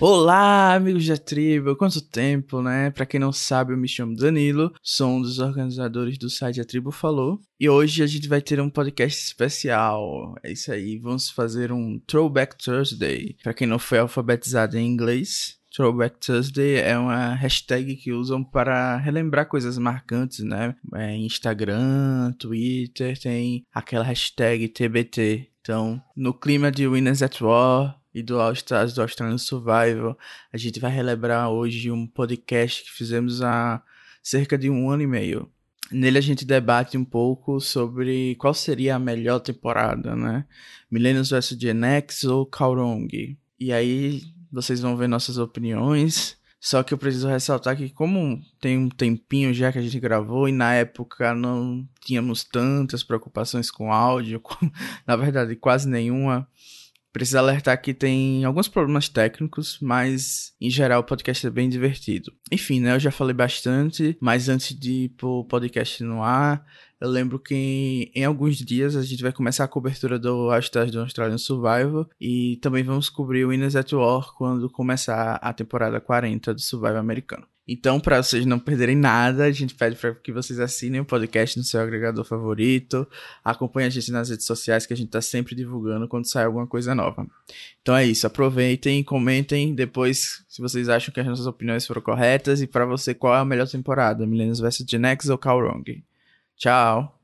Olá, amigos da tribo, quanto tempo, né? Pra quem não sabe, eu me chamo Danilo, sou um dos organizadores do site A Tribo Falou, e hoje a gente vai ter um podcast especial. É isso aí, vamos fazer um Throwback Thursday. Pra quem não foi alfabetizado em inglês, Throwback Thursday é uma hashtag que usam para relembrar coisas marcantes, né? Instagram, Twitter, tem aquela hashtag TBT. Então, no clima de Winners at War e do All Stars do Australian Survival, a gente vai relembrar hoje um podcast que fizemos há cerca de 1 ano e meio. Nele a gente debate um pouco sobre qual seria a melhor temporada, né? Millennials vs Gen X ou Kaurong? E aí vocês vão ver nossas opiniões. Só que eu preciso ressaltar que como tem um tempinho já que a gente gravou e na época não tínhamos tantas preocupações com áudio, na verdade quase nenhuma, preciso alertar que tem alguns problemas técnicos, mas em geral o podcast é bem divertido. Enfim, né, eu já falei bastante, mas antes de ir pro podcast no ar, eu lembro que em alguns dias a gente vai começar a cobertura do hashtag do Australian Survival e também vamos cobrir o Winners at War quando começar a temporada 40 do Survival americano. Então, para vocês não perderem nada, a gente pede para que vocês assinem o podcast no seu agregador favorito, acompanhem a gente nas redes sociais que a gente tá sempre divulgando quando sai alguma coisa nova. Então é isso, aproveitem, comentem depois se vocês acham que as nossas opiniões foram corretas e para você qual é a melhor temporada, Millennials vs Gen X ou Kaurong. Tchau!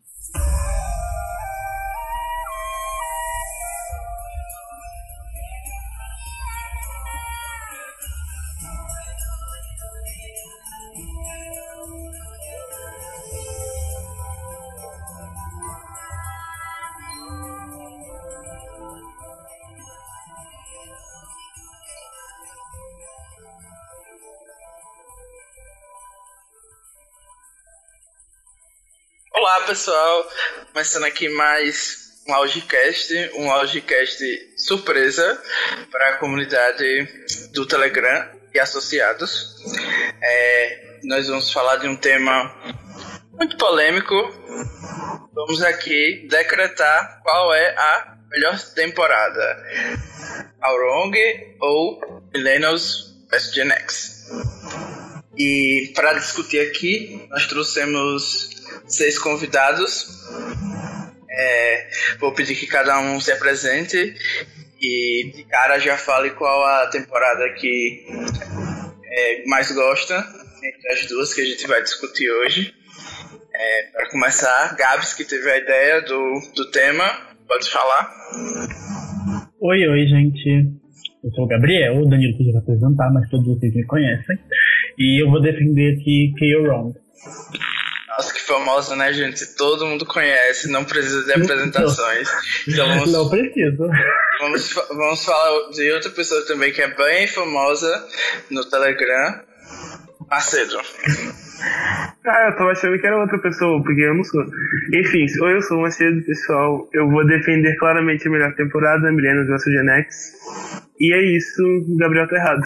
Olá pessoal, começando aqui mais um Audicast surpresa para a comunidade do Telegram e associados. Nós vamos falar de um tema muito polêmico. Vamos aqui decretar qual é a melhor temporada, Kaurong ou Millennials vs Gen X. E para discutir aqui, nós trouxemos 6 convidados. Vou pedir que cada um se apresente e de cara já fale qual a temporada que mais gosta entre as duas que a gente vai discutir hoje. Para começar, Gabs, que teve a ideia do tema, pode falar. Oi, gente. Eu sou o Gabriel, o Danilo podia apresentar, mas todos vocês me conhecem. E eu vou defender aqui Kaurong. Nossa, que famosa, né, gente? Todo mundo conhece, não precisa de apresentações. Então não precisa. Vamos falar de outra pessoa também que é bem famosa no Telegram, Macedo. Eu tava achando que era outra pessoa, porque eu não sou. Enfim, eu sou o Macedo, pessoal. Eu vou defender claramente a melhor temporada, Millennials vs Gen X. E é isso, o Gabriel tá errado.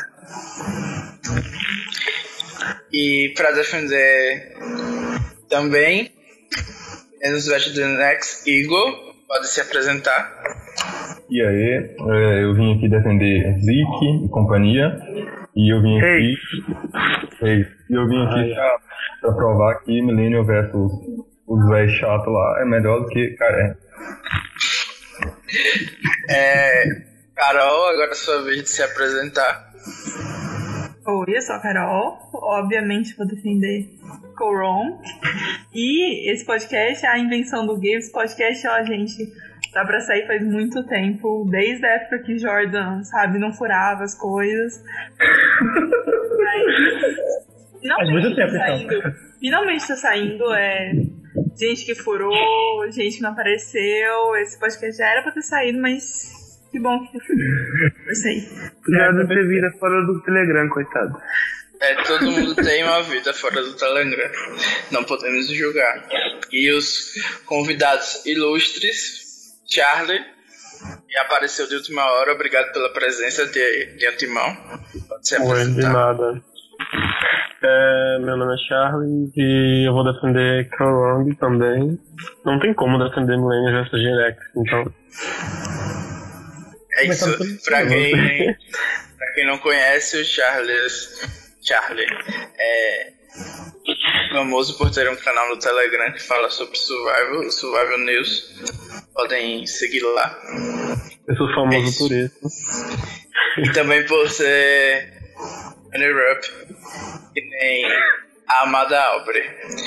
E pra defender também, Millennials vs Gen X, Igor, pode se apresentar. E aí, eu vim aqui defender Zeke e companhia. E eu vim aqui. E eu vim aqui pra provar que Millennial versus os velhos chatos lá é melhor do que Karen. Carol, agora é sua vez de se apresentar. Oi, eu sou a Carol. Obviamente vou defender Kaurong. E esse podcast, a invenção do gay, esse podcast, ó, gente, tá pra sair faz muito tempo, desde a época que Jordan, sabe, não furava as coisas. Finalmente tá saindo, gente que furou, gente que não apareceu. Esse podcast já era pra ter saído, mas que bom que foi sair. Já ter vida fora do Telegram, coitado. Todo mundo tem uma vida fora do Telegram, não podemos julgar. E os convidados ilustres, Charlie, que apareceu de última hora, obrigado pela presença de antemão. Pode se apresentar. De nada. Meu nome é Charlie e eu vou defender Kaurong também. Não tem como defender Millennials vs Gen X, então. É isso. Pra Pra quem não conhece, o Charlie é famoso por ter um canal no Telegram que fala sobre Survival News. Podem seguir lá. Eu sou famoso por isso. E também por ser runner-up, que nem a amada Aubrey.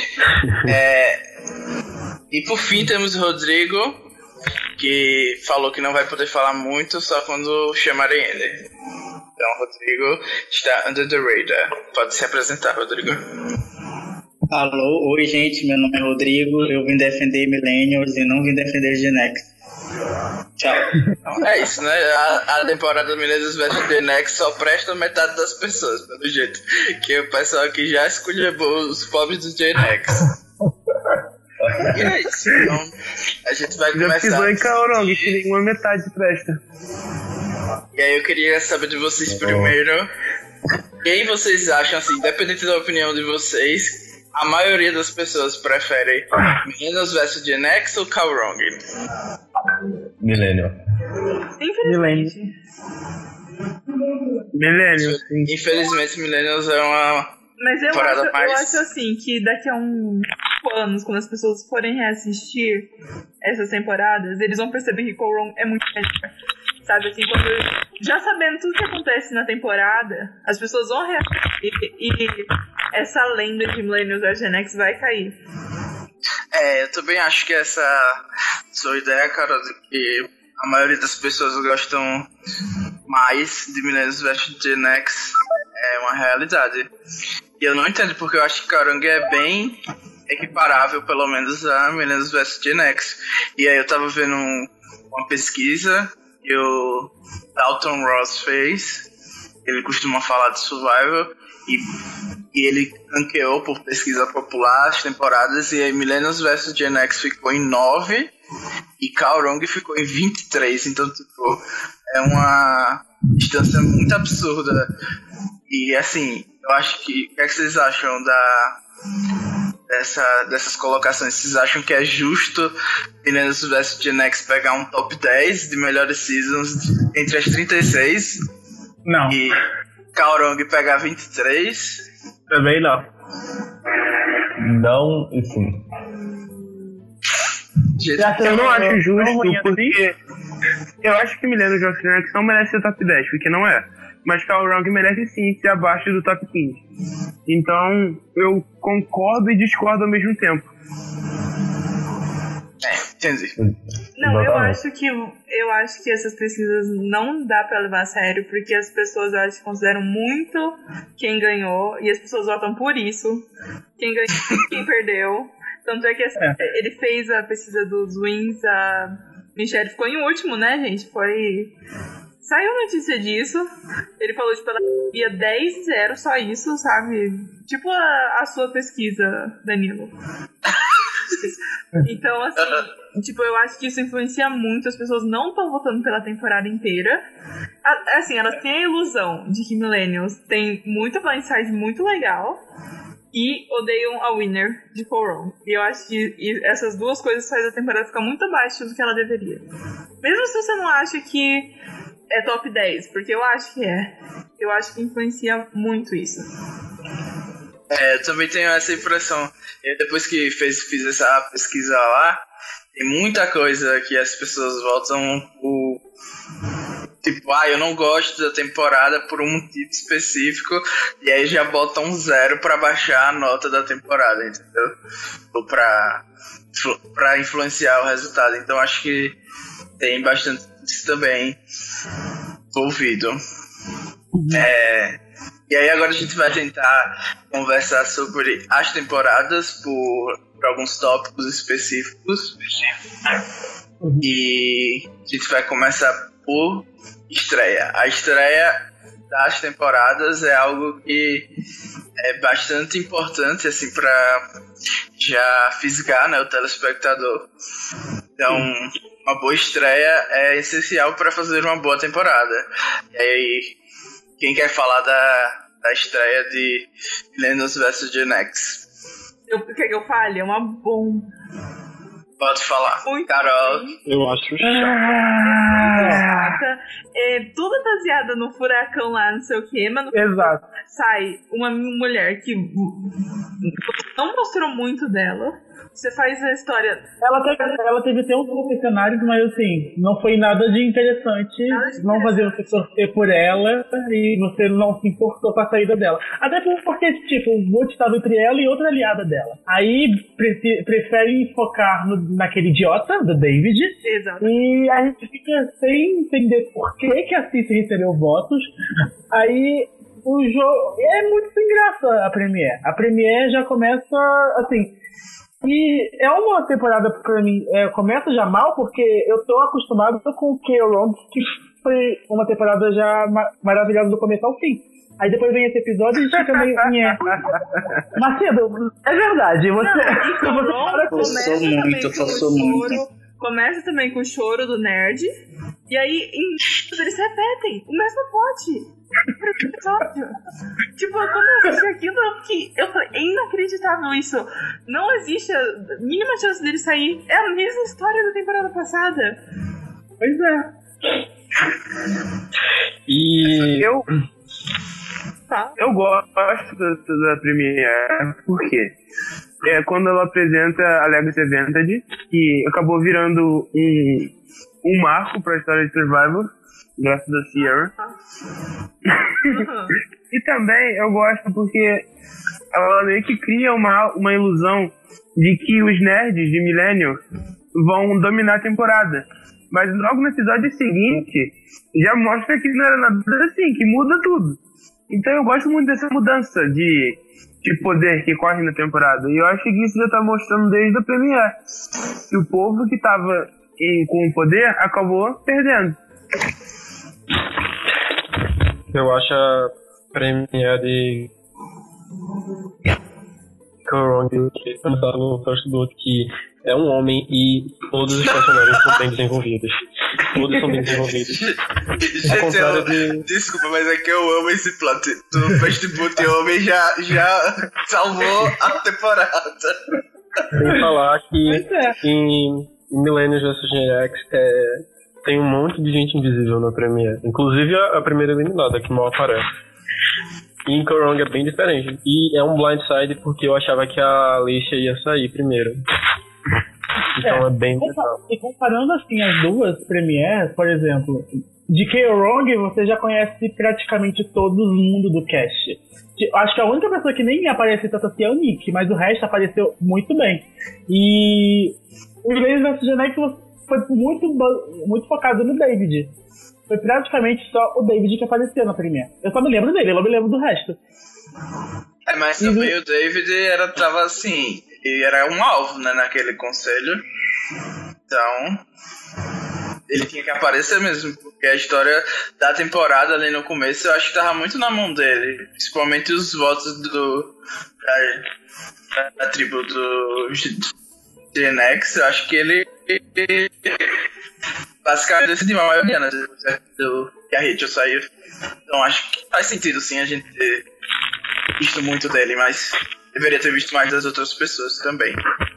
E por fim temos o Rodrigo, que falou que não vai poder falar muito, só quando chamarem ele. Então o Rodrigo está under the radar. Pode se apresentar, Rodrigo. Alô, oi gente, meu nome é Rodrigo, eu vim defender Millennials e não vim defender Gen X. Tchau. Então, é isso, né? A temporada Millennials vs Gen X só presta metade das pessoas, pelo jeito. Que o pessoal aqui já esculhambou os pobres do Gen X. E é isso, então a gente vai começar. Já pisou em Kaorong, que nenhuma metade presta. E aí eu queria saber de vocês primeiro, quem vocês acham, assim, independente da opinião de vocês, a maioria das pessoas prefere Millennials vs Gen X ou Kaorong? Millennial. Infelizmente. Millennials, sim. Infelizmente, Millennials é uma Mas eu temporada mais... acho assim, que daqui a uns anos, quando as pessoas forem reassistir essas temporadas, eles vão perceber que Kaorong é muito melhor. Sabe, assim, quando já sabendo tudo que acontece na temporada, as pessoas vão reassistir e essa lenda de Millennials vs Gen X vai cair. Eu também acho que essa sua ideia, Carol, de que a maioria das pessoas gostam mais de Millennials vs Gen X é uma realidade. E eu não entendo, porque eu acho que Kaorong é bem equiparável, pelo menos, a Millennials vs Gen X. E aí eu tava vendo uma pesquisa que o Dalton Ross fez. Ele costuma falar de Survival e ele ranqueou por pesquisa popular as temporadas, e aí Millennials vs Gen X ficou em 9 e Kaorong ficou em 23. Então, tipo, é uma distância muito absurda. E assim, eu acho que... O que é que vocês acham dessas colocações? Vocês acham que é justo Millennials vs Gen X pegar um top 10 de melhores seasons entre as 36? Não. E Kaorong pegar 23? Também não. Não e sim. Eu não acho justo, porque eu acho que Millennials vs Gen X não merece ser top 10, porque não é. Mas Kaorong merece sim ser abaixo do top 15. Então, eu concordo e discordo ao mesmo tempo. Entendi. Não, eu acho que essas pesquisas não dá pra levar a sério, porque as pessoas, eu acho, consideram muito quem ganhou, e as pessoas votam por isso. Quem ganhou e quem perdeu. Tanto é que ele fez a pesquisa dos wins, a Michelle ficou em último, né, gente? Saiu notícia disso. Ele falou, tipo, ela ia 10-0, só isso, sabe? Tipo a sua pesquisa, Danilo. Então, assim, tipo, eu acho que isso influencia muito. As pessoas não estão votando pela temporada inteira. Assim, elas têm a ilusão de que Millennials tem muito blindside muito legal e odeiam a winner de Kaorong. E eu acho que essas duas coisas fazem a temporada ficar muito abaixo do que ela deveria. Mesmo se você não acha que é top 10, porque eu acho que é. Eu acho que influencia muito isso. Eu também tenho essa impressão. Depois que fiz essa pesquisa lá, tem muita coisa que as pessoas votam por... Tipo, eu não gosto da temporada por um motivo específico, e aí já botam 0 pra baixar a nota da temporada, entendeu? Ou pra influenciar o resultado. Então acho que tem bastante isso também envolvido. E aí agora a gente vai tentar conversar sobre as temporadas por alguns tópicos específicos. E a gente vai começar por estreia. A estreia das temporadas é algo que é bastante importante, assim, para já fisgar, né, o telespectador. Então, uma boa estreia é essencial para fazer uma boa temporada. E aí, quem quer falar da estreia de Millennials vs Gen X? Quer que eu fale? É uma bomba. Pode falar. Muito Carol. bem. Eu acho chato. gata, toda baseada no furacão lá, não sei o que, mas Exato. sai uma mulher que não mostrou muito dela. Você faz a história. Ela teve até uns confessionários, mas assim, não foi nada de interessante. Não fazia você torcer por ela e você não se importou com a saída dela. Até porque, tipo, o Wood estava entre ela e outra aliada dela. Aí preferem focar naquele idiota, do David. Exato. E a gente fica sem entender por que a Cersei recebeu votos. Aí o jogo é muito sem graça a Premiere. A Premiere já começa assim. E é uma temporada pra mim, começa já mal, porque eu tô acostumado com o K-Round, que foi uma temporada já maravilhosa do começo ao fim. Aí depois vem esse episódio e fica meio... Macedo, é verdade, começa também com o choro do nerd, e aí eles repetem o mesmo plot. Episódio. Tipo, quando eu assisti aquilo, eu falei, é inacreditável isso. Não existe a mínima chance dele sair. É a mesma história da temporada passada. Pois é. E eu gosto da Premiere, por quê? Quando ela apresenta a Legacy Advantage, que acabou virando um marco para a história de Survival, graças a Sierra. E também eu gosto porque ela meio que cria uma ilusão de que os nerds de Millennium vão dominar a temporada. Mas logo no episódio seguinte já mostra que não era nada assim, que muda tudo. Então eu gosto muito dessa mudança de poder que corre na temporada. E eu acho que isso já tá mostrando desde a Premiere. Que o povo que tava com o poder acabou perdendo. Eu acho a Premiere de Corong que começaram no First Blood, que é um homem e todos os personagens são bem desenvolvidos. Todos são bem desenvolvidos. Ao contrário de... Desculpa, mas é que eu amo esse plot do First Blood. O homem já salvou a temporada. Sem falar que em Millennium vs Gen X tem um monte de gente invisível na Premiere. Inclusive a primeira eliminada, que mal aparece. E em Korong é bem diferente. E é um blindside porque eu achava que a Alicia ia sair primeiro. Então é bem legal. E comparando assim as duas Premieres, por exemplo, de Korong você já conhece praticamente todo mundo do cast. Acho que a única pessoa que nem apareceu tanto assim é o Nick, mas o resto apareceu muito bem. E o Millennium vs Gen X foi muito focado no David. Foi praticamente só o David que apareceu na Premiere. Eu só me lembro dele, eu não me lembro do resto. Mas também o David tava assim, ele era um alvo, né, naquele conselho. Então, ele tinha que aparecer mesmo, porque a história da temporada ali no começo eu acho que tava muito na mão dele. Principalmente os votos da tribo do Gen X, eu acho que ele basicamente decidiu a maioria, né, que a Rachel saiu. Então acho que faz sentido sim a gente ter visto muito dele, mas deveria ter visto mais das outras pessoas também.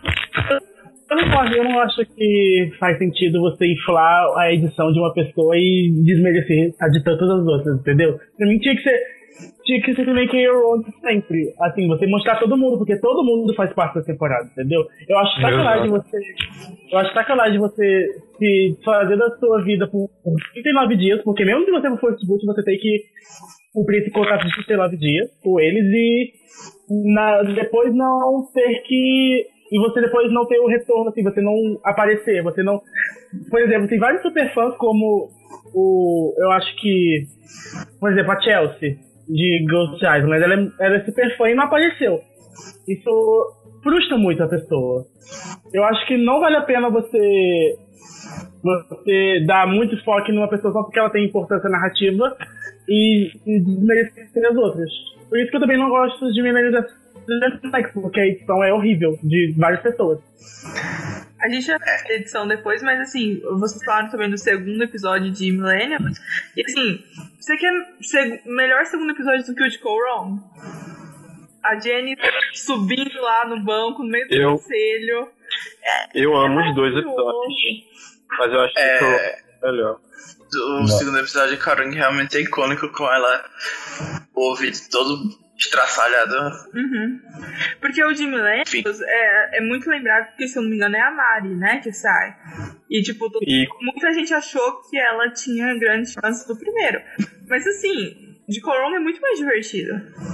Eu não acho que faz sentido você inflar a edição de uma pessoa e desmerecer a de tantas as outras, entendeu? Pra mim tinha que ser também K-Round sempre. Assim, você mostrar todo mundo, porque todo mundo faz parte da temporada, entendeu? Eu acho sacanagem você se fazer da sua vida por 39 dias, porque mesmo se você for Facebook, você tem que cumprir esse contrato de 39 dias com eles e depois não ter que... E você depois não ter o retorno, assim, você não aparecer, você não... Por exemplo, tem vários superfãs como eu acho que... Por exemplo, a Chelsea, de Ghost Island, ela é super fã e não apareceu. Isso frustra muito a pessoa. Eu acho que não vale a pena você dar muito foco numa pessoa só porque ela tem importância narrativa e desmerecer as outras. Por isso que eu também não gosto de Millennium porque a edição é horrível de várias pessoas. A gente vai ver a edição depois, mas assim, vocês falaram também do segundo episódio de Millennium. E assim, você quer melhor segundo episódio do que o de Korong? A Jenny subindo lá no banco, no meio do conselho. Eu amo os dois episódios. Mas eu acho que melhor. O segundo episódio de Karung realmente é icônico, com ela o ouvido todo estraçalhado. Uhum. Porque o de Millennials é muito lembrado, porque se eu não me engano é a Mari, né, que sai. E tipo, muita gente achou que ela tinha grandes chances do primeiro. Mas assim, de Korong é muito mais divertido.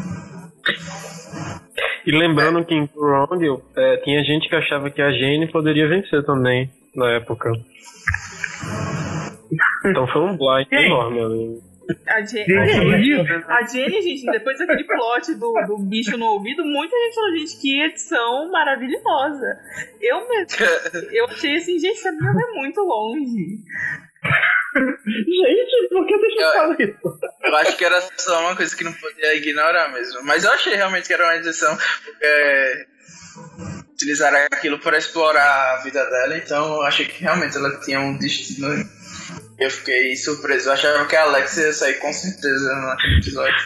E lembrando que em Korong tinha gente que achava que a Jane poderia vencer também, na época. Então foi um blind enorme ali. A Jenny, gente, depois daquele plot do bicho no ouvido, muita gente falou, gente, que edição maravilhosa. Eu achei assim, gente, essa menina é muito longe. Gente, por que deixa eu falar isso? Eu acho que era só uma coisa que não podia ignorar mesmo. Mas eu achei realmente que era uma edição, porque utilizaram aquilo para explorar a vida dela, então eu achei que realmente ela tinha um destino. Eu fiquei surpreso, eu achava que a Alex ia sair com certeza naquele episódio.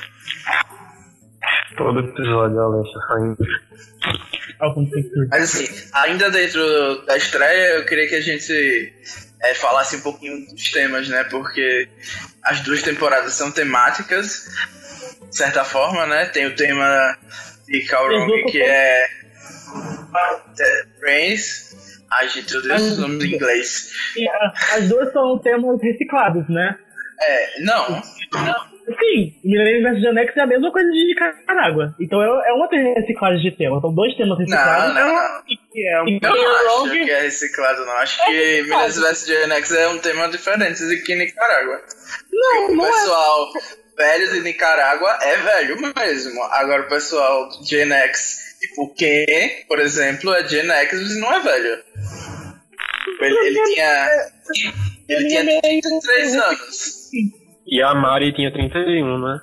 Todo episódio a Alex saindo. Mas assim, ainda dentro da estreia, eu queria que a gente falasse um pouquinho dos temas, né? Porque as duas temporadas são temáticas, de certa forma, né? Tem o tema de Karung, que é Brains. Age tudo isso nomes em inglês. As duas são temas reciclados, né? Não. Sim, Millennium vs Gen X é a mesma coisa de Nicarágua. Então é uma reciclagem de tema. São dois temas reciclados. Não. Eu não acho que é reciclado, não. Acho que Millennium vs Gen X é um tema diferente do que Nicarágua. Não, o pessoal velho de Nicarágua é velho mesmo. Agora o pessoal de Gen X, tipo Ken, por exemplo, é Gen X, mas não é velho. Ele tinha 33 anos. E a Mari tinha 31, né?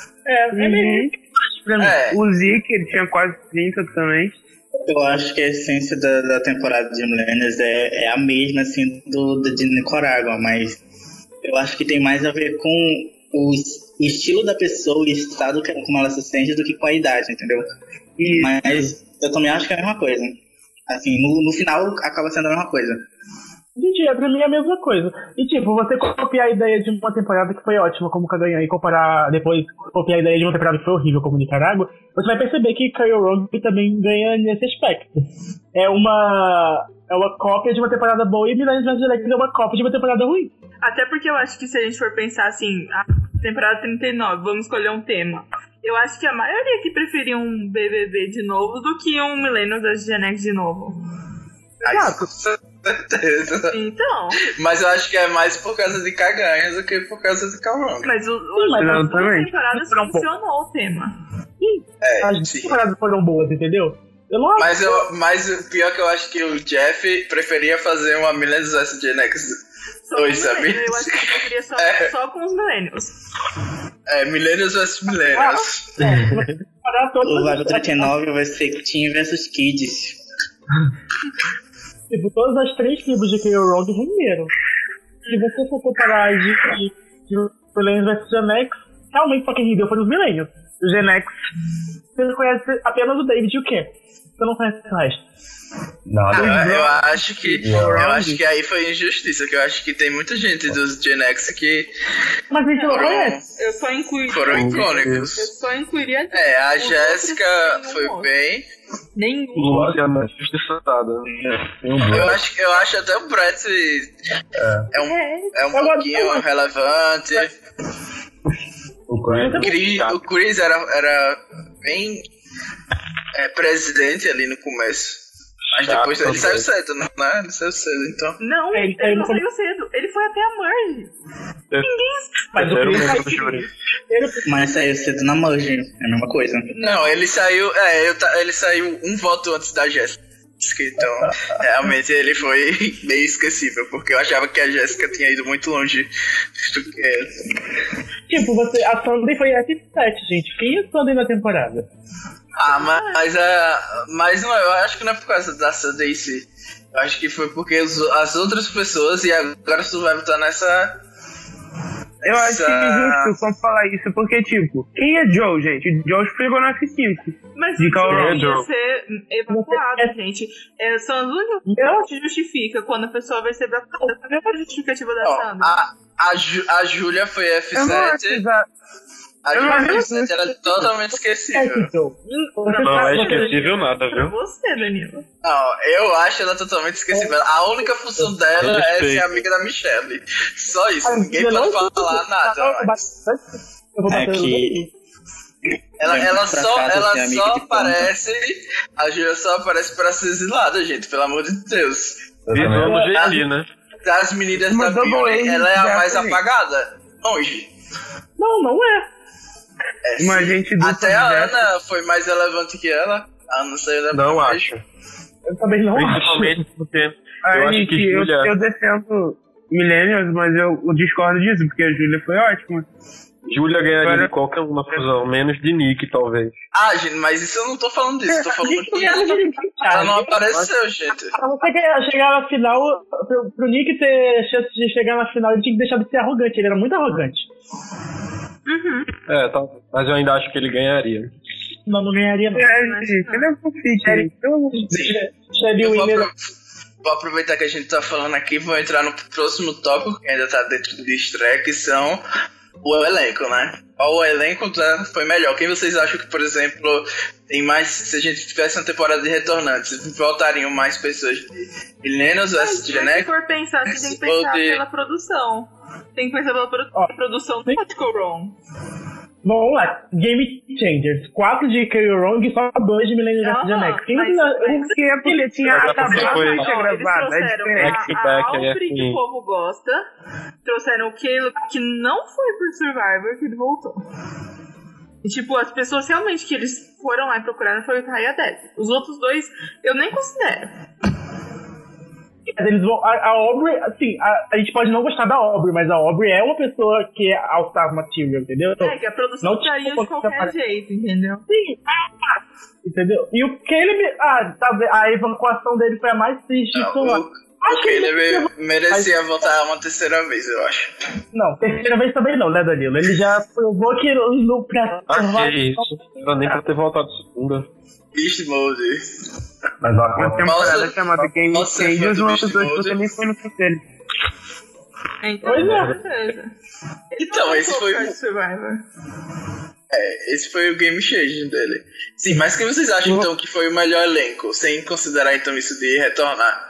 O Zeke, ele tinha quase 30 também. Eu acho que a essência da temporada de Millennials é a mesma, assim, de Nicarágua, mas eu acho que tem mais a ver com o estilo da pessoa, o estado como ela se sente, do que com a idade, entendeu? Mas eu também acho que é a mesma coisa. Assim, no final acaba sendo a mesma coisa. Gente, pra mim é a mesma coisa. E tipo, você copiar a ideia de uma temporada que foi ótima, como Kaganha, e comparar depois, copiar a ideia de uma temporada que foi horrível, como Nicarágua, você vai perceber que Karung também ganha nesse aspecto. É uma cópia de uma temporada boa, e Millennium vs Gen X é uma cópia de uma temporada ruim. Até porque eu acho que se a gente for pensar assim, a temporada 39, vamos escolher um tema. Eu acho que a maioria que preferia um BBB de novo do que um Millennium vs Gen X de novo. Exato. Certeza. Então. Mas eu acho que é mais por causa de Kaganha do que por causa de Karung. Mas as duas temporadas funcionou o tema. As temporadas foram boas, entendeu? Mas o pior que eu acho que o Jeff preferia fazer uma Millennium vs Gen X 2, sabe? Eu acho que ele preferia só com os Millennials. Millennials vs Millennials. O Vago 39 vai ser Teen vs Kids. Tipo, todas as três tribos de Karung renderam. Se você for comparar de Millennium vs Gen X, realmente só quem rendeu foi os Millennials. O Gen X, você conhece apenas o David e o Ken. Você não conhece o resto. Eu acho que aí foi injustiça, que eu acho que tem muita gente dos Gen X que mas a gente não conhece. Eu só incluiria. Foram icônicos. Eu só incluiria. A Jéssica foi bem. Nenhum. Luciana injustiçada. Eu acho até o Brett é um pouquinho relevante. O Chris era bem presidente ali no começo. Mas depois ele saiu cedo, né? Ele saiu cedo, então. Não, ele não saiu cedo. Ele foi até a Merge. Ninguém. Mas saiu cedo na Merge, é a mesma coisa. Não, ele saiu. Ele saiu um voto antes da Jéssica. Então, realmente ele foi meio esquecível, porque eu achava que a Jéssica tinha ido muito longe do que ele. Tipo, a Sunday foi F7, gente. Quem é a Sunday na temporada? Mas não, eu acho que não é por causa da Sunday em si. Eu acho que foi porque as outras pessoas, e agora tu vai botar Eu acho que é justo como falar isso, porque, tipo, quem é Joe, gente? Joe chegou na F5. Mas de Joe ia ser evacuado, gente. São as únicas que justifica quando a pessoa vai ser evacuada. Qual é a justificativa da Sandra? A Júlia foi F7. A Júlia F7 era totalmente esquecível. Não é esquecível nada, viu? Você, Danilo. Não, eu acho ela totalmente esquecível. A única função dela é ser amiga da Michelle. Só isso, ninguém pode falar nada. É que... Ela só aparece. A Júlia só aparece pra ser exilada, gente, pelo amor de Deus. Visão do jeitinho, né? Das meninas da Beauty, ela é a mais apagada. Longe. Não é. Uma gente até a Ana foi mais relevante que ela. A Ana saiu da Não acho. Eu também não Principalmente acho. porque eu acho que Julia... eu defendo Millennials, mas eu discordo disso, porque a Júlia foi ótima. Júlia ganharia de qualquer uma fusão, menos de Nick, talvez. Gente, mas isso eu não tô falando disso, tô falando que ela não apareceu, gente. Pra você chegar na final, pro Nick ter chance de chegar na final, ele tinha que deixar de ser arrogante, ele era muito arrogante. Tá, mas eu ainda acho que ele ganharia. Não ganharia não. Ele é um confite. Vou aproveitar que a gente tá falando aqui, vou entrar no próximo tópico, que ainda tá dentro do Distrack, que são o elenco, né? Qual o elenco foi melhor? Quem vocês acham que, por exemplo, tem mais... Se a gente tivesse uma temporada de retornantes, voltariam mais pessoas de Millennials vs Gen X? Se for pensar, você tem que pensar pela produção. Tem que pensar pela produção do Critical Role. Vamos lá, Game Changers, 4 de K.O. e só 2 de Millennium vs Gen X. Porque tinha acabado de ser gravado. Eles trouxeram a Aubrey que o povo gosta, trouxeram o Caleb que não foi por Survivor, que ele voltou. E tipo, as pessoas realmente que eles foram lá e procuraram foi o Kai e a Deb. Os outros dois eu nem considero. Eles vão, a Aubrey, assim, a gente pode não gostar da Aubrey, mas a Aubrey é uma pessoa que é All-Star Material, entendeu? Que a produção não saiu de qualquer jeito, entendeu? Sim, entendeu? E o Caleb, a evacuação dele foi a mais triste de tudo. O Caleb merecia voltar uma terceira vez, eu acho. Não, terceira vez também não, né, Danilo? Ele já provou que no pra que isso, não nem pra ter voltado segunda. Beast Mode. Mas uma temporada chamada Game Changers, uma pessoa que também foi no conselho. Pois é. Então, esse foi o Survivor. Esse foi o Game Changer dele. Sim, mas quem vocês acham então que foi o melhor elenco, sem considerar então isso de retornar?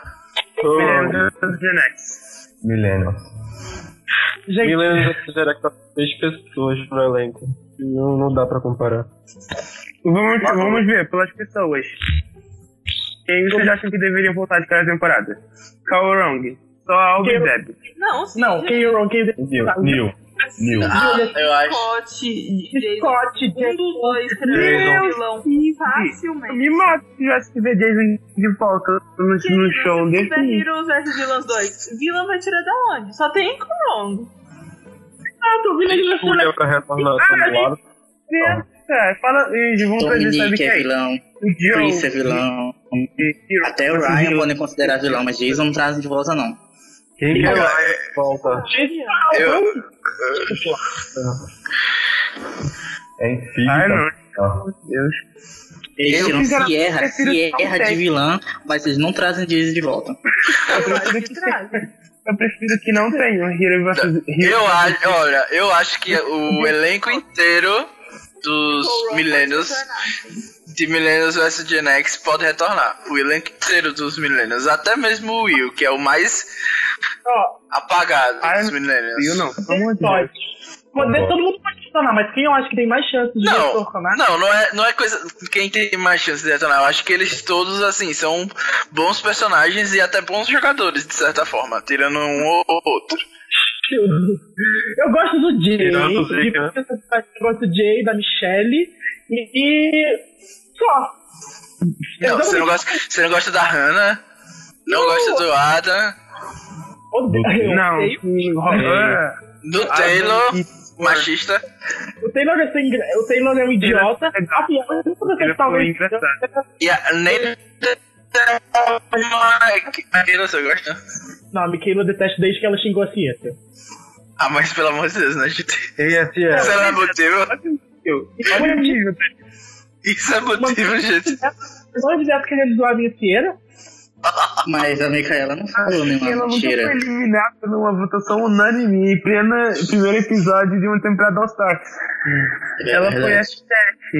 Millennials. Millennials considera que tá 6 pessoas no elenco. Não dá pra comparar. Vamos ver pelas pessoas. Quem vocês acham que deveriam voltar de cada temporada? Kaorong, só a Alba e Deb. Não, Kaorong, Neil. Eu acho. Scott, um dos dois será vilão facilmente. Me mata se tivesse que ver Jason de volta no show desse. Super Heroes vs Villains 2. Vilão vai tirar da onde? Só tem Kaorong. Tô vendo ele Julia pra retornar do lado. Fala, vamos trazer, sabe Dominique é vilão, Chris é vilão, até o Ryan podem considerar vilão, mas Jason não trazem de volta não. Quem que volta? É Infinita. Meu Deus. Eles tiram Sierra de vilã, mas eles não trazem Jason de volta. Eu prefiro que não tenham eu acho que o elenco inteiro dos Millennials de Millennials vs Gen X pode retornar. O elenco inteiro dos Millennials, até mesmo o Will, que é o mais apagado dos Millennials. Will não, todo mundo pode retornar, mas quem eu acho que tem mais chance de retornar? Não é coisa quem tem mais chance de retornar. Eu acho que eles todos, assim, são bons personagens e até bons jogadores, de certa forma, tirando um ou outro. Eu gosto do Jay, eu gosto do Jay, da Michelle e só. Não, você não gosta da Hannah? Não gosta do Adam? Do Taylor, machista. O Taylor é um idiota. E a Nate a Michaela, você gosta? Não, a Michaela eu detesto desde que ela xingou a Ciência. Ah, mas pelo amor de Deus, né, gente? Isso não é motivo. Isso é motivo, gente. Não dizendo que ele zoar a minha Sierra. Mas a Micaela não falou nenhuma Ela mentira. foi eliminada numa votação unânime em primeiro episódio de uma temporada All Stars. Ela foi a 7.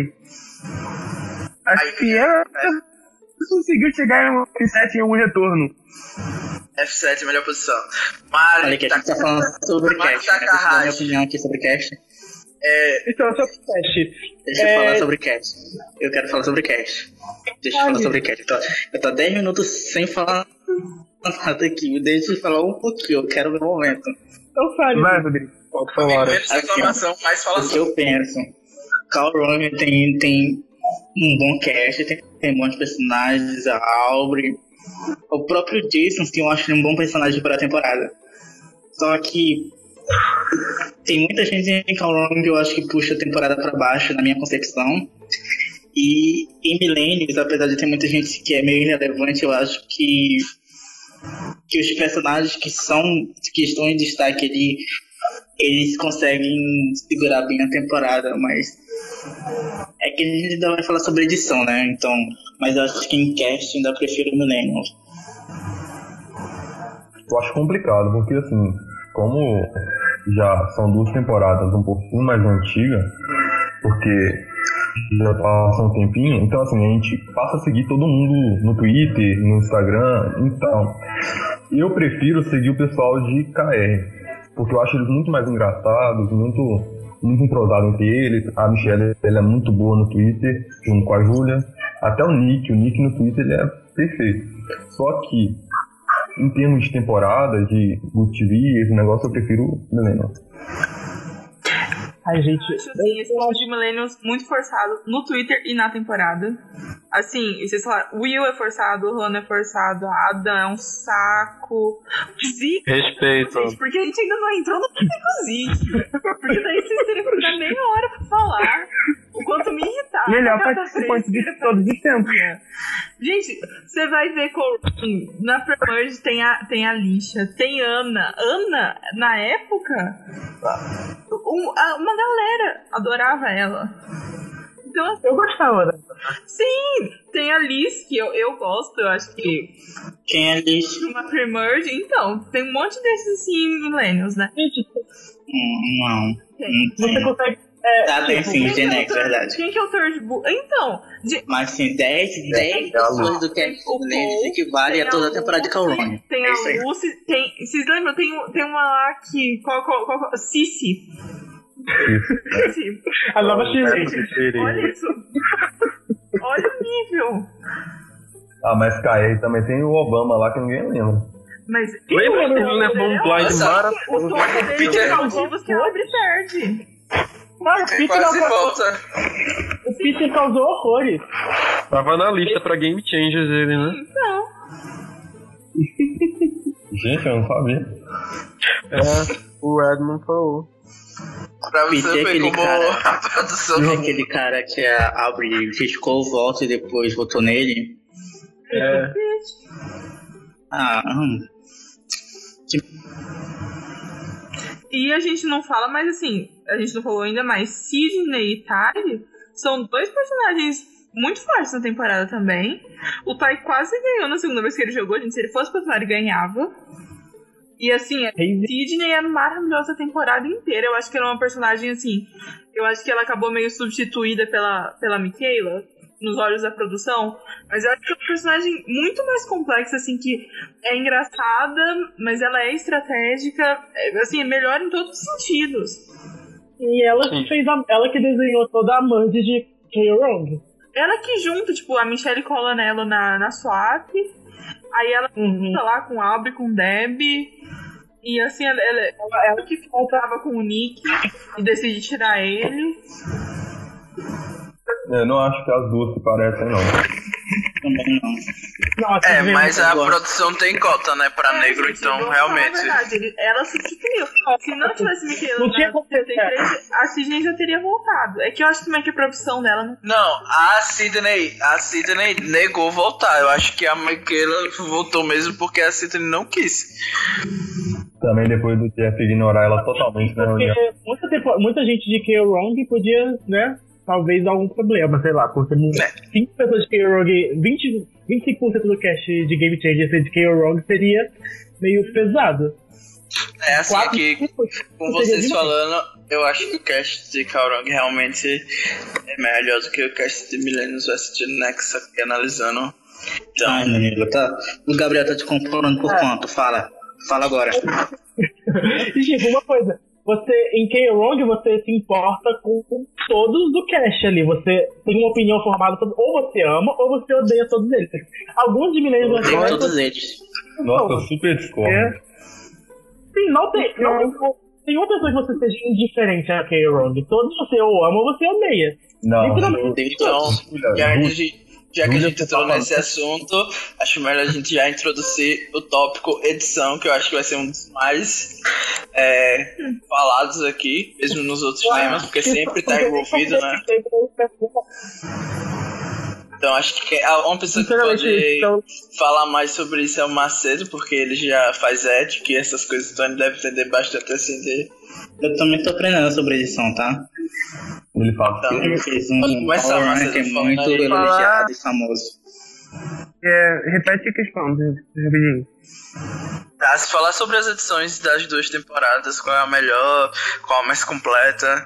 A Sierra conseguiu chegar em uma F7 em um retorno. F7, melhor posição. Mari, Olha que a gente tá falando sobre Mari cast, né? Deixa eu dar minha Takahashi. opinião aqui sobre cast. Então, eu sou teste. Deixa eu falar sobre cast. Eu quero falar sobre cast. Deixa eu falar sobre cast. Eu tô 10 minutos sem falar nada aqui. Deixa eu falar um pouquinho. Eu quero ver o momento. Então, fale. Vai, Rodrigo. Pode falar. Menos reclamação, mais O que falação. eu penso. Carl Rome tem um bom cast, tem bons personagens, a Aubrey. O próprio Jason, que eu acho um bom personagem para a temporada. Só que tem muita gente em Carl Rome que eu acho que puxa a temporada para baixo, na minha concepção. E em Millennials, apesar de ter muita gente que é meio irrelevante, eu acho que os personagens que estão em destaque ali, eles conseguem segurar bem a temporada, mas é que a gente ainda vai falar sobre edição, né? Então, mas eu acho que em cast ainda prefiro Millennials. Eu acho complicado, porque assim, como já são 2 temporadas um pouquinho mais antigas, porque já passa um tempinho, então assim, a gente passa a seguir todo mundo no Twitter, no Instagram, então eu prefiro seguir o pessoal de KR, porque eu acho eles muito mais engraçados, muito entrosados entre eles. A Michelle, ela é muito boa no Twitter, junto com a Júlia, até o Nick no Twitter ele é perfeito, só que em termos de temporada, de Good TV, esse negócio eu prefiro Millennials. Ai, gente. Eu acho assim, esse tipo de Millennials muito forçado no Twitter e na temporada. Assim, vocês falaram, Will é forçado, o Hannah é forçado, a Adam é um saco. Zeke, Respeito. gente, porque a gente ainda não entrou no Twitter com o Zeke. Porque daí vocês teriam que dar meia hora pra falar o quanto me irritava. Melhor participante de todos os tempos. Gente, você vai ver na Pre-Merge tem a Lixa, tem Ana. Ana, na época, uma galera adorava ela. Então, assim, Eu gostava, né? sim, tem a Liz, que eu gosto, eu acho que Quem é lixo? numa Pre-Merge, então, tem um monte desses assim, Millennials, né? Gente, Não. você consegue. Tá, tem sim, Gen X, verdade. Quem que é o Third Bull? Então, Mas sim, 10 pessoas do cast o Millennials Paul, equivale a toda a temporada de Carl Rome. tem É isso aí. a Lucy, vocês lembram? Tem uma lá que, qual Cici. Cici. A nova X. Olha isso. Olha o nível. Ah, mas KR também tem o Obama lá que ninguém lembra. Mas Lembra que ele levou um blind Nossa, maravilhoso? o tom dele Peter- é causivos que abre e perde. Cara, Tem quase volta. o Peter causou horrores. Tava na lista pra Game Changers ele, né? Então, Gente, eu não sabia. O Redmond falou. Pra você Peter é ver aquele como cara. a produção. Não é aquele cara que a Aubrey criticou o voto e depois votou nele? É. e a gente não fala, mas assim, a gente não falou ainda, mas Sidney e Ty são 2 personagens muito fortes na temporada também. O Ty quase ganhou na segunda vez que ele jogou, gente. Se ele fosse popular, ele ganhava. E assim, a Sidney é maravilhosa a temporada inteira. Eu acho que ela é uma personagem assim. Eu acho que ela acabou meio substituída pela Michaela nos olhos da produção. Mas eu acho que é uma personagem muito mais complexa, assim, que é engraçada, mas ela é estratégica, assim, é melhor em todos os sentidos. E ela que fez ela que desenhou toda a Mandy de K-Rong. Ela que junta, tipo, a Michelle cola nela na swap. Aí ela tá lá com a Aubrey, com Debbie. E assim, ela que faltava com o Nick e decide tirar ele. Eu não acho que as duas se parecem, não. Também não. Nossa, Mas a gosto. produção tem cota, né, pra negro, gente, então vamos realmente. falar a verdade, ela substituiu. Se não tivesse Michaela Não tinha na como 73, a Sidney já teria voltado. É que eu acho que a profissão dela Não, a Sidney negou voltar. Eu acho que a Michaela voltou mesmo porque a Sidney não quis. Também depois do Jeff ignorar ela totalmente na reunião. Muita gente de KO Wrong podia, né, talvez dar algum problema, sei lá, porque 5 pessoas de KO Wrong, 25% do cast de Game Changer ser de KO Wrong seria meio pesado. É assim, aqui, com vocês falando, eu acho que o cast de Kaorong realmente é melhor do que o cast de Millennials vs Gen X, aqui analisando. Então... Ai, menino, tá. O Gabriel tá te comprando por quanto? Fala agora. Tipo, uma coisa, você, em K-Wrong, você se importa com todos do cast ali, você tem uma opinião formada sobre, ou você ama, ou você odeia todos eles. Alguns de Millennials vs Gen X... todos eles. Nossa, eu super discordo. Sim, não tem uma pessoa que você seja indiferente a K-Wrong. Todos você ou ama ou você odeia. Não, então, já que a gente entrou nesse assunto, acho melhor a gente já introduzir o tópico edição, que eu acho que vai ser um dos mais falados aqui, mesmo nos outros temas, porque sempre tá envolvido, né? Então acho que uma pessoa que pode falar mais sobre isso é o Macedo, porque ele já faz ética e essas coisas, então ele deve entender bastante assim de... Eu também tô aprendendo sobre edição, tá? Ele fala. Então, ele fez um começar, Macedo, que é muito elogiado e famoso. Repete a questão, rapidinho. Tá, se falar sobre as edições das 2 temporadas, qual é a melhor, qual a mais completa?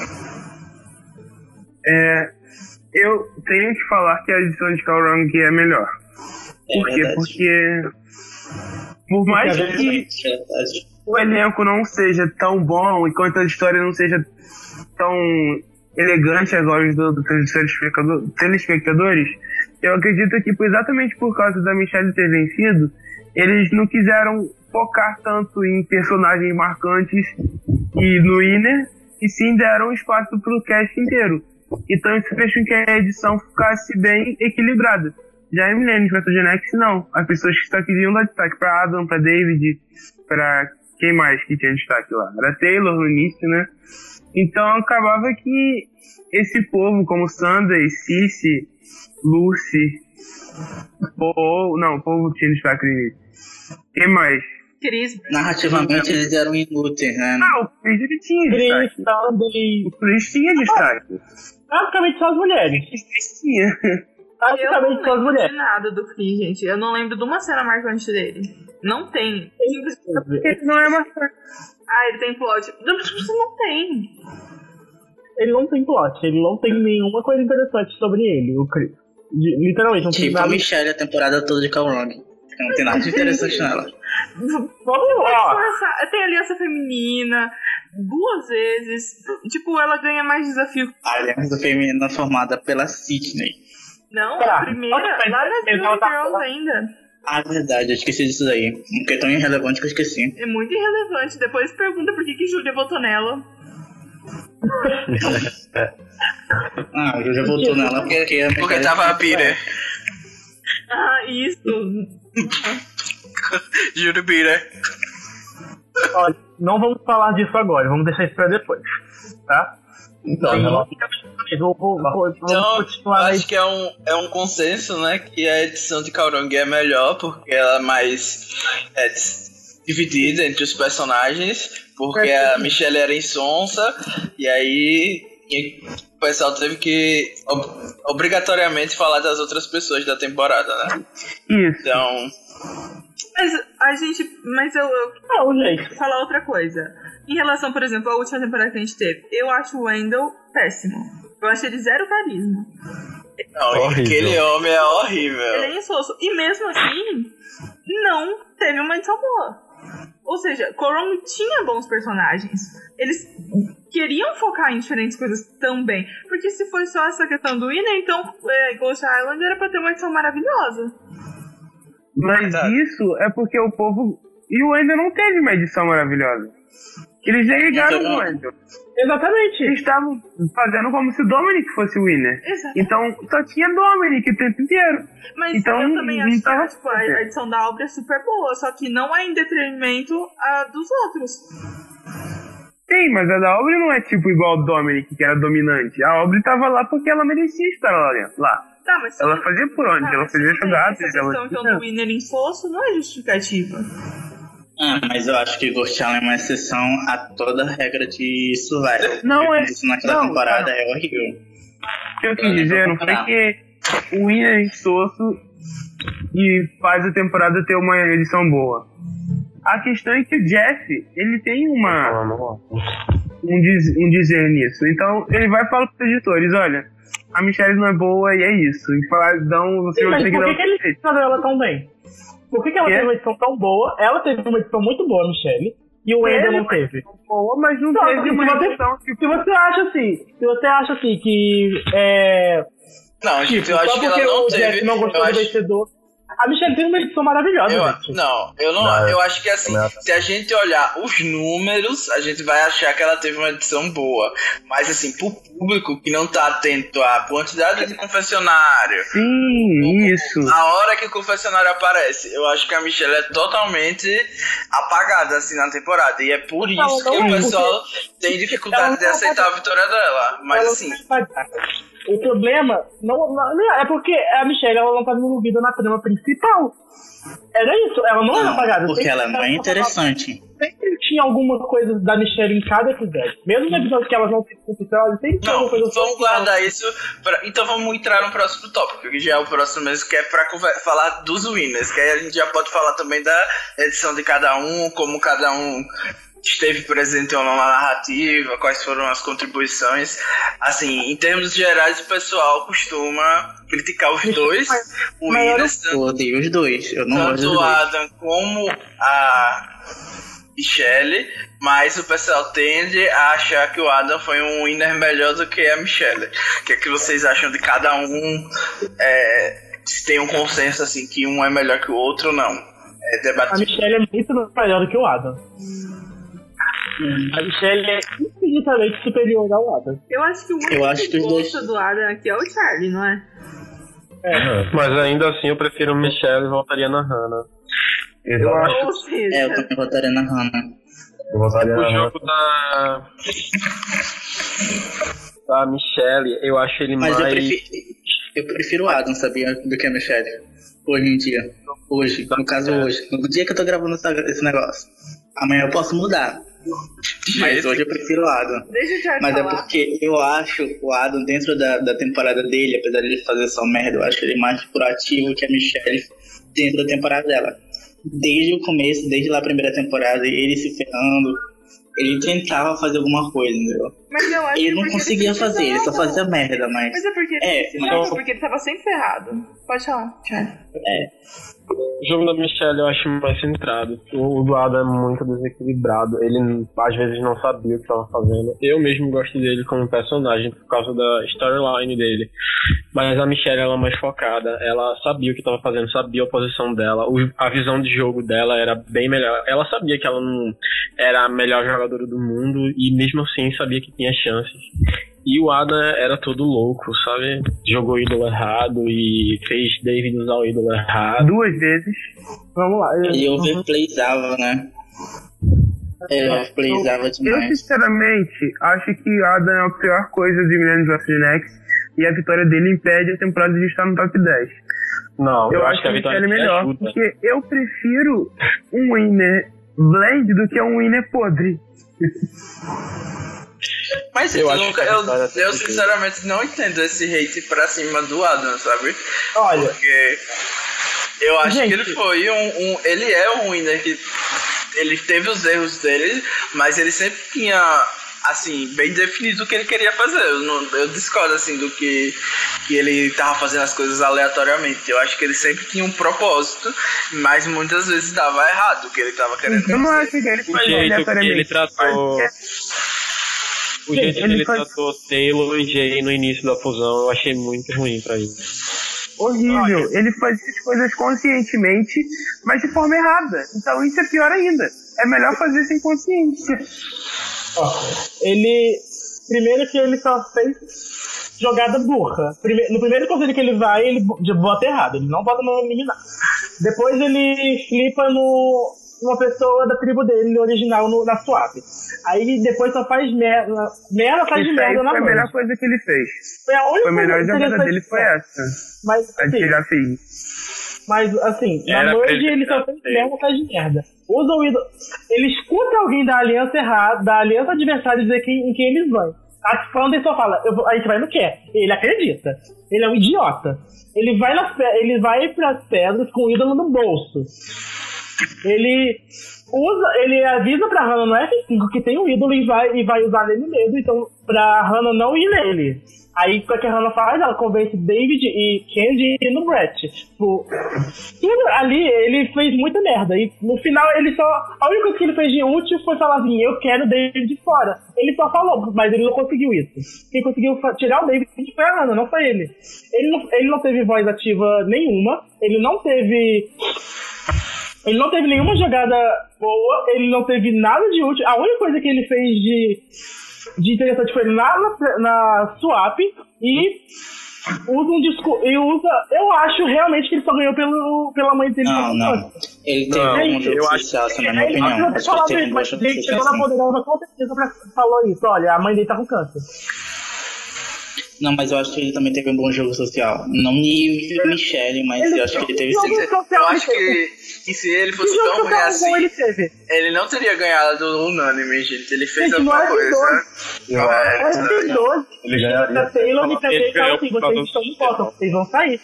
Eu tenho que falar que a edição de Kaorong é melhor. Por quê? Porque por mais que o elenco não seja tão bom, enquanto a história não seja tão elegante aos olhos dos telespectadores, eu acredito que exatamente por causa da Michelle ter vencido, eles não quiseram focar tanto em personagens marcantes e no Winner, e sim deram espaço pro cast inteiro. Então isso fez com que a edição ficasse bem equilibrada. Já em Millennials vs Gen X, não. As pessoas que só queriam dar destaque pra Adam, pra David, pra quem mais que tinha destaque lá? Era Taylor no início, né? Então acabava que esse povo, como Sunday, Cici, Lucy, o povo tinha destaque no início. Quem mais? Chris. Narrativamente eles eram inúteis, né? O Chris ele tinha destaque. O Chris tinha destaque. Praticamente só as mulheres. Tinha. Eu não lembro de nada do Chris, gente. Eu não lembro de uma cena marcante dele. Não tem. Ele não é marcante. Ele tem plot. Não tem. Ele não tem plot. Ele não tem nenhuma coisa interessante sobre ele, o Chris. Literalmente, não tem tipo nada. Tipo a Michelle a temporada toda de Kaorong. Não tem nada de interessante nela. Vamos lá. Tem aliança feminina 2 vezes. Tipo, ela ganha mais desafio. A aliança feminina formada pela Sydney. Não, a primeira. Lá nas Girls ainda. Verdade, eu esqueci disso daí. Porque é tão irrelevante que eu esqueci. É muito irrelevante. Depois pergunta por que Júlia votou nela. A Júlia votou nela porque tava a Peter. Isso. Júlio Peter. Olha, não vamos falar disso agora, vamos deixar isso pra depois, tá? Então, acho que é um consenso, né, que a edição de Kaorong é melhor, porque ela é mais dividida entre os personagens, porque a Michelle era insonsa, e aí o pessoal teve que obrigatoriamente falar das outras pessoas da temporada, né? Isso. Então... Mas eu vou falar outra coisa. Em relação, por exemplo, à última temporada que a gente teve, eu acho o Wendell péssimo. Eu acho ele zero carisma. Não, aquele homem é horrível. Ele é insosso. E mesmo assim, não teve uma edição boa. Ou seja, Kaorong tinha bons personagens. Eles queriam focar em diferentes coisas também. Porque se foi só essa questão do Winner, então Ghost Island era pra ter uma edição maravilhosa. Mas isso é porque o povo... E o Wendell não teve uma edição maravilhosa. Eles ligaram o Wendell. Exatamente. Eles estavam fazendo como se o Dominic fosse o winner. Exatamente. Então só tinha Dominic o tempo inteiro. Mas então, eu também acho que a edição da Aubrey é super boa, só que não é em detrimento dos outros. Sim, mas a da Aubrey não é tipo igual o Dominic, que era dominante. A Aubrey tava lá porque ela merecia estar lá dentro. Tá, mas ela fazia por onde? Ela fazia jogadas. Essa questão então do winner insosso não é justificativa. Mas eu acho que Ghost Island é uma exceção a toda regra de survival. Não é. Isso naquela temporada é horrível. O que eu quis dizer não foi que o Win é insosso e faz a temporada ter uma edição boa. A questão é que o Jeff, ele tem um dizer nisso. Então ele vai falar pros editores, olha, a Michelle não é boa e é isso. E falar, você vai ter que dar por que ele tratou ela tão bem? Por que ela teve uma edição tão boa? Ela teve uma edição muito boa, Michelle, e o Wendell não teve. Boa, mas não teve uma edição. Se você acha assim que Não, gente, eu acho que ela não teve. Não gostou do vencedor. A Michelle tem uma edição maravilhosa. Eu acho que assim, se a gente olhar os números, a gente vai achar que ela teve uma edição boa. Mas assim, pro público que não tá atento à quantidade de confessionário, isso. A hora que o confessionário aparece, eu acho que a Michelle é totalmente apagada assim na temporada. E é por isso que o pessoal tem dificuldade de aceitar a vitória dela. Mas assim. O problema não é porque a Michelle ela não estava envolvida na trama principal. Era isso, ela não era apagada. Porque ela não é interessante. Sempre tinha alguma coisa da Michelle em cada episódio. Mesmo no episódio que elas não têm confissão, sempre tinha alguma coisa. Vamos guardar isso. Então vamos entrar no próximo tópico, que já é o próximo mesmo, que é pra falar dos winners. Que aí a gente já pode falar também da edição de cada um, como cada um esteve presente ou não na narrativa, quais foram as contribuições. Assim, em termos gerais, o pessoal costuma criticar os dois. O winners, eu odeio os dois. Eu não gosto tanto o Adam como a Michelle, mas o pessoal tende a achar que o Adam foi um winner melhor do que a Michelle. O que é que vocês acham de cada um? Se tem um consenso assim que um é melhor que o outro ou não? A Michelle é muito melhor do que o Adam. A Michelle é infinitamente superior ao Adam. Eu acho que o único que gosta do Adam aqui é o Charlie, não é? Mas ainda assim eu prefiro Michelle e voltaria na Hannah. Eu também votaria na Hannah. O jogo da Michelle, eu acho ele mais... Eu prefiro o Adam, sabia? Do que a Michelle. Hoje em dia. Hoje, no caso hoje. No dia que eu tô gravando esse negócio. Amanhã eu posso mudar. Mas hoje eu prefiro o Adam. Mas é porque eu acho o Adam dentro da temporada dele, apesar de ele fazer só merda, eu acho ele mais proativo que a Michelle dentro da temporada dela. Desde o começo, desde lá a primeira temporada, ele se ferrando, ele tentava fazer alguma coisa, entendeu? Mas eu acho ele não conseguia fazer, ele só fazia merda, mas... Mas é porque ele tava sempre ferrado. Pode falar, Thiago. O jogo da Michelle eu acho mais centrado. O do Adam é muito desequilibrado. Ele às vezes não sabia o que estava fazendo. Eu mesmo gosto dele como personagem por causa da storyline dele. Mas a Michelle ela é mais focada. Ela sabia o que estava fazendo, sabia a posição dela. A visão de jogo dela era bem melhor. Ela sabia que ela não era a melhor jogadora do mundo e mesmo assim sabia que tinha chances. E o Adam era todo louco, sabe? Jogou o ídolo errado e fez David usar o ídolo errado. 2 vezes. Vamos lá. E eu overplayzava, né? Eu overplayzava demais. Eu sinceramente acho que Adam é a pior coisa de Millennium vs Next e a vitória dele impede a temporada de estar no top 10. Não, eu acho que a vitória é melhor. Porque eu prefiro um winner blend do que um winner podre. Mas eu sinceramente não entendo esse hate pra cima do Adam, sabe? Olha, porque eu acho que ele foi ele é um winner que ele teve os erros dele, mas ele sempre tinha assim, bem definido o que ele queria fazer. Eu discordo assim do que ele tava fazendo as coisas aleatoriamente. Eu acho que ele sempre tinha um propósito, mas muitas vezes dava errado o que ele tava querendo fazer. Eu não acho que ele faz aleatoriamente. Ele tratou... O jeito que ele tratou Taylor e Jay no início da fusão, eu achei muito ruim pra ele. Horrível. Ele faz as coisas conscientemente, mas de forma errada. Então isso é pior ainda. É melhor fazer sem consciência. Primeiro que ele só fez jogada burra. No primeiro conselho que ele vai, ele bota errado. Ele não bota no eliminar. Depois ele flipa numa pessoa da tribo dele, original, na swap. Aí depois só faz merda. Faz de merda na mão. Foi a melhor coisa que ele fez. Foi a melhor jogada dele foi essa. Mas, a de tirar fim. Mas assim, na Merge ele só fez merda, faz de merda. usa o ídolo. Ele escuta alguém da aliança errada, da aliança adversária dizer em quem eles vão. A Thunder só fala, a gente vai no quê? Ele acredita. Ele é um idiota. Ele vai pras pedras com o ídolo no bolso. Ele avisa pra Hannah no F5 que tem um ídolo e vai usar nele mesmo, então pra Hannah não ir nele. Aí o que a Hannah faz? Ela convence David e Candy e no Brett. Tipo, tudo ali ele fez muita merda. E no final a única coisa que ele fez de útil foi falar assim, eu quero o David de fora. Ele só falou, mas ele não conseguiu isso. Quem conseguiu tirar o David foi a Hannah, não foi ele. Ele não teve voz ativa nenhuma, ele não teve nenhuma jogada boa, ele não teve nada de útil. A única coisa que ele fez de interessante foi na swap e eu acho realmente que ele só ganhou pela mãe dele. Não. Ele teve um jogo social, na minha opinião. Ele chegou na Poderosa com certeza falou isso, olha, a mãe dele tá com câncer. Não, mas eu acho que ele também teve um bom jogo social. Não nível Michelle, mas eu acho que ele teve sim. Eu acho que se ele fosse tão ruim assim, ele não teria ganhado do unânime, gente. Ele fez alguma coisa. Ele ganharia. Taylor e Taylor falam assim, vocês estão no bottom, vocês vão sair.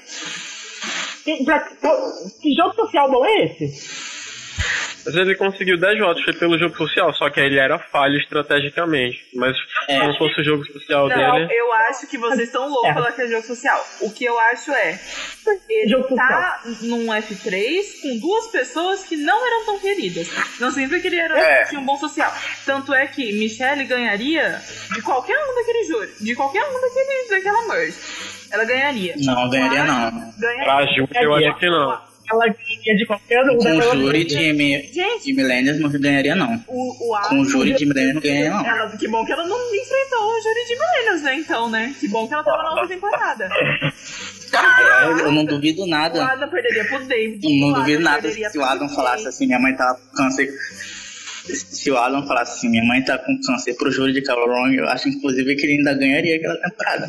Que jogo social bom é esse? Mas ele conseguiu 10 votos, foi pelo jogo social, só que ele era falho estrategicamente. Mas se não fosse o jogo social dele... Eu acho que vocês estão loucos pela que é jogo social. O que eu acho ele tá num F3 com duas pessoas que não eram tão queridas. Não significa que ele tinha um bom social. Tanto é que Michelle ganharia de qualquer um daquele júri, de qualquer um daquela merge. Ela ganharia. Não, ganharia não. Pra Ju, eu acho que não. Ela ganha de qualquer um. Com o júri de Millennials não ganharia, não. Com o júri de Millennials não ganharia, não. Que bom que ela não enfrentou o júri de Millennials, né? Então, né? Que bom que ela tava na outra temporada. Eu não duvido nada. O Adam perderia pro David. Eu não duvido nada se o Adam falasse assim, minha mãe tá com câncer. Se o Adam falasse assim, minha mãe tá com câncer pro júri de Calorong, eu acho inclusive que ele ainda ganharia aquela temporada.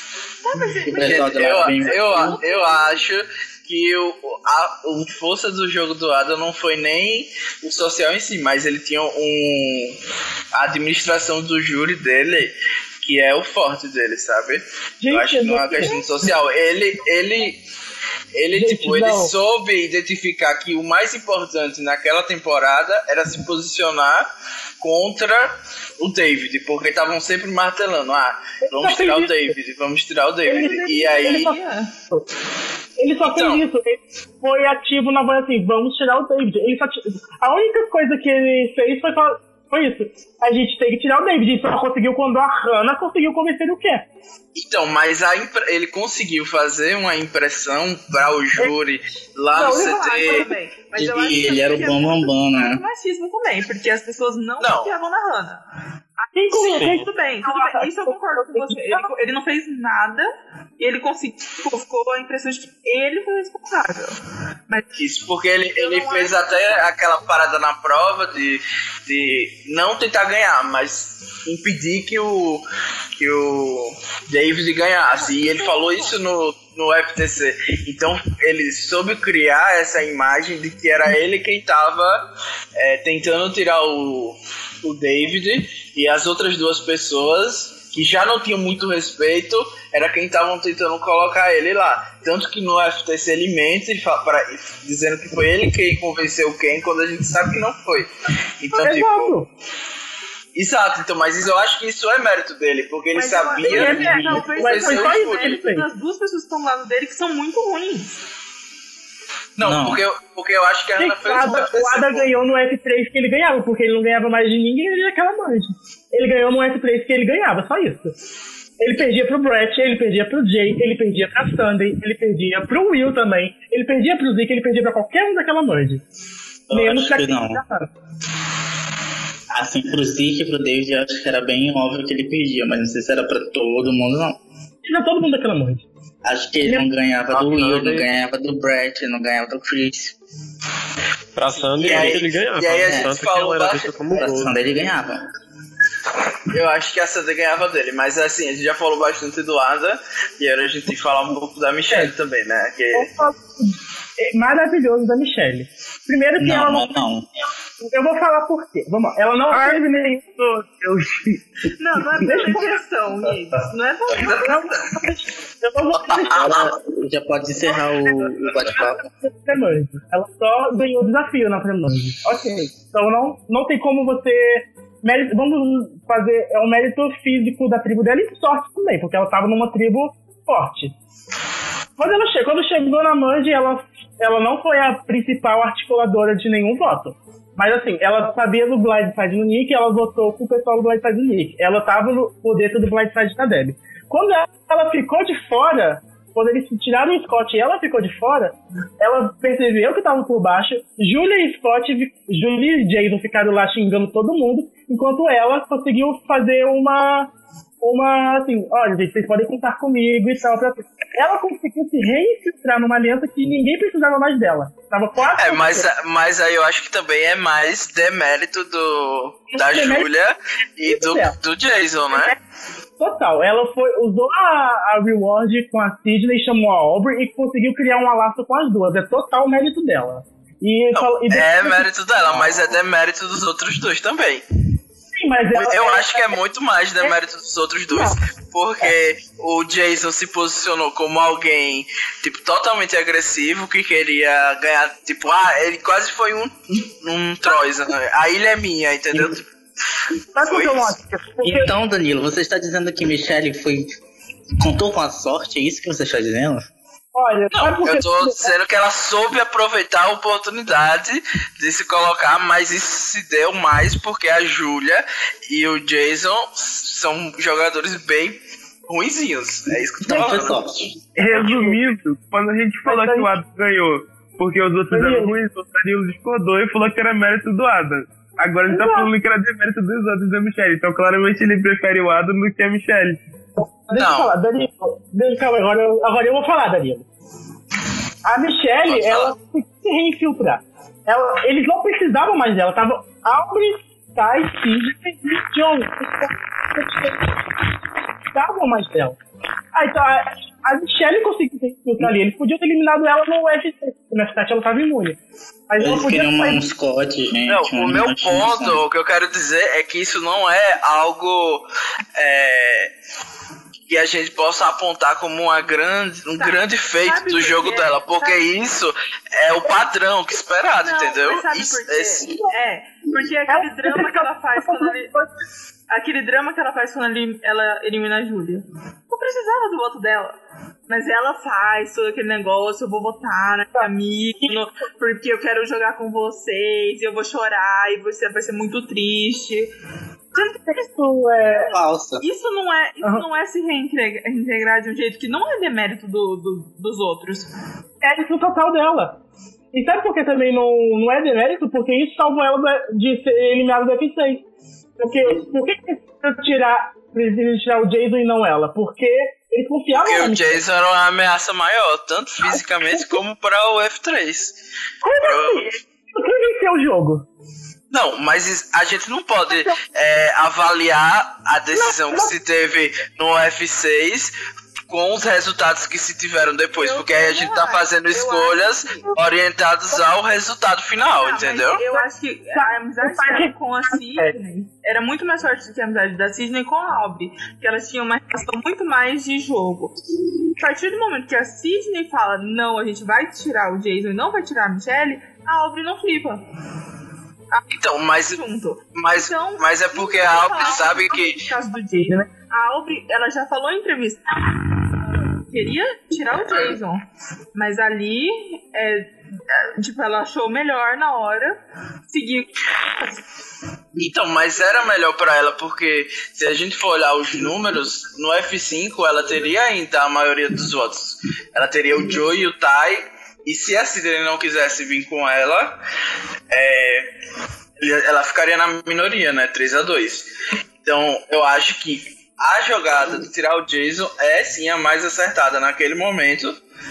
Eu acho que a força do jogo do Adam não foi nem o social em si, mas ele tinha a administração do júri dele, que é o forte dele, sabe? Gente, eu acho que não é uma questão social. Ele soube identificar que o mais importante naquela temporada era se posicionar contra o David, porque estavam sempre martelando, vamos tirar o David, e aí... Ele só fez isso, ele foi ativo na voz assim, vamos tirar o David. A única coisa que ele fez foi isso, a gente tem que tirar o David, ele só conseguiu quando a Hannah conseguiu convencer o quê? Então, mas ele conseguiu fazer uma impressão para o júri lá no CT. Mas eu acho que ele era o bambambam, né? Machismo também, porque as pessoas não confiavam na Hannah. Tudo bem. Isso eu concordo com você. Ele não fez nada e ele conseguiu, ficou a impressão de que ele foi responsável. Mas isso porque ele fez até aquela parada na prova de não tentar ganhar, mas impedir que o David ganhasse. E ele falou isso no FTC. Então ele soube criar essa imagem de que era ele quem estava tentando tirar o David, e as outras duas pessoas que já não tinham muito respeito era quem estavam tentando colocar ele lá. Tanto que no FTC ele mente dizendo que foi ele quem convenceu o Ken, quando a gente sabe que não foi. Então, Exato, então, mas eu acho que isso é mérito dele, porque ele sabia das duas pessoas que estão do lado dele que são muito ruins. Não. Porque eu acho que a Hannah fez o Adam ganhou no F3 que ele ganhava, porque ele não ganhava mais de ninguém naquela mancha. Ele ganhou no F3 que ele ganhava, só isso. Ele perdia pro Brett, ele perdia pro Jay, ele perdia pra Sunday, ele perdia pro Will também, ele perdia pro Zeke, ele perdia pra qualquer um daquela mancha. Menos pra quem não. Assim, pro Zeke e pro David, eu acho que era bem óbvio que ele perdia, mas não sei se era pra todo mundo, não. Era todo mundo daquela mancha. Acho que ele não ganhava do Will, não ganhava do Brett, não ganhava do Chris. Pra Sunday ele ganhava. E aí a gente falou pra Sunday ele ganhava. Eu acho que a Sandy ganhava dele, mas assim, a gente já falou bastante do Ada, e agora a gente tem que falar um pouco da Michelle também, né? É maravilhoso da Michelle. Primeiro que ela não. Eu vou falar por quê. Vamos lá. Ela não teve nenhum. Não é pela questão, não é pela Eu não vou Já pode encerrar o bate-papo. Ela só ganhou o desafio na Fremange. Ok. Então não tem como você. Vamos fazer. É um mérito físico da tribo dela e sorte também, porque ela tava numa tribo forte. Quando chegou na Mange, ela não foi a principal articuladora de nenhum voto. Mas assim, ela sabia do Blindside no Nick e ela votou com o pessoal do Blindside no Nick. Ela tava por dentro do Blindside da Debbie. Quando ela ficou de fora, quando eles tiraram o Scott e ela ficou de fora, ela percebeu que tava por baixo. Julia e Jason ficaram lá xingando todo mundo, enquanto ela conseguiu fazer uma assim, olha, gente, vocês podem contar comigo e tal. Ela conseguiu se reinfiltrar numa aliança que ninguém precisava mais dela. Tava quase. Mas aí eu acho que também é mais demérito da Julia e do Jason, né? Total. Ela usou a reward com a Sidney, chamou a Aubrey e conseguiu criar um laço com as duas. É total mérito dela. É mérito dela, mas é demérito dos outros dois também. Mas eu acho que é muito mais demérito dos outros dois. Porque o Jason se posicionou como alguém, tipo, totalmente agressivo, que queria ganhar, tipo, ele quase foi um Troisan, né? A ilha é minha, entendeu? Então, Danilo, você está dizendo que Michelle contou com a sorte? É isso que você está dizendo? Olha, não, eu tô dizendo que ela soube aproveitar a oportunidade de se colocar, mas isso se deu mais porque a Julia e o Jason são jogadores bem ruinzinhos. É isso que eu tô falando. Resumindo, quando a gente falou que o Adam ganhou porque os outros eram ruins, o Danilo discordou e falou que era mérito do Adam. Agora ele tá falando que era demérito dos outros da Michelle. Então claramente ele prefere o Adam do que a Michelle. Deixa eu falar, Danilo. Calma, agora eu vou falar, Danilo. A Michelle, ela se reinfiltrar. Eles não precisavam mais dela. Tava Aubrey, Ty, Sidney e John. Não precisavam mais dela. Então a Michelle conseguiu se reinfiltrar ali. Eles podiam ter eliminado ela no UFC. No UFC ela tava imune. Mas eles queriam um Scott, gente. Não, o meu ponto, o que eu quero dizer é que isso não é algo que a gente possa apontar como um grande feito do jogo dela, porque isso é o padrão que esperado, entendeu? Sabe por quê? Porque aquele drama que ela faz quando ela elimina a Julia. Não precisava do voto dela. Mas ela faz todo aquele negócio, eu vou votar na Camila, porque eu quero jogar com vocês, e eu vou chorar, e você vai ser muito triste. Isso é falsa. Isso não é se reintegrar de um jeito que não é demérito dos outros. É isso total dela. E sabe por que também não é demérito? Porque isso salvou ela de ser eliminada do F6. Por que tirar o Jason e não ela? Porque eles confiavam Porque o Jason era uma ameaça maior, tanto fisicamente como para o F3. Como assim? Quem venceu o jogo? Não, mas a gente não pode avaliar a decisão que se teve no F6 com os resultados que se tiveram depois, porque aí a gente tá fazendo escolhas orientadas ao resultado final, entendeu? Eu acho que a amizade com a Sidney era muito mais forte do que a amizade da Sidney com a Aubrey, que elas tinham uma relação muito mais de jogo. A partir do momento que a Sidney fala, não, a gente vai tirar o Jason e não vai tirar a Michelle, a Aubrey não flipa. Então, mas é porque a Aubrey sabe que... No caso do Jason, né? A Aubrey, ela já falou em entrevista, queria tirar o Jason, mas ali, ela achou melhor na hora seguir. Então, mas era melhor pra ela, porque se a gente for olhar os números, no F5 ela teria ainda a maioria dos votos. Ela teria o Joe e o Ty, e se a Sidney não quisesse vir com ela, ela ficaria na minoria, né? 3-2. Então, eu acho que a jogada de tirar o Jason é sim a mais acertada naquele momento.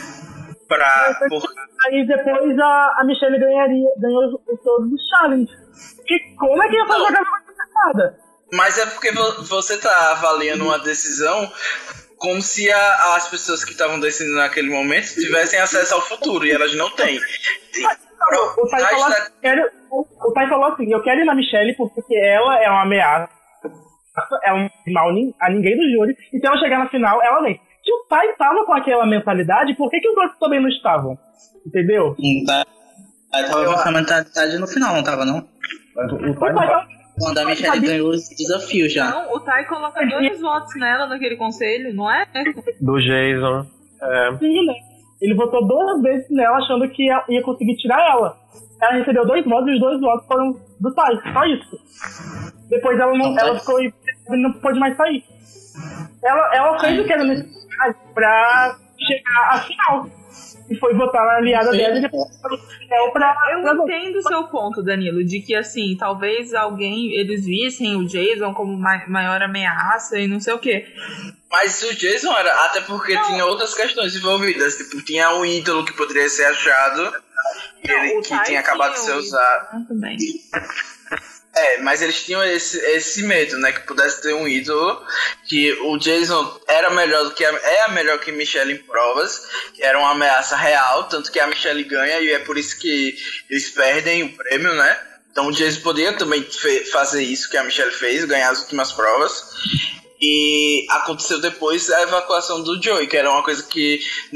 Aí depois a Michelle ganhou todos os challenges. E como é que ia fazer a jogada mais acertada? Mas é porque você tá avaliando uma decisão como se as pessoas que estavam decidindo naquele momento tivessem acesso ao futuro, e elas não têm. O Tai falou assim, eu quero ir na Michelle porque ela é uma ameaça, ela não faz mal a ninguém do júri, e se ela chegar na final, ela vem. Se o Tai tava com aquela mentalidade, por que os outros também não estavam? Entendeu? Aí tava com essa mentalidade no final, não tava, não? Mas o Tai quando a Michelle ganhou os desafios já. Não, o Tai coloca 2 votos nela naquele conselho, não é? Do Jason. Sim, né? Ele votou 2 vezes nela achando que ia conseguir tirar ela. Ela recebeu 2 votos e os 2 votos foram do Tai, só isso. Depois ela ficou e não pôde mais sair. Ela fez o que era necessário pra chegar à final. E foi votar na aliada dela e depois Eu entendo o seu ponto, Danilo, de que assim, talvez eles vissem o Jason como maior ameaça e não sei o quê. Mas o Jason era, até porque tinha outras questões envolvidas, tipo, tinha um ídolo que poderia ser achado, que tinha acabado de ser usado. Também. Mas eles tinham esse medo, né? Que pudesse ter um ídolo, que o Jason era melhor do que é melhor que Michelle em provas, que era uma ameaça real, tanto que a Michelle ganha e é por isso que eles perdem o prêmio, né? Então o Jason poderia também fazer isso que a Michelle fez, ganhar as últimas provas. E aconteceu depois a evacuação do Joey, que era uma coisa que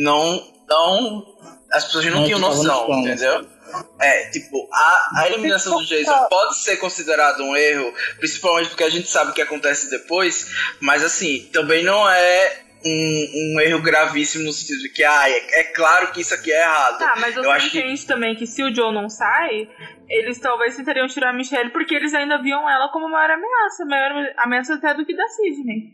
as pessoas não tinham noção, entendeu? Tipo, a eliminação do Jason pode ser considerado um erro, principalmente porque a gente sabe o que acontece depois, mas assim, também não é um erro gravíssimo no sentido de que, é claro que isso aqui é errado. Tá, mas eu acho que também que se o Joe não sai, eles talvez tentariam tirar a Michelle porque eles ainda viam ela como maior ameaça até do que da Sidney.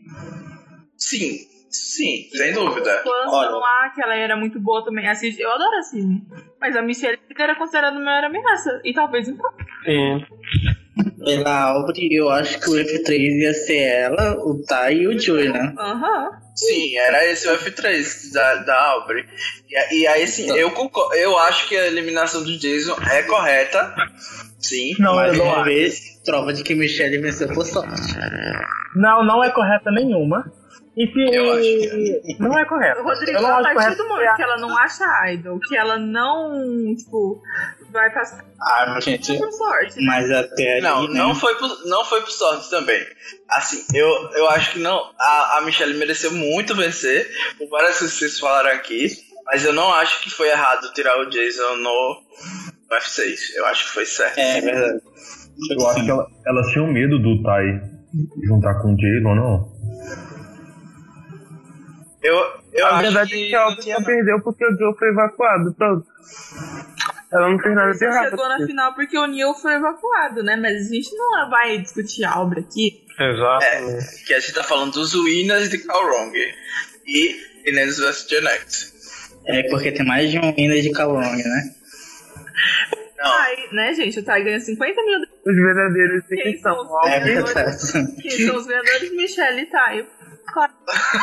Sim, sem dúvida. Quando lá que ela era muito boa também. Eu adoro a Sidney. Mas a Michelle era considerada a maior ameaça. E talvez então. Sim. Pela Aubrey, eu acho que o F3 ia ser ela, o Tai e o Joey, né? Sim, era esse o F3 da Aubrey. E aí, sim, eu acho que a eliminação do Jason é correta. Sim, mas uma vez, prova de que Michelle venceu por sorte. Não é correta nenhuma. E se não é correto. Rodrigo, a partir do momento que ela não acha idol, que ela não, vai passar gente, por sorte. Mas até ali, não foi por sorte também. Assim, eu acho que não. A Michelle mereceu muito vencer, por várias coisas que vocês falaram aqui, mas eu não acho que foi errado tirar o Jason no F6. Eu acho que foi certo. É verdade. Eu acho que elas tinham medo do Tai juntar com o Jason, não? Eu a acho verdade é que ela só perdeu porque o Joe foi evacuado, pronto. Ela não fez nada de errado. Chegou na final porque o Neil foi evacuado, né? Mas a gente não vai discutir a obra aqui. Exato. Que a gente tá falando dos winners de Kalrong e Millennials vs Gen X. Porque tem mais de um winner de Kalrong, né? Não. Tai, né, gente? O Tai ganha 50 mil. Os verdadeiros quem são os ganhadores? Michelle e Tai. Claro.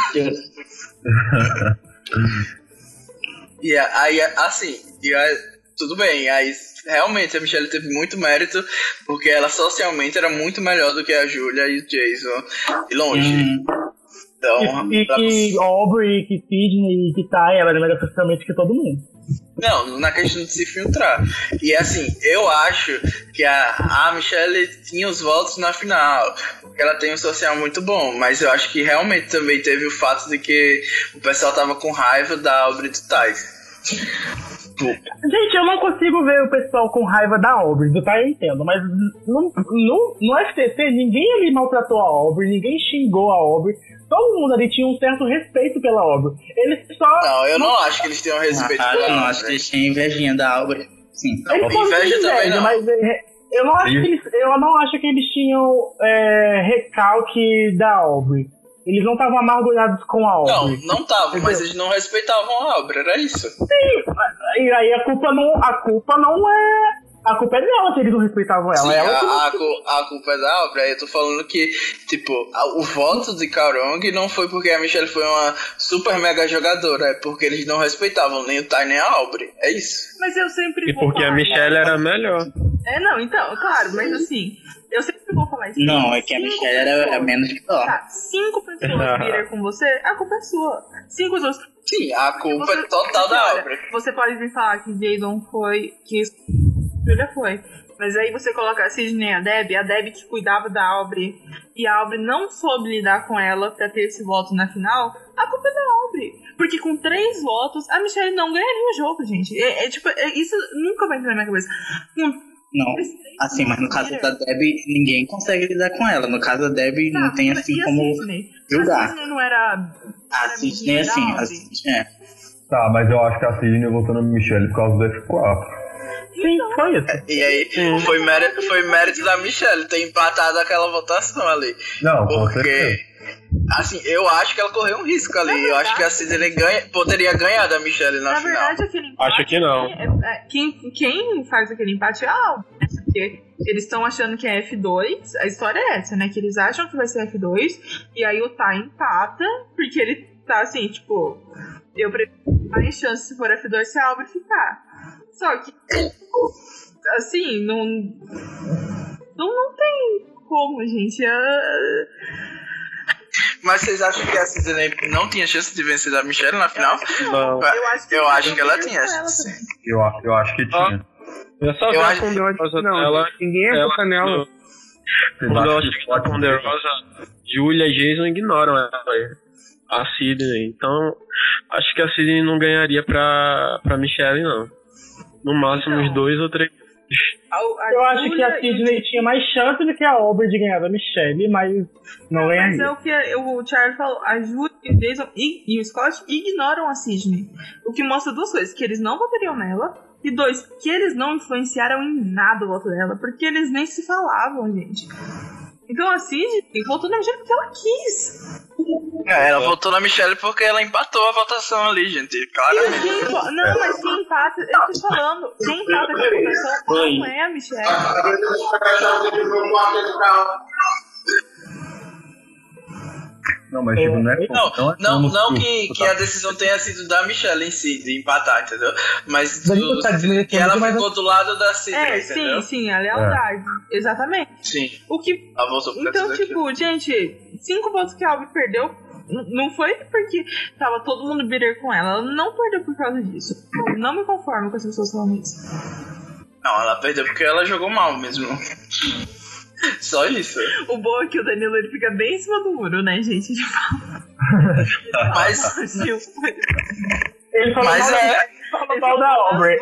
E aí, assim, tudo bem, aí realmente a Michelle teve muito mérito, porque ela socialmente era muito melhor do que a Julia e o Jason, de longe. Então, que Aubrey, que Sidney, que Tai, ela era melhor socialmente que todo mundo. Não, na questão de se filtrar. E assim, eu acho que a Michelle tinha os votos na final, porque ela tem um social muito bom, mas eu acho que realmente também teve o fato de que o pessoal tava com raiva da Aubrey do Tai. Gente, eu não consigo ver o pessoal com raiva da Aubrey, do Tai eu entendo, mas no FTC ninguém ali maltratou a Aubrey, ninguém xingou a Aubrey. Todo mundo ali tinha um certo respeito pela Aubrey. Eles só... Não, eu não acho que eles tenham respeito pela Aubrey. Eu não acho que eles tinham invejinha da Aubrey. Sim. Inveja também não. Mas eu não acho que eles tinham recalque da Aubrey. Eles não estavam amargurados com a Aubrey. Não estavam, mas eles não respeitavam a Aubrey, era isso. Sim, e aí a culpa não é... A culpa é dela se eles não respeitavam ela. Sim, ela a culpa é da Aubrey. Aí eu tô falando que, tipo, o voto de Kalrong não foi porque a Michelle foi uma super mega jogadora, é porque eles não respeitavam nem o Tai nem a Aubrey. É isso. Mas eu sempre E porque a Michelle era melhor. Não, então, claro, mas assim, eu sempre vou falar isso. Não, é que a Michelle era menos pior. Tá, 5 pessoas viram com você, a culpa é sua. 5 pessoas. Sim, a culpa é total da Aubrey. Você pode me falar que Jason foi, que Julia foi. Mas aí você coloca a Sidney e a Debbie que cuidava da Aubrey, e a Aubrey não soube lidar com ela pra ter esse voto na final, a culpa é da Aubrey. Porque com 3 votos, a Michelle não ganharia o jogo, gente. Isso nunca vai entrar na minha cabeça. Não, assim, mas no caso da Debbie, ninguém consegue lidar com ela. No caso da Debbie, não tem assim como julgar. A Sidney não era... A Sidney, assim, a Sidney, Tá, mas eu acho que a Sidney votou na Michelle por causa do F4. Sim, foi isso. E aí, foi mérito da Michelle ter empatado aquela votação ali. Não, porque, assim, eu acho que ela correu um risco ali. Verdade, eu acho que a Sidney poderia ganhar da Michelle na final. Verdade, aquele empate, acho que não. Quem faz aquele empate é a Aubrey. Porque eles estão achando que é F2. A história é essa, né? Que eles acham que vai ser F2. E aí o Ty empata. Porque ele tá assim, tipo... Eu prefiro mais chance se for F2 se a Aubrey ficar. Só que, assim, não tem como, gente. Mas vocês acham que a Sidney não tinha chance de vencer da Michelle na final? Não. Eu acho que ela tinha. Eu acho que tinha. Eu só vi a Ponderosa dela. Ninguém ia votar nela. Quando eu acho que a Ponderosa, Julia e Jason ignoram ela. A Sidney. Então, acho que a Sidney não ganharia pra Michelle, não. No máximo uns 2 ou 3. Eu acho que a Sidney tinha mais chance do que a Aubrey de ganhar da Michelle, mas não ganharia. Mas é o que o Charlie falou. A Julia, o Jason e o Scott ignoram a Sidney. O que mostra 2 coisas. Que eles não votariam nela. E 2, que eles não influenciaram em nada o voto dela. Porque eles nem se falavam, gente. Então a Sidney votou na Michelle porque ela quis. Ela votou na Michelle porque ela empatou a votação ali, gente. Claramente. Não, mas quem empata, eu tô falando, quem empata essa votação não é a Michelle. Não, mas tipo, não é não que a decisão tenha sido da Michelle em si, de empatar, entendeu? Mas que ela ficou do lado da Sidney, entendeu? Sim, a lealdade. Exatamente. Sim. Ela votou por então, tipo, gente, 5 votos que a Aubrey perdeu, não foi porque tava todo mundo bitter com ela. Ela não perdeu por causa disso. Eu não me conformo com as pessoas falando isso. Não, ela perdeu porque ela jogou mal mesmo. Só isso. O bom é que o Danilo ele fica bem em cima do muro, né, gente? Ele fala mal da Aubrey.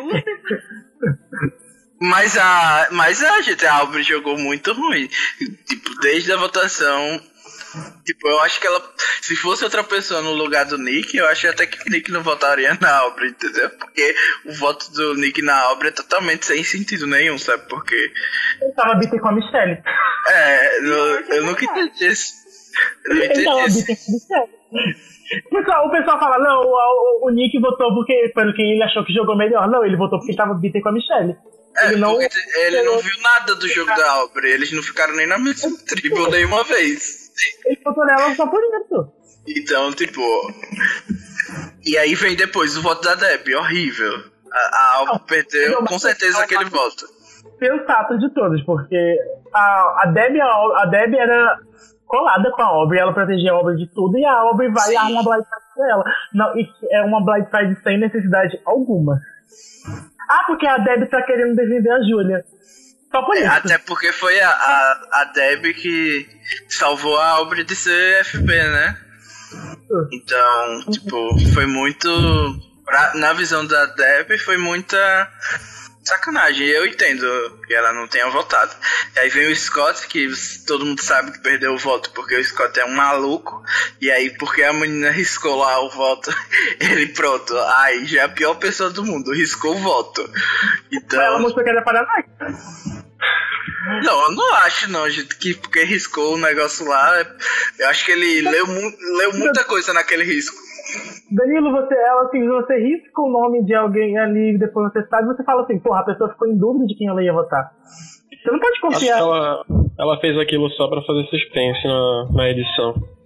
Mas a Aubrey jogou muito ruim. Tipo, desde a votação. Tipo, eu acho que ela. Se fosse outra pessoa no lugar do Nick, eu acho até que o Nick não votaria na Aubrey, entendeu? Porque o voto do Nick na Aubrey é totalmente sem sentido nenhum, sabe? Porque. Eu tava bitter com a Michelle. Eu nunca entendi isso. Ele tava bitter com a Michelle. O pessoal fala, não, o Nick votou porque, pelo que ele achou que jogou melhor. Não, ele votou porque tava bitter com a Michelle. Ele não viu nada do jogo da Aubrey. Eles não ficaram nem na mesma tribo nenhuma vez. Ele votou nela só por isso. Então, tipo... E aí vem depois o voto da Debbie. Horrível. A Aubrey perdeu com certeza aquele voto. Sensato de todos, porque a Debbie era colada com a Aubrey. Ela protegia a Aubrey de tudo. E a Aubrey vai e arruma uma blindside pra ela. Não, é uma blindside sem necessidade alguma. Porque a Debbie tá querendo defender a Julia. Só por isso. Até porque foi a Debbie que salvou a Aubrey de ser FB, né? Então, tipo, foi muito... Na visão da Debbie, foi muita sacanagem. Eu entendo que ela não tenha votado. E aí vem o Scott, que todo mundo sabe que perdeu o voto porque o Scott é um maluco. E aí, porque a menina riscou lá o voto, ele pronto. Ai, já é a pior pessoa do mundo, riscou o voto. Então... Ela mostrou que era paranoica. Não, eu não acho não, gente, que porque riscou o negócio lá. Eu acho que ele leu muita coisa naquele risco. Danilo, você risca o nome de alguém ali e depois você sabe, você fala assim, porra, a pessoa ficou em dúvida de quem ela ia votar. Você não pode confiar. Acho que ela fez aquilo só pra fazer suspense na edição.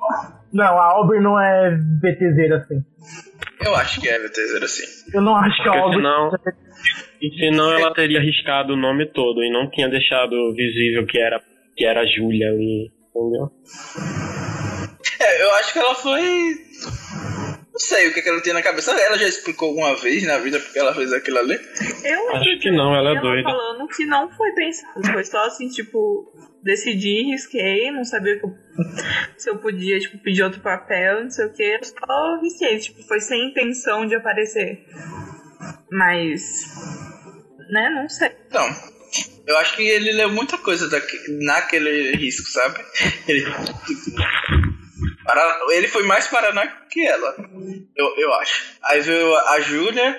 Não, a Aubrey não é VTZera assim. Eu acho que é VTZera assim. Eu não acho que a Aubrey... Senão ela teria arriscado o nome todo e não tinha deixado visível que era a Júlia ali, entendeu? Eu acho que ela foi... Não sei o que ela tem na cabeça. Ela já explicou alguma vez na vida porque ela fez aquilo ali? Eu acho que não, ela é doida. Falando que não foi pensado. Foi só assim, tipo, decidi, risquei, não sabia se eu podia, tipo, pedir outro papel, não sei o que. Eu só risquei, tipo, foi sem intenção de aparecer. Mas... né, não sei. Não. Eu acho que ele leu muita coisa naquele risco, sabe? Ele foi mais paranoico que ela, eu acho. Aí veio a Júlia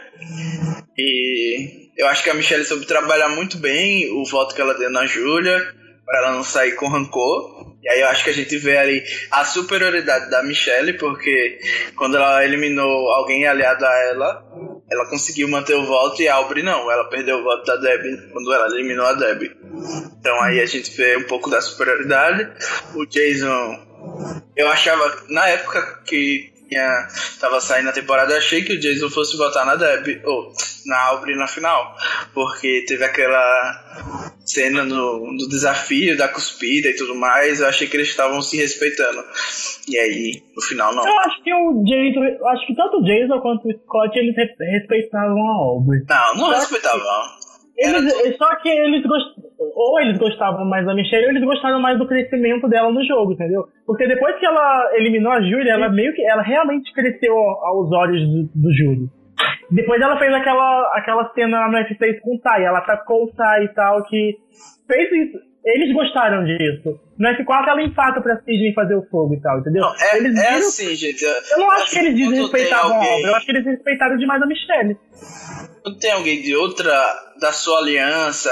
e eu acho que a Michelle soube trabalhar muito bem o voto que ela deu na Júlia pra ela não sair com rancor. E aí eu acho que a gente vê ali a superioridade da Michelle, porque quando ela eliminou alguém aliado a ela conseguiu manter o voto e a Aubrey não. Ela perdeu o voto da Debbie quando ela eliminou a Debbie. Então aí a gente vê um pouco da superioridade. O Jason... Eu achava, na época que tava saindo a temporada, eu achei que o Jason fosse votar na Debbie, ou na Aubrey na final, porque teve aquela cena do desafio, da cuspida e tudo mais, eu achei que eles estavam se respeitando, e aí, no final não. Eu acho que o Jason, acho que tanto o Jason quanto o Scott, eles respeitavam a Aubrey. Não respeitavam. Só que eles gostavam mais da Michelle ou eles gostavam mais do crescimento dela no jogo, entendeu? Porque depois que ela eliminou a Júlia, ela realmente cresceu aos olhos do júri. Depois ela fez aquela cena no F6 com o Ty, ela atacou o Ty e tal, que fez isso. Eles gostaram disso. No F4 ela empata pra Sidney fazer o fogo e tal, entendeu? Não, assim, gente. Eu não acho que eles desrespeitavam a obra, eu acho que eles respeitaram demais a Michelle. Quando tem alguém da sua aliança,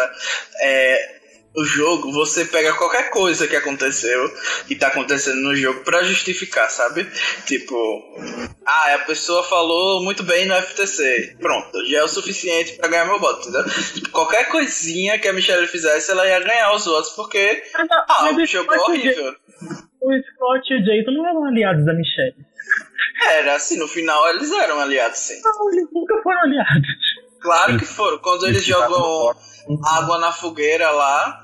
o jogo, você pega qualquer coisa que aconteceu e tá acontecendo no jogo pra justificar, sabe? Tipo, a pessoa falou muito bem no FTC, pronto, já é o suficiente pra ganhar meu voto, entendeu? Tipo, qualquer coisinha que a Michelle fizesse, ela ia ganhar os votos, porque o jogo é horrível. O Scott e o Jason não eram aliados da Michelle. Era, assim, no final eles eram aliados, sim. Não, eles nunca foram aliados. Claro que foram. Quando eles jogam água na fogueira lá,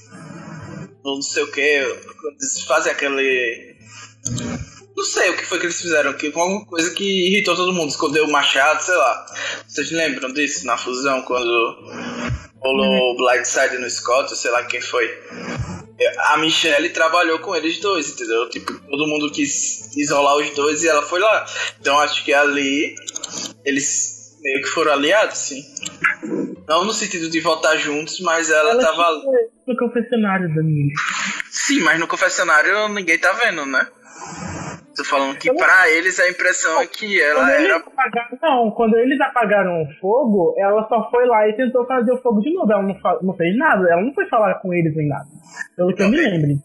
não sei o que, eles fazem aquele... Não sei o que foi que eles fizeram, alguma coisa que irritou todo mundo, escondeu o machado, sei lá. Vocês lembram disso na fusão, quando rolou o Blindside no Scott, sei lá quem foi? A Michelle trabalhou com eles dois, entendeu? Tipo, todo mundo quis isolar os dois e ela foi lá. Então acho que ali eles meio que foram aliados, sim. Não no sentido de votar juntos, mas ela tava... no confessionário, Danilo. Sim, mas no confessionário ninguém tá vendo, né? Tô falando que pra eles a impressão é que ela era... Quando eles apagaram o fogo, ela só foi lá e tentou fazer o fogo de novo. Ela não fez nada, ela não foi falar com eles nem nada. Pelo que eu me lembro.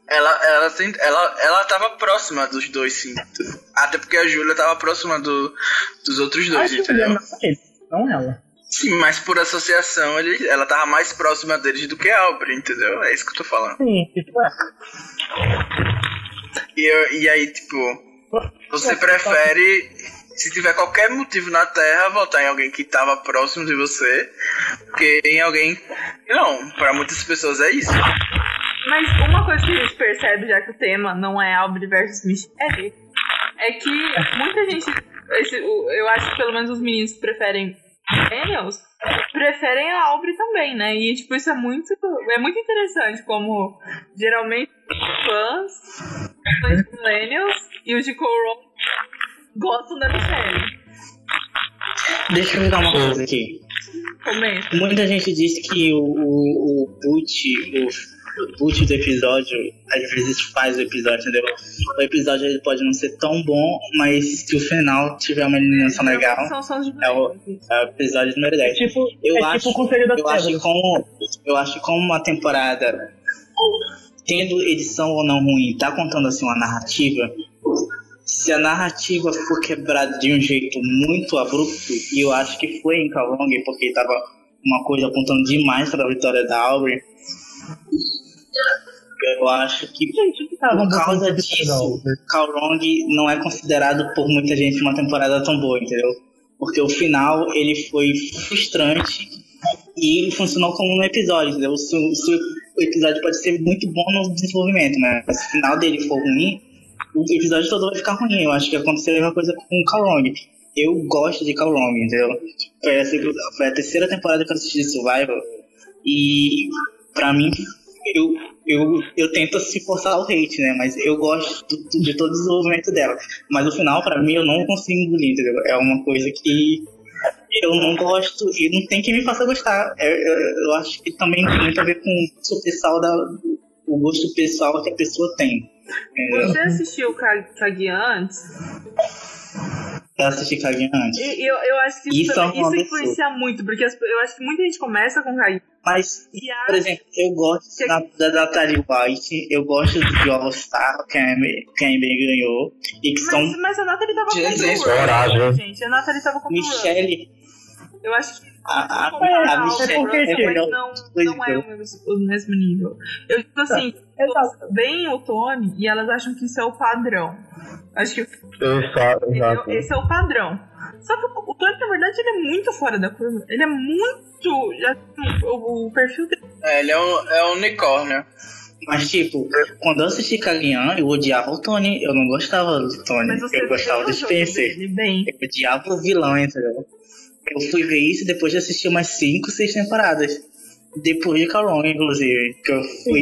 Ela tava próxima dos dois, sim. Até porque a Júlia tava próxima dos outros dois, entendeu? Não ela. Sim, mas por associação ela tava mais próxima deles do que a Aubrey, entendeu? É isso que eu tô falando. Sim, isso é. E aí, tipo, você prefere, se tiver qualquer motivo na Terra, votar em alguém que tava próximo de você, que em alguém... Não, pra muitas pessoas é isso. Mas uma coisa que a gente percebe, já que o tema não é Aubrey versus Michelle, é que muita gente... Eu acho que pelo menos os meninos que preferem Daniels preferem a Aubrey também, né? E tipo, isso é muito interessante, como geralmente os fãs de Millennials e os de Coron gostam da Michelle. Deixa eu dar uma coisa aqui. Comenta. Muita gente diz que o boot do episódio às vezes faz o episódio, entendeu? O episódio ele pode não ser tão bom, mas se o final tiver uma eliminação legal, é o episódio número 10. Eu acho que como uma temporada, tendo edição ou não ruim, tá contando assim uma narrativa, se a narrativa for quebrada de um jeito muito abrupto, e eu acho que foi em Kalong, porque tava uma coisa apontando demais para a vitória da Aubrey, Eu acho que por causa disso, Kalrong não é considerado por muita gente uma temporada tão boa, entendeu? Porque o final, ele foi frustrante e ele funcionou como um episódio, entendeu? O episódio pode ser muito bom no desenvolvimento, mas se o final dele for ruim, o episódio todo vai ficar ruim. Eu acho que aconteceu a mesma coisa com o Kalrong. Eu gosto de Kalrong, entendeu? Foi a terceira temporada que eu assisti de Survival e, pra mim, eu tento se forçar o hate, né? Mas eu gosto de todo o desenvolvimento dela. Mas no final, pra mim, eu não consigo engolir, entendeu? É uma coisa que eu não gosto e não tem quem me faça gostar. Eu acho que também tem muito a ver com o gosto pessoal que a pessoa tem. Você assistiu Kaguya antes? Eu assisti Kaguya antes. Eu acho que isso influencia muito, porque eu acho que muita gente começa com Kaguya. Mas, por exemplo, eu gosto da Natalie White, eu gosto de All Star, que a Amy ganhou. E que mas a Natalie tava com o gente. A Natalie tava com o Michelle. Eu acho que a Michelle não é o mesmo nível. Eu digo assim, bem o Tony e elas acham que isso é o padrão. Acho que esse é o padrão. Só que o Tony, na verdade, ele é muito fora da curva. Ele é muito... O perfil dele... Ele é um unicórnio. Mas, tipo, quando eu assisti Kaguya, eu odiava o Tony. Eu não gostava do Tony. Eu gostava do Spencer. Eu odiava o vilão, entendeu? Eu fui ver isso depois de assistir umas 5, 6 temporadas. Depois de Kalrong, inclusive. Que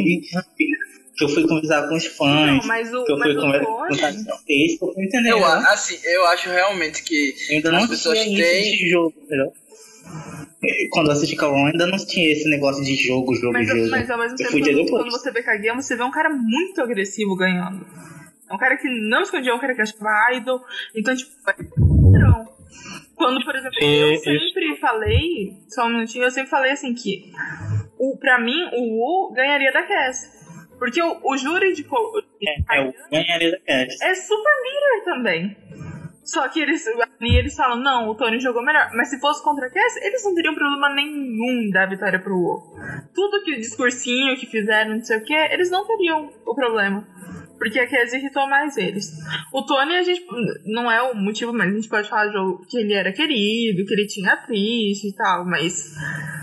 eu fui conversar com os fãs. Não, mas que eu fui conversar com o texto, eu fui entendendo. Eu acho realmente que ainda não as pessoas têm esse jogo, entendeu? Quando eu assisti Kalrong, ainda não tinha esse negócio de jogo. Mas ao mesmo tempo, quando você vê Kaguya, você vê um cara muito agressivo ganhando. É um cara que não escondia, é um cara que achava idol. Então, tipo, não. Quando, por exemplo, eu sempre falei, só um minutinho, eu sempre falei assim que pra mim, o Wu ganharia da Cass. Porque o júri de ganharia da Cass. É super mirror também. Só que eles falam, não, o Tony jogou melhor. Mas se fosse contra a Cass, eles não teriam problema nenhum da vitória pro Wu. Tudo que o discursinho que fizeram, não sei o que, eles não teriam o problema. Porque a Cass irritou mais eles. O Tony, a gente não é o motivo, mas a gente pode falar que ele era querido, que ele tinha atriz e tal, mas...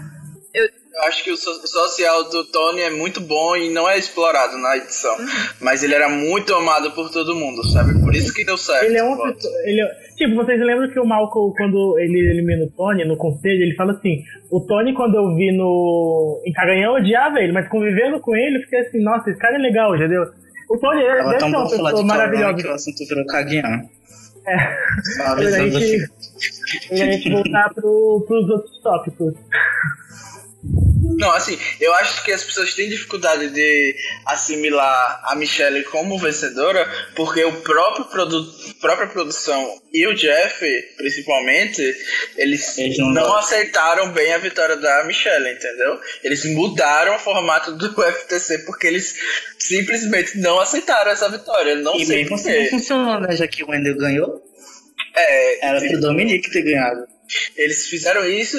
Eu acho que o social do Tony é muito bom e não é explorado na edição. Mas ele era muito amado por todo mundo, sabe? Por isso que deu certo. Ele é um... Tipo, vocês lembram que o Malcolm, quando ele elimina o Tony no conselho, ele fala assim, o Tony, quando eu vi em Kaguya, eu odiava ele, mas convivendo com ele, eu fiquei assim, nossa, esse cara é legal, entendeu? O Tony deve ser uma pessoa maravilhosa. Que o assunto virou Kaguya. A gente voltar pros outros tópicos. Não, assim, eu acho que as pessoas têm dificuldade de assimilar a Michelle como vencedora, porque o própria produção e o Jeff, principalmente, eles não aceitaram bem a vitória da Michelle, entendeu? Eles mudaram o formato do FTC porque eles simplesmente não aceitaram essa vitória. Não e sei mesmo assim não funcionou, né? Já que o Wendell ganhou, era pro Dominic ter ganhado. Eles fizeram isso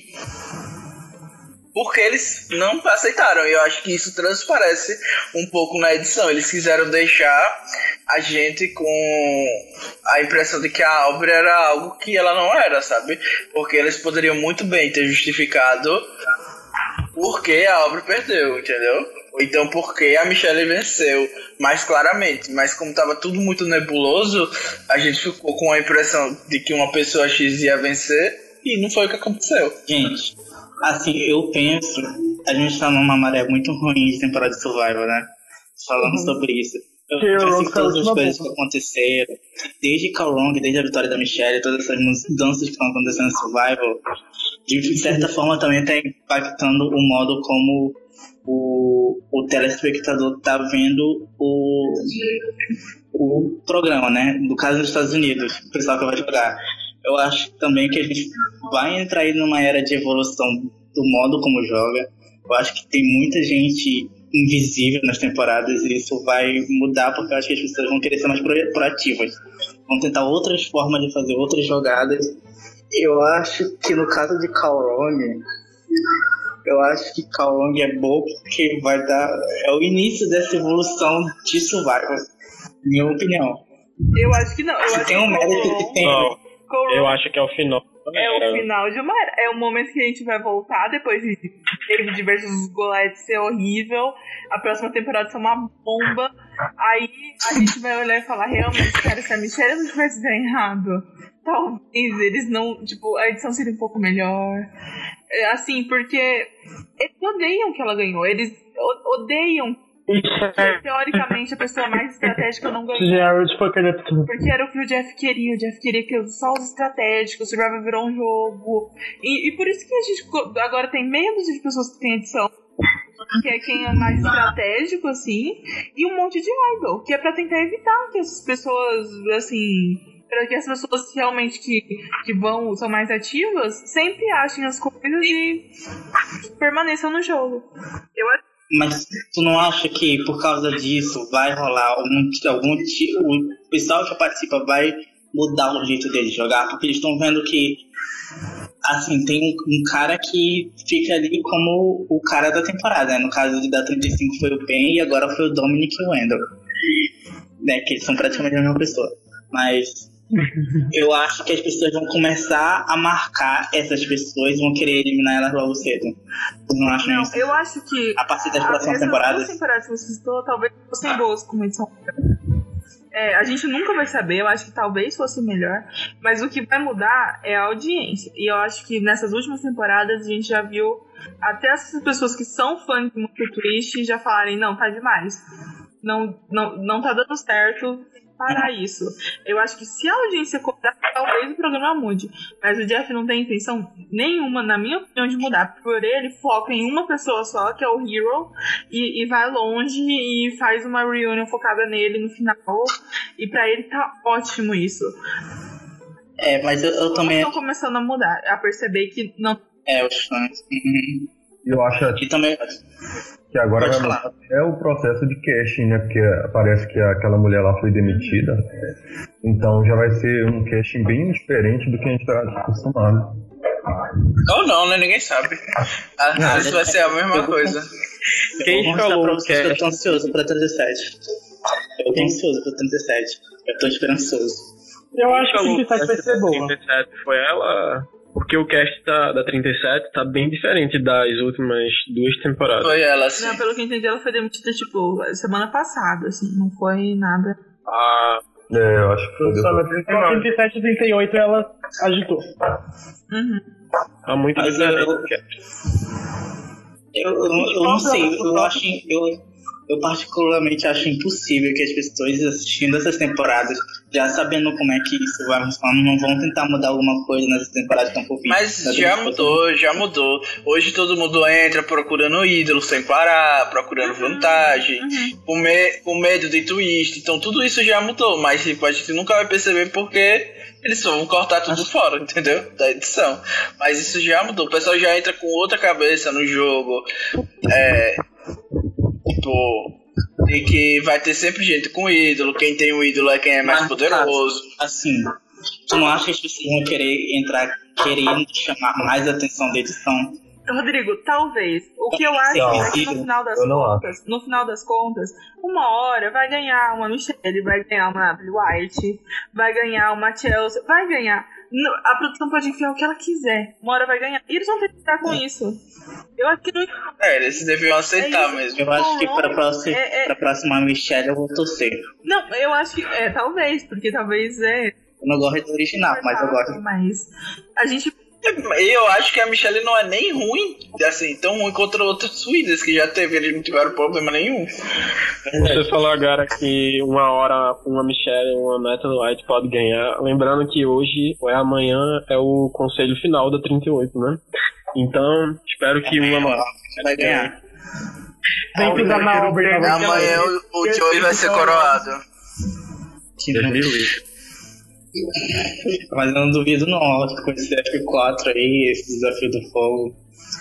porque eles não aceitaram. E eu acho que isso transparece um pouco na edição. Eles quiseram deixar a gente com a impressão de que a Aubrey era algo que ela não era, sabe? Porque eles poderiam muito bem ter justificado porque a Aubrey perdeu, entendeu? Ou então porque a Michelle venceu mais claramente. Mas como estava tudo muito nebuloso, a gente ficou com a impressão de que uma pessoa X ia vencer e não foi o que aconteceu. Gente, assim, eu penso, a gente tá numa maré muito ruim de temporada de Survival, né? Falando sobre isso. Eu penso que todas as coisas que aconteceram, desde Kalrong, desde a vitória da Michelle, todas essas mudanças que estão acontecendo no Survival, de certa forma também tá impactando o modo como o telespectador tá vendo o programa, né? No caso dos Estados Unidos, o pessoal que vai jogar. Eu acho também que a gente vai entrar aí numa era de evolução do modo como joga. Eu acho que tem muita gente invisível nas temporadas e isso vai mudar porque eu acho que as pessoas vão querer ser mais proativas. Vão tentar outras formas de fazer outras jogadas. Eu acho que no caso de Kalrong, Eu acho que Kalong é bom porque vai dar. É o início dessa evolução de Survivor. Minha opinião. Eu acho que não. Eu acho tem um mérito que tem. Não, eu acho que é o final. É o final de uma era. É o momento que a gente vai voltar depois de David versus Goliath ser horrível. A próxima temporada ser uma bomba. Aí a gente vai olhar e falar, realmente, cara, se a Michelle não tivesse ganhado, talvez eles não. Tipo, a edição seria um pouco melhor. Assim, porque eles odeiam que ela ganhou. Eles odeiam que, teoricamente, a pessoa mais estratégica não ganhou. Porque era o que o Jeff queria. O Jeff queria que só os estratégicos. O Survivor virou um jogo. E por isso que a gente agora tem meia dúzia de pessoas que tem edição, que é quem é mais estratégico, assim, e um monte de idol, que é pra tentar evitar que essas pessoas, assim, para que as pessoas realmente que são mais ativas, sempre achem as coisas e permaneçam no jogo. Eu acho. Mas tu não acha que por causa disso vai rolar algum tipo, o pessoal que participa vai mudar o jeito deles de jogar? Porque eles estão vendo que, assim, tem um cara que fica ali como o cara da temporada, né? No caso da 35 foi o Ben e agora foi o Dominic e o Wendell, né? Que eles são praticamente a mesma pessoa. Mas eu acho que as pessoas vão começar a marcar essas pessoas e vão querer eliminar elas logo cedo. Vocês não acham isso? Eu acho que a partir das próximas temporadas. As temporadas que você citou talvez fossem boas como edição. A gente nunca vai saber, eu acho que talvez fosse melhor, mas o que vai mudar é a audiência. E eu acho que nessas últimas temporadas a gente já viu até essas pessoas que são fãs de muito twist já falarem, não, tá demais. Não tá dando certo parar isso. Eu acho que se a audiência cobrar, talvez o programa mude. Mas o Jeff não tem intenção nenhuma, na minha opinião, de mudar. Por ele, foca em uma pessoa só, que é o Hero, e vai longe e faz uma reunião focada nele no final. E pra ele tá ótimo isso. Mas eu também... estão começando a mudar, a perceber que não... os fãs. Eu acho que também... que agora vai mudar até o processo de casting, né? Porque parece que aquela mulher lá foi demitida. Então já vai ser um casting bem diferente do que a gente tá acostumado. Ou não, né? Ninguém sabe. Às vezes vai ser a mesma coisa. Quem falou pra vocês que eu tô ansioso pra 37. Eu tô ansioso pra 37. Eu tô esperançoso. Eu acho que a 37 vai ser boa. 37 foi ela... Porque o cast da 37 tá bem diferente das últimas 2 temporadas. Foi ela, sim. Não, pelo que eu entendi, ela foi demitida, tipo, semana passada, assim. Não foi nada. Eu acho que foi. Na 37 e 38 ela agitou. Uhum. Tá muito diferente o cast. Eu não sei, eu particularmente acho impossível que as pessoas assistindo essas temporadas, já sabendo como é que isso vai funcionar, não vão tentar mudar alguma coisa nessas temporadas que estão por vir. Mas já mudou. Hoje todo mundo entra procurando ídolo sem parar, procurando vantagem, com medo de twist. Então tudo isso já mudou, mas tipo, a gente nunca vai perceber porque eles só vão cortar tudo fora, entendeu? Da edição. Mas isso já mudou. O pessoal já entra com outra cabeça no jogo. E que vai ter sempre gente com ídolo. Quem tem um ídolo é quem é mais poderoso. Assim, tu não acha que as pessoas vão querer entrar querendo chamar mais atenção da edição? Rodrigo, talvez. O que eu acho é que no final das contas, uma hora vai ganhar uma Michelle, vai ganhar uma Natalie White, vai ganhar uma Chelsea, vai ganhar. A produção pode enfiar o que ela quiser. Uma hora vai ganhar. E eles vão ter que ficar com isso. Eu acho que não... eles deviam aceitar mesmo. Eu acho que pra próxima Michelle eu vou torcer. Não, eu acho que... talvez, porque talvez Eu não gosto do original, mas eu gosto. Mas a gente... Eu acho que a Michelle não é nem ruim, assim, tão ruim contra outras winners que já teve, eles não tiveram problema nenhum. Você falou agora que uma hora uma Michelle e uma Natalie White pode ganhar. Lembrando que hoje ou amanhã é o conselho final da 38, né? Então, espero que uma vai ganhar. Vem pisar na Albert. Amanhã o Joey vai ser coroado. Mas eu não duvido não, com esse F4 aí, esse desafio do fogo.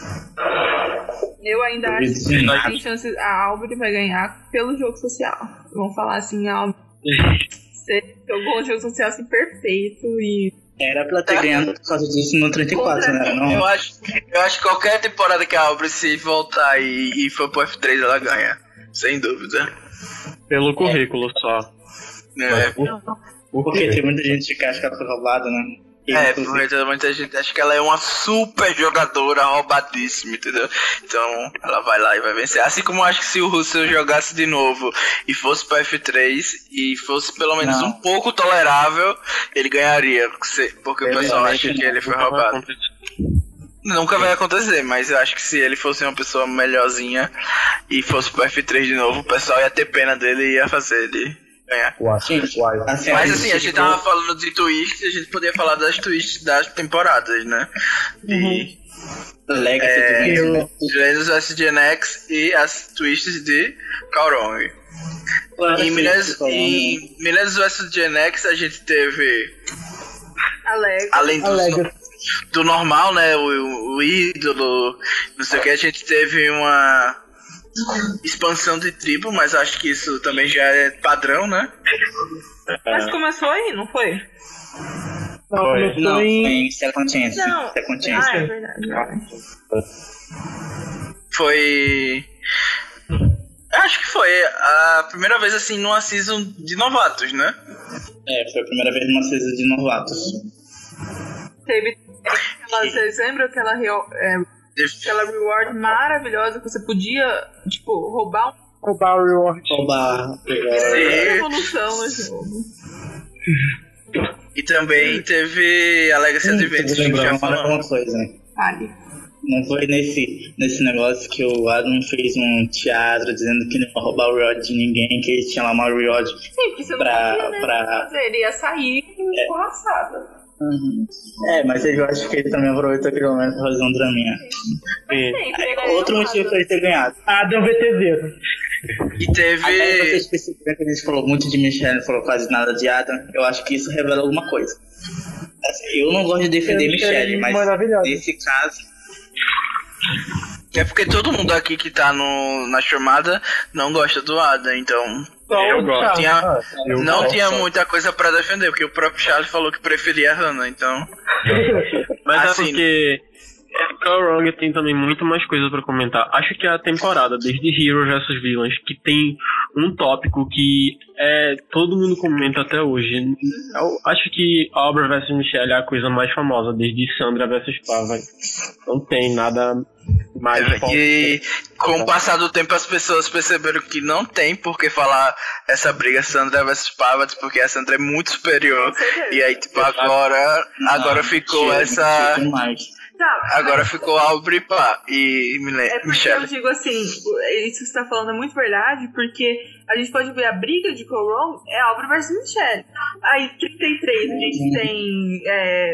Eu ainda acho que tem chance, a Albert vai ganhar pelo jogo social. Vamos falar assim, a Albert jogou um jogo social assim perfeito e... Era pra ter ganhado por causa disso no 34, né? Não? Eu acho que qualquer temporada que a Aubrey se voltar e for pro F3, ela ganha. Sem dúvida. Pelo currículo só. Porque tem muita gente que acha que ela foi roubada, né? Porque muita gente acha que ela é uma super jogadora roubadíssima, entendeu? Então ela vai lá e vai vencer. Assim como eu acho que se o Russell jogasse de novo e fosse pro F3 e fosse pelo menos um pouco tolerável, ele ganharia. Porque o pessoal acha que ele foi roubado. Nunca vai acontecer, mas eu acho que se ele fosse uma pessoa melhorzinha e fosse pro F3 de novo, o pessoal ia ter pena dele e ia fazer ele ganhar. Mas assim, a gente tava falando de twists, a gente poderia falar das twists das temporadas, né? De Legends vs Gen X e as twists de Kaorong. Em Millennials vs Gen X a gente teve, além do normal, né, o ídolo, não sei o que, a gente teve uma expansão de tribo, mas acho que isso também já é padrão, né? Mas começou aí, não foi? Não, foi em Second Chance. É verdade. Foi... Acho que foi a primeira vez, assim, numa season de novatos, né? Foi a primeira vez numa season de novatos. Teve vocês lembram aquela reward maravilhosa que você podia, tipo, roubar o reward. Evolução no jogo. E também teve a Legacy Adventures. Lembrando uma coisa. Não foi nesse negócio que o Adam fez um teatro dizendo que não ia roubar o reward de ninguém, que ele tinha lá uma reward. Sim, porque você não podia, né? Ele ia sair escorraçado. Mas eu acho que ele também aproveitou aquele momento pra fazer um draminha. Outro motivo pra ele ter ganhado. Adam VTZ. E teve... Até vocês perceberam que a gente falou muito de Michelle, não falou quase nada de Adam. Eu acho que isso revela alguma coisa. Assim, eu não gosto de defender Michelle, mas nesse caso... É porque todo mundo aqui que tá na chamada não gosta do Adam, então... Eu gosto. Não tinha muita coisa pra defender, porque o próprio Charlie falou que preferia a Hannah, então... Mas assim, porque Kaorong tem também muito mais coisa pra comentar. Acho que a temporada, desde Heroes vs Villains, que tem um tópico que todo mundo comenta até hoje. Eu acho que Aubrey vs Michelle é a coisa mais famosa, desde Sandra vs Pava. Não tem nada mais forte. E com o passar do tempo as pessoas perceberam que não tem por que falar essa briga Sandra vs Pava, porque a Sandra é muito superior. E aí, tipo, agora ficou essa... Agora ficou Aubrey e Michelle. Eu digo assim, isso que você tá falando é muito verdade, porque a gente pode ver a briga de Kaorong é Aubrey versus Michelle. Aí 33 a gente tem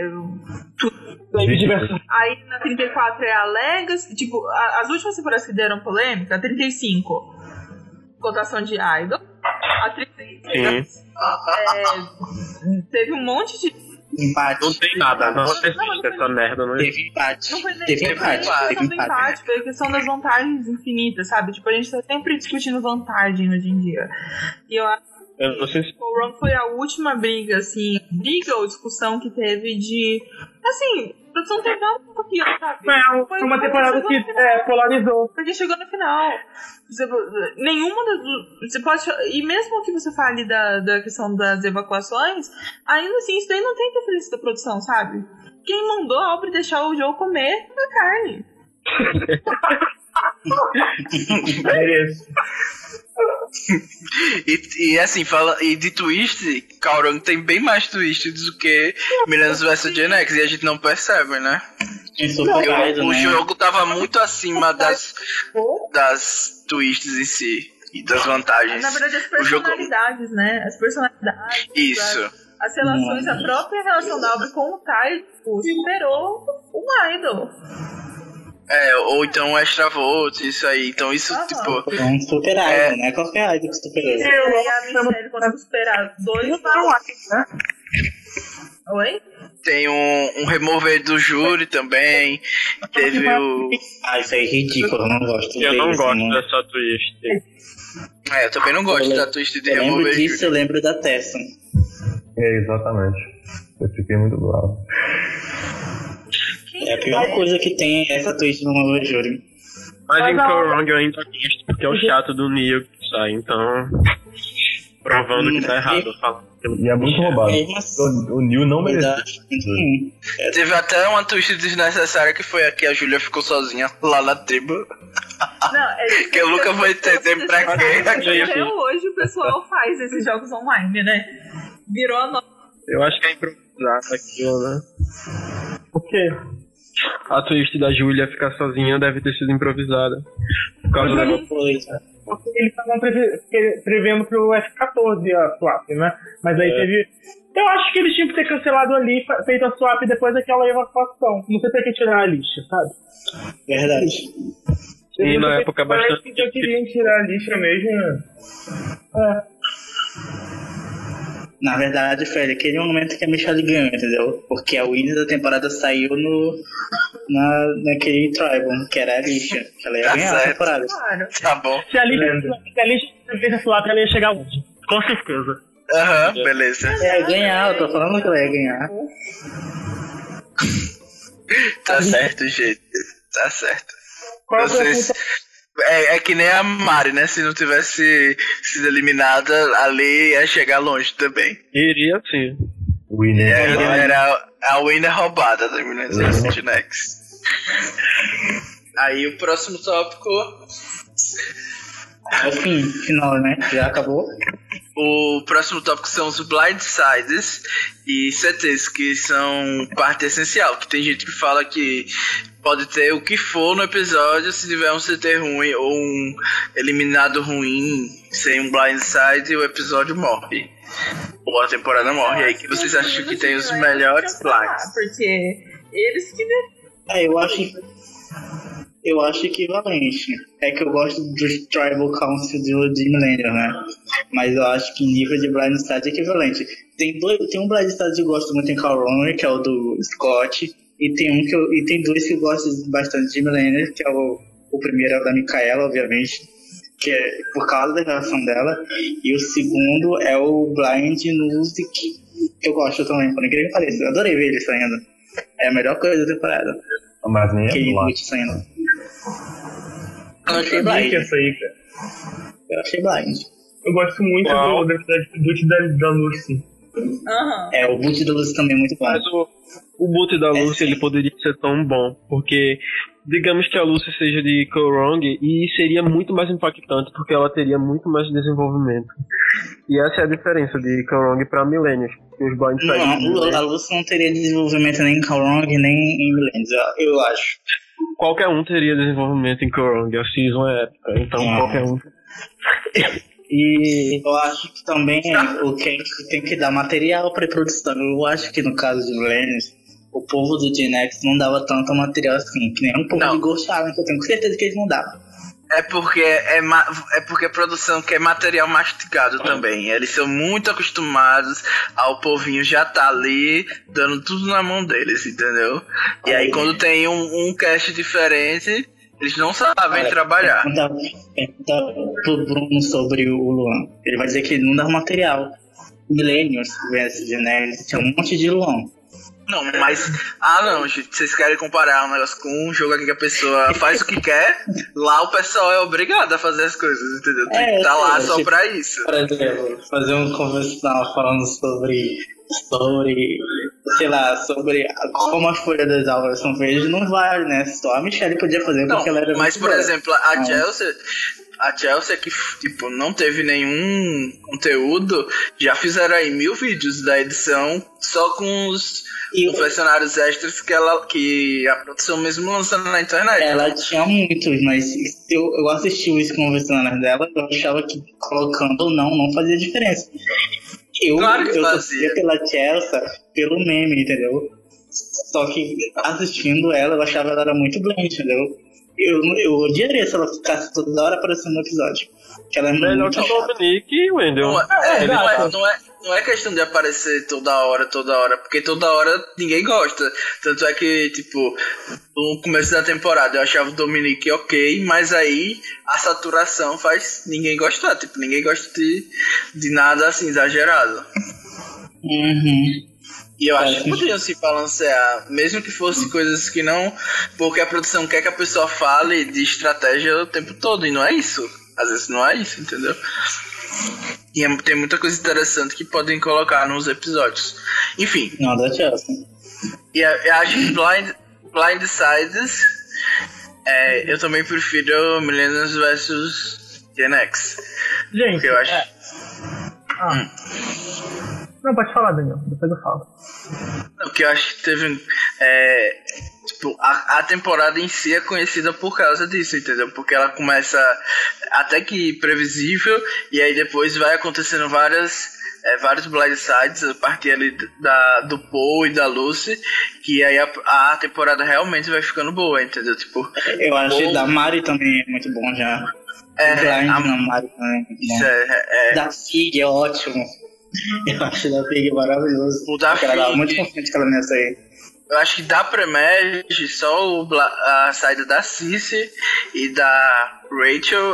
aí na 34 é a Legacy, tipo, as últimas temporadas que deram polêmica, a 35 cotação de Idol, a 36 teve um monte de empate. Não tem nada, não existe essa merda, não teve empate. Não foi empate, foi a questão das vantagens infinitas, sabe? Tipo, a gente tá sempre discutindo vantagem hoje em dia. E eu acho que o Kaorong foi a última briga, assim, ou discussão que teve de, assim, produção teve um pouquinho, sabe? Foi uma temporada que polarizou. Porque chegou no final. Nenhuma das... Você pode... E mesmo que você fale da questão das evacuações, ainda assim, isso daí não tem interferência da produção, sabe? Quem mandou a Aubrey deixar o jogo comer a carne. E assim, e de twist, Kaorong tem bem mais twists do que Millennials vs Gen X, e a gente não percebe, né? O jogo tava muito acima das twists em si e das vantagens. Na verdade, as personalidades, né? As personalidades. Isso. As relações, a própria relação da Aubrey com o Tai superou o Idol. Ou então Extra Vote, isso aí. Então isso, tipo... É um super idol, né? Qualquer idol que superou. E a Michelle conseguiu superar 2 né? Oi? Tem um remover do júri também. Teve o... Isso aí é ridículo, eu não gosto. Eu não gosto dessa twist. Eu também não gosto da twist de remover do júri. Eu lembro da Tessa. Exatamente. Eu fiquei muito bravo. É a pior coisa que tem essa twist no novo júri. Mas em Korong eu ainda gosto, porque é o chato do Neo que sai, então... Provando que tá errado. E é muito roubado. O Neo não mereceu. Teve até uma twist desnecessária que foi a que a Júlia ficou sozinha lá na tribo. Não, que eu nunca vou entender pra quê. Até hoje o pessoal faz esses jogos online, né? Virou a nova. Eu acho que é improvisado aquilo, né? O quê? A twist da Júlia ficar sozinha deve ter sido improvisada. Por causa da coisa. Porque eles estavam prevendo pro F14 a swap, né? Mas aí teve... Eu acho que eles tinham que ter cancelado ali, feito a swap depois daquela evacuação. Não sei pra que tirar a lixa, sabe? Verdade. E na época Parece bastante... que já queriam tirar a lixa mesmo, né? Na verdade, foi aquele momento que a Michelle ganhou, entendeu? Porque a winner da temporada saiu naquele Tribal, que era a lixa. Ela ia ganhar a temporada. Claro. Tá bom. Se a lixa fez a swap, ela ia chegar longe. Com certeza. Aham, beleza. É, ganhar, eu tô falando que ela ia ganhar. Tá certo, gente. Tá certo. Qual Vocês... É que nem a Mari, né? Se não tivesse sido eliminada, ali ia chegar longe também. Iria sim. Winner. A winner roubada da Elimination Next. Aí o próximo tópico. É o fim, final, né? Já acabou. O próximo tópico são os blindsides e CTs, que são parte essencial. Que tem gente que fala que pode ter o que for no episódio se tiver um CT ruim ou um eliminado ruim sem um blindside, o episódio morre. Ou a temporada morre. E aí que vocês acham que tem os melhores blinds? Porque eles que... Eu acho equivalente. É que eu gosto dos Tribal Council de Millennium, né? Mas eu acho que nível de blindside é equivalente. Tem um blindside que eu gosto muito em Calronor, que é o do Scott. E tem dois que eu gosto bastante de Millennium, que é o primeiro é o da Micaela, obviamente, que é por causa da relação dela. E o segundo é o Blind Music, que eu gosto também, por incrível que pareça. Eu adorei ver ele saindo. É a melhor coisa da temporada. Mas nem Que é saindo. Eu achei Blind. blind. Eu achei blind. Eu gosto muito do boot da Lucy. Aham. É, o boot da Lucy também é muito bom. Mas o boot da Lucy ele poderia ser tão bom, porque digamos que a Lucy seja de Korong e seria muito mais impactante, porque ela teria muito mais desenvolvimento. E essa é a diferença de Korong pra Millennials. Os não, a Lucy não teria desenvolvimento nem em Korong nem em Millennials, eu acho. Qualquer um teria desenvolvimento em Korong, a season é épica, então qualquer um. E eu acho que também o Ken tem que dar material para produção. Eu acho que no caso de Millennials, o povo do Gen X não dava tanto material assim, que nem o povo de Ghost Island, que eu tenho certeza que eles não davam. É porque a produção quer material mastigado também. Eles são muito acostumados ao povinho já tá ali, dando tudo na mão deles, entendeu? E aí quando tem um cast diferente, eles não sabem trabalhar. Pergunta pro Bruno sobre o Luan. Ele vai dizer que ele não dá material. Millennials versus Gen X, tinha um monte de Luan. Não, mas... não, gente. Vocês querem comparar um negócio com um jogo aqui que a pessoa faz o que quer, lá o pessoal é obrigado a fazer as coisas, entendeu? Tem que estar lá só pra isso. Por exemplo, fazer um convencional falando sobre sei lá, sobre como a folha das aulas são feitas, não vale, né? Só a Michelle podia fazer porque ela era mas, muito por boa. exemplo, a Chelsea que, tipo, não teve nenhum conteúdo, já fizeram aí 1000 vídeos da edição só com os confessionários extras que a produção mesmo lançando na internet. Ela tinha muitos, mas eu assisti os confessionários dela, eu achava que colocando ou não fazia diferença. Claro que eu fazia. Pela Chelsea, pelo meme, entendeu? Só que assistindo ela, eu achava ela era muito blend, entendeu? Eu odiaria se ela ficasse toda hora aparecendo no episódio. Que ela é melhor que o Dominique e o Wendell. Não é questão de aparecer toda hora, porque toda hora ninguém gosta. Tanto é que, tipo, no começo da temporada eu achava o Dominique ok, mas aí a saturação faz ninguém gostar. Tipo, ninguém gosta de nada assim exagerado. Uhum. E eu acho que poderiam se balancear, mesmo que fosse coisas que não... Porque a produção quer que a pessoa fale de estratégia o tempo todo, e não é isso. Às vezes não é isso, entendeu? E tem muita coisa interessante que podem colocar nos episódios. Enfim. Não, da Chelsea. E eu acho que Blindsides, eu também prefiro Millennials vs Gen X. Gente, porque eu acho... Não, pode falar, Daniel, depois eu falo. Porque eu acho que teve... tipo, a temporada em si é conhecida por causa disso, entendeu? Porque ela começa até que previsível, e aí depois vai acontecendo vários blindsides a partir ali do Paul e da Lucy, que aí a temporada realmente vai ficando boa, entendeu? Tipo, eu acho que da Mari também é muito bom já. A Mari também é muito bom. Da Fig é ótimo. Eu acho da Fig maravilhoso. O da Fig... Ela muito confiante que ela nessa aí. Eu acho que da Premerge, só a saída da Cici e da Rachel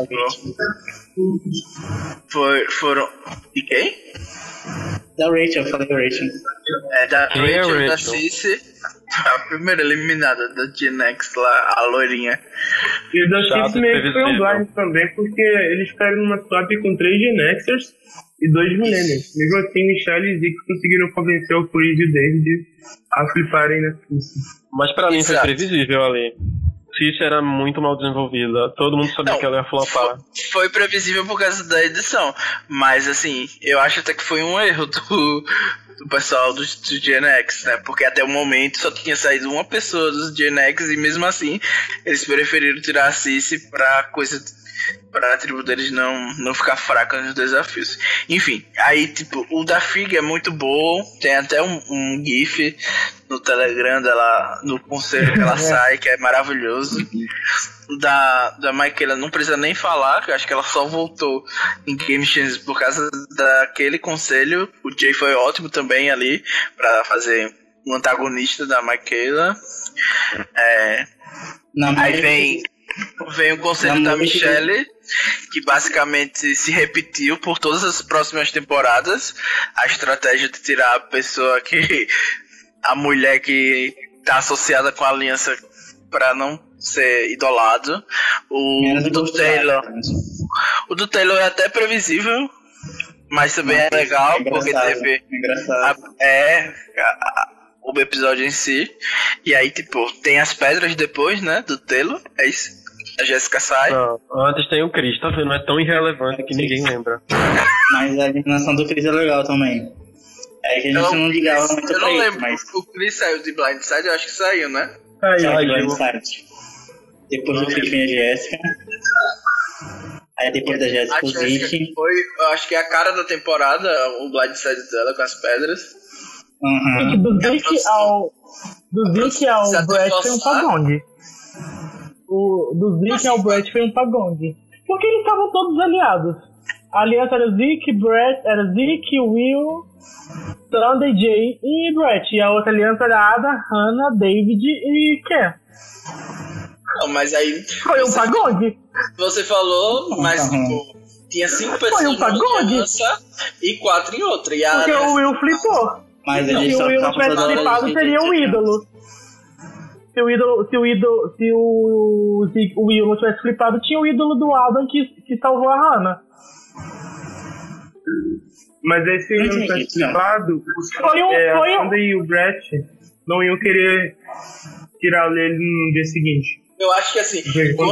foram... E quem? Da Rachel, eu falei Rachel. Da Rachel e da Cici, a primeira eliminada da Gen X lá, a loirinha. E o da Cici meio que foi um blind também, porque eles ficaram numa swap com 3 Gen Xers e 2 Millennials. Mesmo assim, Michelle e Zeke conseguiram convencer o Chris e o David a fliparem na Cici. Mas pra mim foi previsível ali. Cici era muito mal desenvolvida. Todo mundo sabia que ela ia flopar. Foi previsível por causa da edição. Mas assim, eu acho até que foi um erro do pessoal do Gen X, né? Porque até o momento só tinha saído uma pessoa dos Gen X e mesmo assim eles preferiram tirar a Cici pra a tribo deles não ficar fraca nos desafios. Enfim, aí tipo, o da Fig é muito bom. Tem até um GIF no Telegram dela, no conselho que ela sai, que é maravilhoso. Da Michaela não precisa nem falar, que eu acho que ela só voltou em Game Changers por causa daquele conselho. O Jay foi ótimo também ali pra fazer um antagonista da Michaela. Aí vem o conselho da Michelle, que basicamente se repetiu por todas as próximas temporadas. A estratégia de tirar a mulher que tá associada com a aliança pra não ser idolado. O do Taylor é até previsível, mas também é legal, porque teve o episódio em si. E aí, tipo, tem as pedras depois, né, do Taylor. É isso. A Jéssica sai. Não, antes tem o Chris, tá vendo? É tão irrelevante que ninguém lembra. Mas a eliminação do Chris é legal também. É que a gente não ligava muito pra isso. Eu não lembro, mas... o Chris saiu de Blindside, eu acho que saiu, né? Saiu de Blindside. Depois do Chris vem a Jéssica. Aí depois da Jéssica, o Zeke. Eu acho que é a cara da temporada, o Blindside dela com as pedras. Gente, do Zeke ao Brett foi um pagong. Do Zeke ao Brett foi um pagong. Porque eles estavam todos aliados. A aliança era Zeke, Brett, era Zeke, Will, Sunday, Jay e Brett. E a outra aliança era Ada, Hannah, David e Ken. Não, mas aí... Foi um pagong. Você falou, mas tipo, tinha 5 pessoas numa aliança e 4 em outra. E porque o Will flipou. Mas se o Will não tivesse flipado, seria um ídolo. Se o Will não tivesse flipado, tinha o ídolo do Adam que salvou a Hannah. Mas aí se o Will não tivesse flipado, a Sunday e o Brett não iam querer tirar ele no dia seguinte. Eu acho que assim,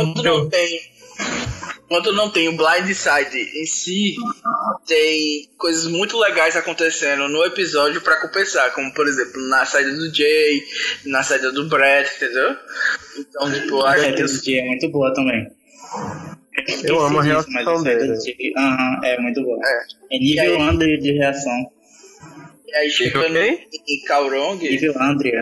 quando não tem o Blindside em si, tem coisas muito legais acontecendo no episódio pra compensar, como por exemplo na saída do Jay, na saída do Brett, entendeu? Então, tipo, a saída do Jay é muito boa também. Eu amo a reação dele. É muito boa. É nível Andrea de reação. E aí chegando em Kaurong. Nível Andrea.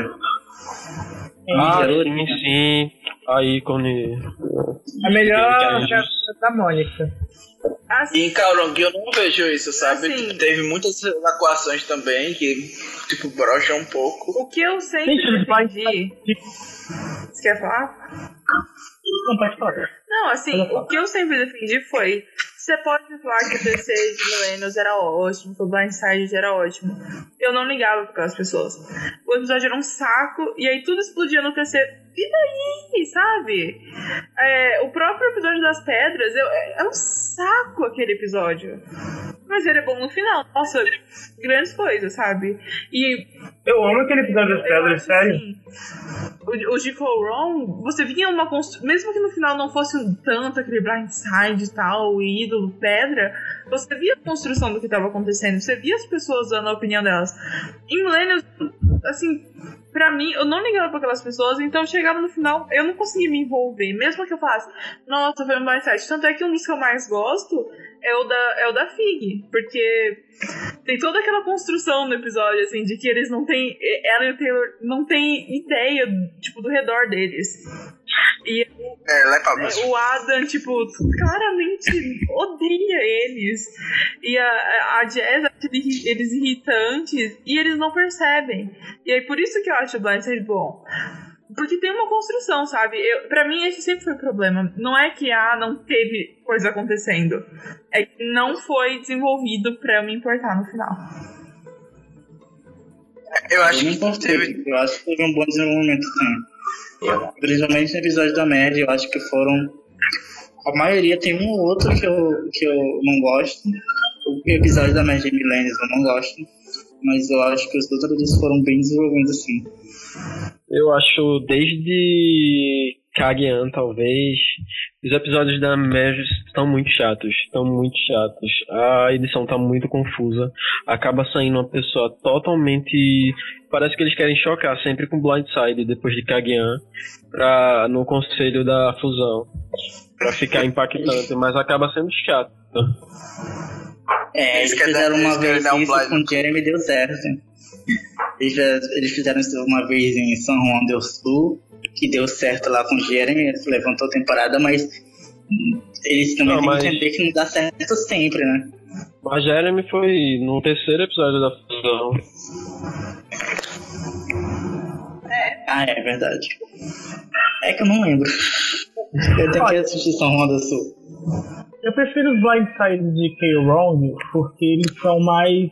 Sim. A ícone. A melhor da Mônica. E em Kaurong eu não vejo isso, sabe? Tipo, teve muitas evacuações também que, tipo, brocha um pouco. O que eu sempre defendi... Você quer falar? Não, pode falar. Não, assim, o que eu sempre defendi foi... Você pode falar que o DC de Millennials era ótimo, que o Blindside era ótimo. Eu não ligava pra aquelas pessoas. O episódio era um saco, e aí tudo explodia no PC. E daí, sabe? O próprio episódio das pedras, é um saco aquele episódio. Mas ele é bom no final. Nossa, grandes coisas, sabe? E eu amo aquele episódio das pedras, sério. Assim, o de Coron, você vinha uma construção. Mesmo que no final não fosse tanto aquele Blindside e tal, o ídolo, pedra, você via a construção do que estava acontecendo. Você via as pessoas dando a opinião delas. Em Millennials, assim, pra mim, eu não ligava pra aquelas pessoas, então chegava no final, eu não conseguia me envolver. Mesmo que eu falasse, nossa, foi um Blindside. Tanto é que um dos que eu mais gosto é o da Fig, porque tem toda aquela construção no episódio, assim, de que eles não têm, ela e o Taylor não têm ideia, tipo, do redor deles. E o Adam, tipo, claramente odeia eles. E a Jazz acha eles irritantes e eles não percebem. E aí por isso que eu acho o Blindside bom. Porque tem uma construção, sabe? Pra mim esse sempre foi o problema. Não é que não teve coisa acontecendo. É que não foi desenvolvido pra eu me importar no final. Eu acho que teve um bom desenvolvimento também. Principalmente no episódio da Mad, eu acho que foram... A maioria tem um ou outro que eu não gosto. O episódio da Mad de Millennials eu não gosto. Mas eu acho que os outros foram bem desenvolvidos, sim. Eu acho, desde Kaguya, talvez, os episódios da Mad estão muito chatos. A edição tá muito confusa. Acaba saindo uma pessoa totalmente... Parece que eles querem chocar sempre com Blindside depois de Kaguya no conselho da fusão. Pra ficar impactante, mas acaba sendo chato. Eles fizeram uma vez isso com o Jeremy e deu certo. Eles fizeram isso uma vez em San Juan del Sul, que deu certo lá com o Jeremy, levantou a temporada, mas eles também têm que entender que não dá certo sempre, né? Mas Jeremy foi no terceiro episódio da fusão. É verdade. É que eu não lembro. Eu tenho que assistir San Juan del Sul. Eu prefiro os Blindside de K-Wrong porque eles são mais...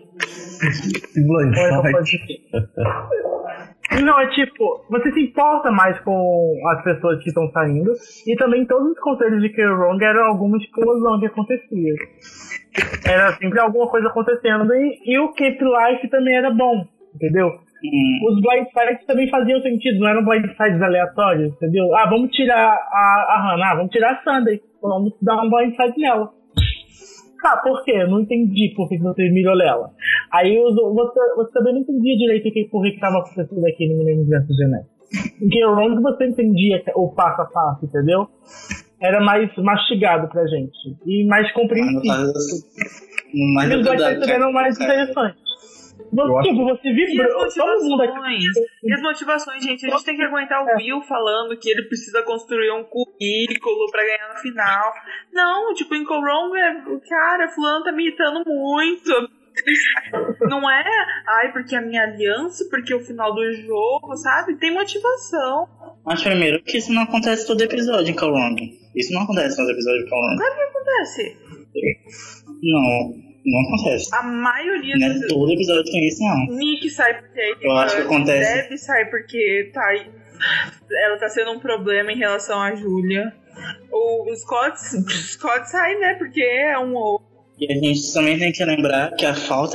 Não, é tipo, você se importa mais com as pessoas que estão saindo, e também todos os conselhos de K-Wrong eram alguma explosão que acontecia. Era sempre alguma coisa acontecendo, e o Camp Life também era bom, entendeu? Os blindsides também faziam sentido, não eram blindsides aleatórios, entendeu? Vamos tirar a Hannah, vamos tirar a Sunday, vamos dar um blindside nela. Por quê? Eu não entendi por que você mirou nela. Aí você também não entendia direito por que estava acontecendo aqui no Millennium vs Genex. Em K-Wrong você entendia o passo a passo, entendeu? Era mais mastigado pra gente. E mais compreensivo. E os blindsides também eram mais interessantes. Você vibrou. E as motivações, gente, a gente tem que aguentar o Will falando que ele precisa construir um currículo pra ganhar no final. Não, tipo, em Coron, cara, fulano tá me irritando muito. Não é, porque a minha aliança, porque o final do jogo, sabe? Tem motivação. Mas primeiro que isso não acontece todo episódio em Coron. Isso não acontece todo episódio em Coron. Claro que acontece. Não acontece. A maioria não é todo episódio tem isso, não. Nick sai porque eu acho que acontece. Deb sai porque ela tá sendo um problema em relação a Julia. O Scott sai, né? Porque é um outro. E a gente também tem que lembrar que a falta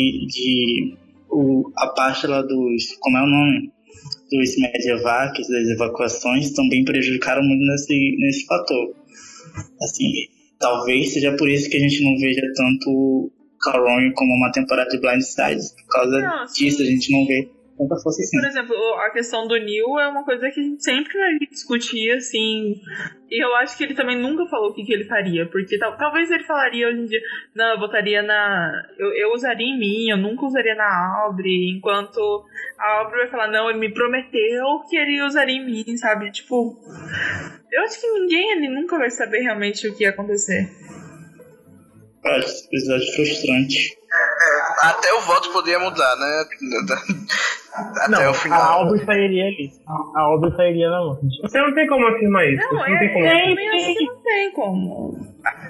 a parte lá dos... Como é o nome? Dos medievacs, das evacuações, também prejudicaram muito nesse fator. Assim... Talvez seja por isso que a gente não veja tanto Coron como uma temporada de Blindsides. Por causa disso a gente não vê tanta força assim. Por exemplo, a questão do Neil é uma coisa que a gente sempre vai discutir, assim. E eu acho que ele também nunca falou o que ele faria. Porque talvez ele falaria hoje em dia, não, eu votaria eu usaria em mim, eu nunca usaria na Aubrey. Enquanto a Aubrey vai falar, não, ele me prometeu que ele usaria em mim, sabe? Tipo... Eu acho que ninguém ali nunca vai saber realmente o que ia acontecer. Esse episódio frustrante. Até o voto poderia mudar, né? Até o final. A Aubrey sairia ali. A Aubrey sairia na longe. Você não tem como afirmar isso. Não tem como. Eu acho que não tem como.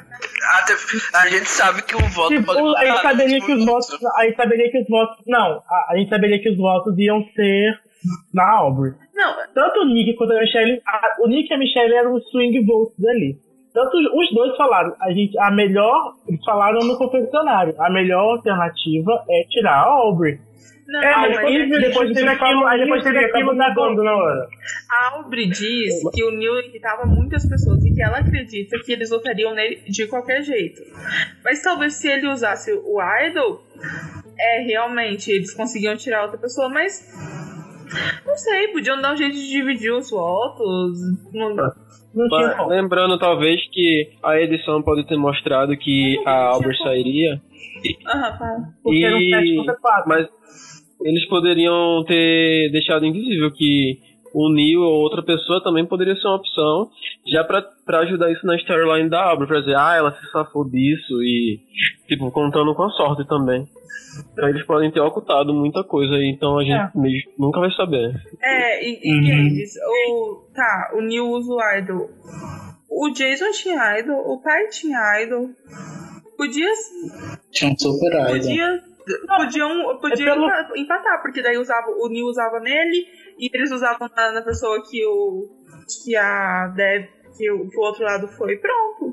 a gente sabe que o voto tipo, pode mudar. a gente saberia que os votos. Não, a gente saberia que os votos iam ser na Aubrey. Não. Tanto o Nick quanto a Michelle. O Nick e a Michelle eram os swing votes ali. Tanto os dois falaram. A melhor. Eles falaram no confessionário. A melhor alternativa é tirar a Aubrey. Não, mas depois teve aquilo na Gondo na hora. A Aubrey diz que o Neil irritava muitas pessoas e que ela acredita que eles votariam nele de qualquer jeito. Mas talvez se ele usasse o Idol, realmente eles conseguiam tirar outra pessoa, mas não sei, podiam dar um jeito de dividir os votos. Lembrando talvez que a edição pode ter mostrado que a Aubrey sairia. Porque era um 7-4. Mas eles poderiam ter deixado invisível que o Neil ou outra pessoa também poderia ser uma opção, já pra ajudar isso na storyline da Aubrey, pra dizer, ela se safou disso e, tipo, contando com a sorte também. Então eles podem ter ocultado muita coisa aí, então a gente mesmo nunca vai saber. Eles, o Neil usa o Idol. O Jason tinha Idol, o Ty tinha Idol. Tinha um super Idol. Podiam empatar, porque daí o Neil usava nele e eles usavam na pessoa que o outro lado foi. Pronto.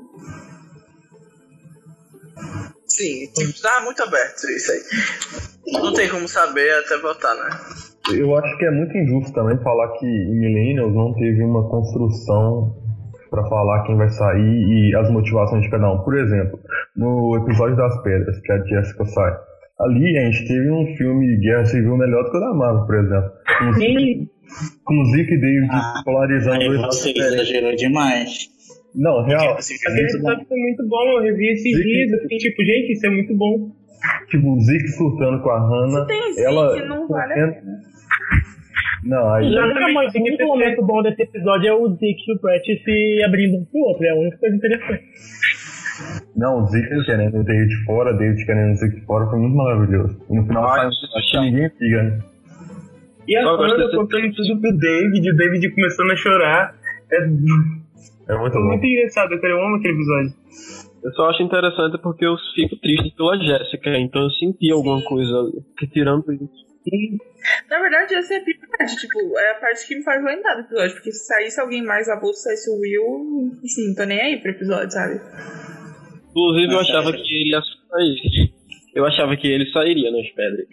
Sim, tá muito aberto isso aí. Não tem como saber até votar, né? Eu acho que é muito injusto também falar que em Millennials não teve uma construção pra falar quem vai sair e as motivações de cada um. Por exemplo, no episódio das Pedras, que a Jessica sai, ali a gente teve um filme de guerra civil melhor do que o da Marvel, por exemplo. Com o Zeke e David polarizando. Você exagerou demais. Não, real. Aquele episódio foi muito bom, eu revi esses dias, assim, tipo, gente, isso é muito bom. Tipo, o Zeke surtando com a Hannah. Ela não vale a pena. Não, aí... O único momento bom desse episódio é o Zeke e o Brett se abrindo um pro outro, é a única coisa interessante. Não, o Zeke querendo o David fora, David querendo o Zeke fora, foi muito maravilhoso. E no final acho que ninguém fica, né? E a Hannah contando tudo pro David, o David começando a chorar. É muito bom. Muito engraçado, eu amo aquele episódio. Eu só acho interessante porque eu fico triste pela Jéssica, então eu senti alguma coisa ali, que tirando isso. Na verdade, essa é a pior parte, tipo, é a parte que me faz lembrar do episódio, porque se saísse alguém mais avulso, saísse o Will, assim, não tô nem aí pro episódio, sabe? Inclusive, eu achava que ele ia sair. Eu achava que ele sairia nas pedras.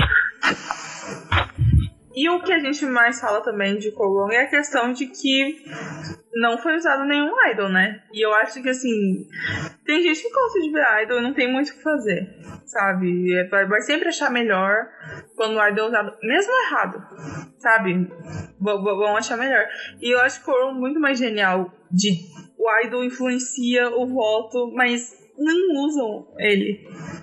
E o que a gente mais fala também de Korong é a questão de que não foi usado nenhum idol, né? E eu acho que, assim, tem gente que gosta de ver idol e não tem muito o que fazer, sabe? Vai sempre achar melhor quando o idol é usado, mesmo errado, sabe? Vão achar melhor. E eu acho que Korong muito mais genial o idol influencia o voto, mas não usam ele.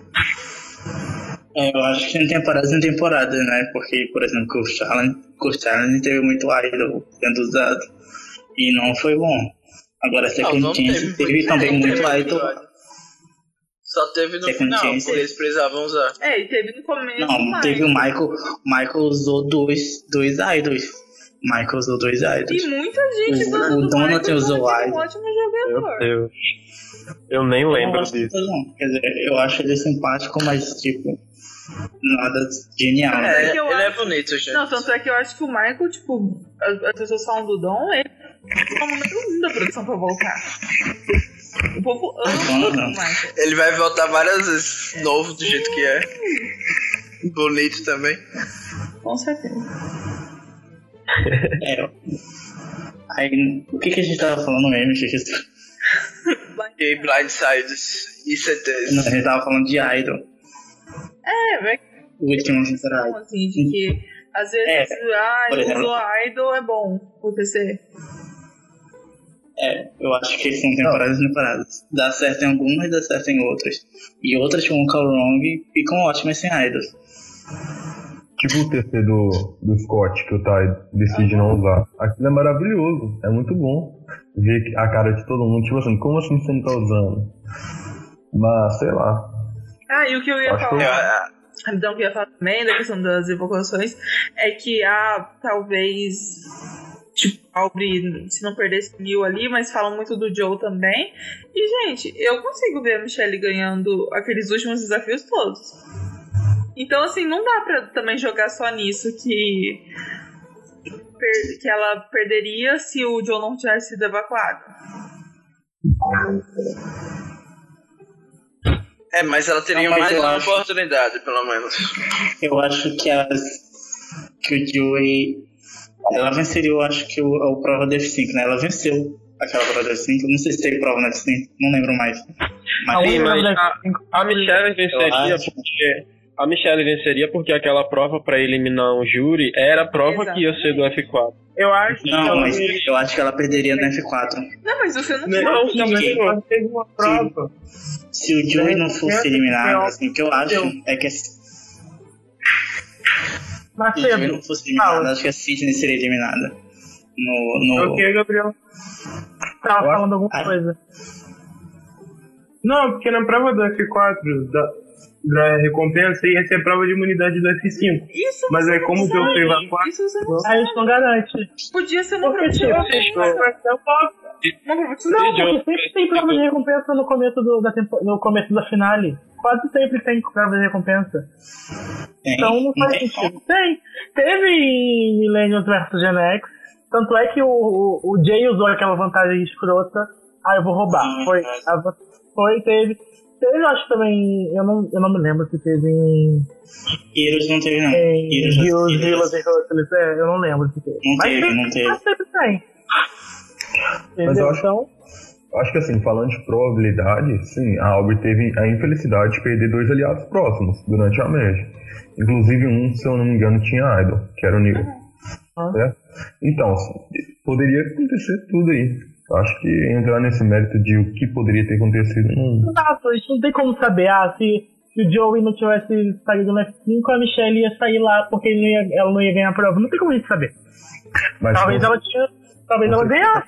Eu acho que tem temporadas e temporadas, né? Porque, por exemplo, o Challenge teve muito idol sendo usado e não foi bom. Agora, Second Chance teve também muito idol. Só teve no final, porque eles precisavam usar. E teve no começo. Não, teve o Michael. Michael usou dois idols. Michael usou 2 idols. E muita gente o Donald usou idol. Um ótimo jogador. Meu Deus. Eu nem lembro disso. Quer dizer, eu acho ele simpático, mas tipo, nada genial. Ele é bonito, gente. Não, tanto é que eu acho que o Michael, tipo, as pessoas falam do Dom, ele é o número 1 da produção pra voltar. O povo ama o Michael. Ele vai voltar várias vezes novo do jeito que é. Bonito também. Com certeza. Aí, o que a gente tava falando mesmo, Chico? E Blindsides e CTs. Não, a gente tava falando de idol. O último temporada. Assim, de que às vezes o idol é bom acontecer. Eu acho que são temporadas e temporadas. Dá certo em algumas e dá certo em outras. E outras, como o Korong, ficam ótimas sem idols. Tipo o TC do Scott, que o Ty decide não usar. Aquilo é maravilhoso, é muito bom ver a cara de todo mundo, tipo assim, como assim você não tá usando? Mas, sei lá. E o que eu ia falar, então, o que eu ia falar também da questão das evocações, é que talvez, tipo, a Aubrey, se não perdesse o Neil ali, mas falam muito do Joe também. E, gente, eu consigo ver a Michelle ganhando aqueles últimos desafios todos. Então, assim, não dá pra também jogar só nisso que ela perderia se o Joe não tivesse sido evacuado. Mas ela teria mais uma oportunidade, pelo menos. Eu acho que o Joey... Ela venceria, eu acho que a prova do F5, né? Ela venceu aquela prova do F5. Não sei se teve prova no F5, não lembro mais. Mas a Michelle venceria porque... A Michelle venceria porque aquela prova pra eliminar um júri era a prova que ia ser do F4. Eu acho eu acho que ela perderia no F4. Não, mas você não também teve uma prova. Se o Joey não fosse eliminado, assim, o que eu acho é que se o Joey não fosse eliminado, acho que a Sydney seria eliminada. O que, Gabriel? Tava falando alguma coisa. Não, porque na prova do F4 da recompensa ia ser a prova de imunidade do F5. Isso, mas aí como o Joe foi evacuado... Isso você não sabe. Aí isso não garante. Podia ser uma prova de recompensa. Não, porque sempre tem prova de recompensa no começo da finale. Quase sempre tem prova de recompensa. Então não faz sentido. Teve em Millennials vs Gen X. Tanto é que o Jay usou aquela vantagem escrota. Eu vou roubar. Teve, eu acho também. Eu não me lembro se teve em. Heroes não teve, não. Heroes e Hustlers, eu não lembro se teve. Não teve. Mas sempre tem. Mas eu acho que assim, falando de probabilidade, sim, a Aubrey teve a infelicidade de perder 2 aliados próximos durante a merge. Inclusive um, se eu não me engano, tinha Idol, que era o Neil. Então, poderia acontecer tudo aí. Eu acho que entrar nesse mérito de o que poderia ter acontecido não... Exato, a gente não tem como saber. Se o Joey não tivesse saído no F5, a Michelle ia sair lá porque ela não ia ganhar a prova. Não tem como a gente saber. Mas talvez ela ganhasse.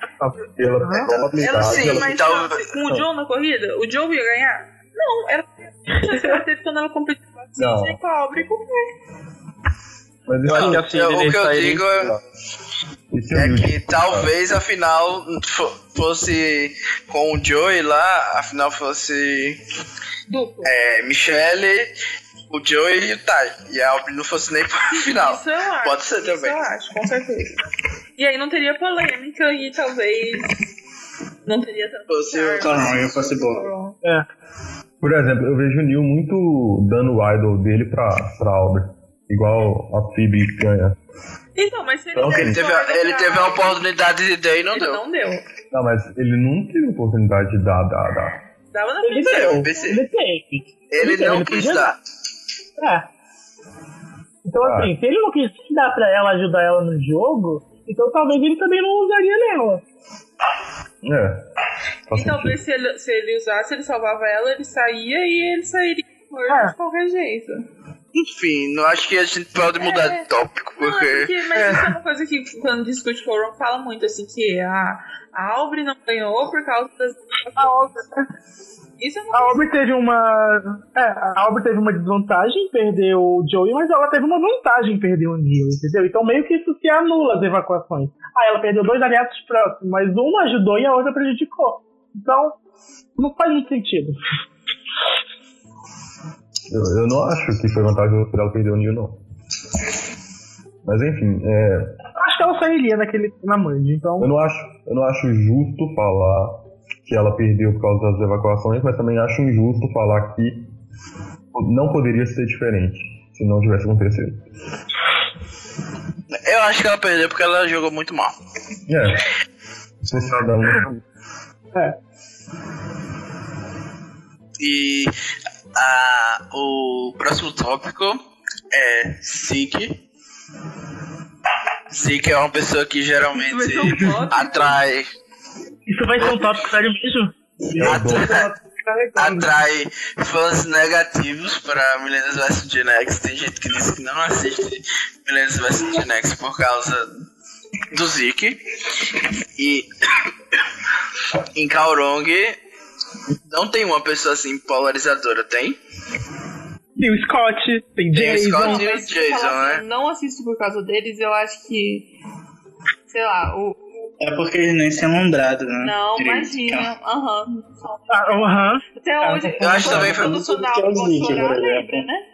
Mas com o Joe na corrida, o Joe ia ganhar? Não, ela teve quando ela competiu com a Aubrey com Mas eu acho que o que eu digo é que talvez a final fosse com o Joey lá, a final fosse Michelle, o Joey e o Ty. E a Aubrey não fosse nem pra final. Isso eu acho. Pode ser também. Isso eu acho, com certeza. E aí não teria polêmica e talvez não teria tanto. Fosse boa. Por exemplo, eu vejo o Neil muito dando o idol dele pra Aubrey. Igual a Phoebe ganha. Então, mas se ele teve a oportunidade de dar e não deu. Não deu. Não, mas ele não teve a oportunidade de dar. Dava na Ele não quis dar. Então, assim, se ele não quis dar pra ela, ajudar ela no jogo, então talvez ele também não usaria nela. E talvez se ele usasse, ele salvava ela, ele saía e ele sairia de qualquer jeito. Enfim, não acho que a gente pode mudar de tópico, porque... Mas isso é uma coisa que, quando discute Coron, fala muito, assim, que a Aubrey não ganhou por causa das... Isso é uma a Aubrey teve uma desvantagem em perder o Joey, mas ela teve uma vantagem em perder o Neil, entendeu? Então meio que isso se anula as evacuações. Ela perdeu 2 aliados próximos, mas uma ajudou e a outra prejudicou. Então, não faz muito sentido. Eu não acho que foi vantagem por ela perder o Neil, não. Mas enfim, acho que ela sairia na Mand, então... Eu não acho justo falar que ela perdeu por causa das evacuações, mas também acho injusto falar que não poderia ser diferente se não tivesse acontecido. Eu acho que ela perdeu porque ela jogou muito mal. E o próximo tópico é Zeke. Zeke é uma pessoa que geralmente atrai... Isso vai ser um tópico sério mesmo? Atrai fãs negativos para Millennials vs Gen X. Tem gente que diz que não assiste Millennials vs Gen X por causa do Zeke. E em Kaorong não tem uma pessoa assim polarizadora, tem? Tem o Scott, tem Jason. Scott e o Jason, né? Eu não assisto por causa deles, eu acho que sei lá, É porque eles nem são lembrados, né? Não, Direito, imagina. Aham. Aham. Até hoje, Eu acho também quando o Sonal que é o Zeke, olhar, por exemplo. lembra, né?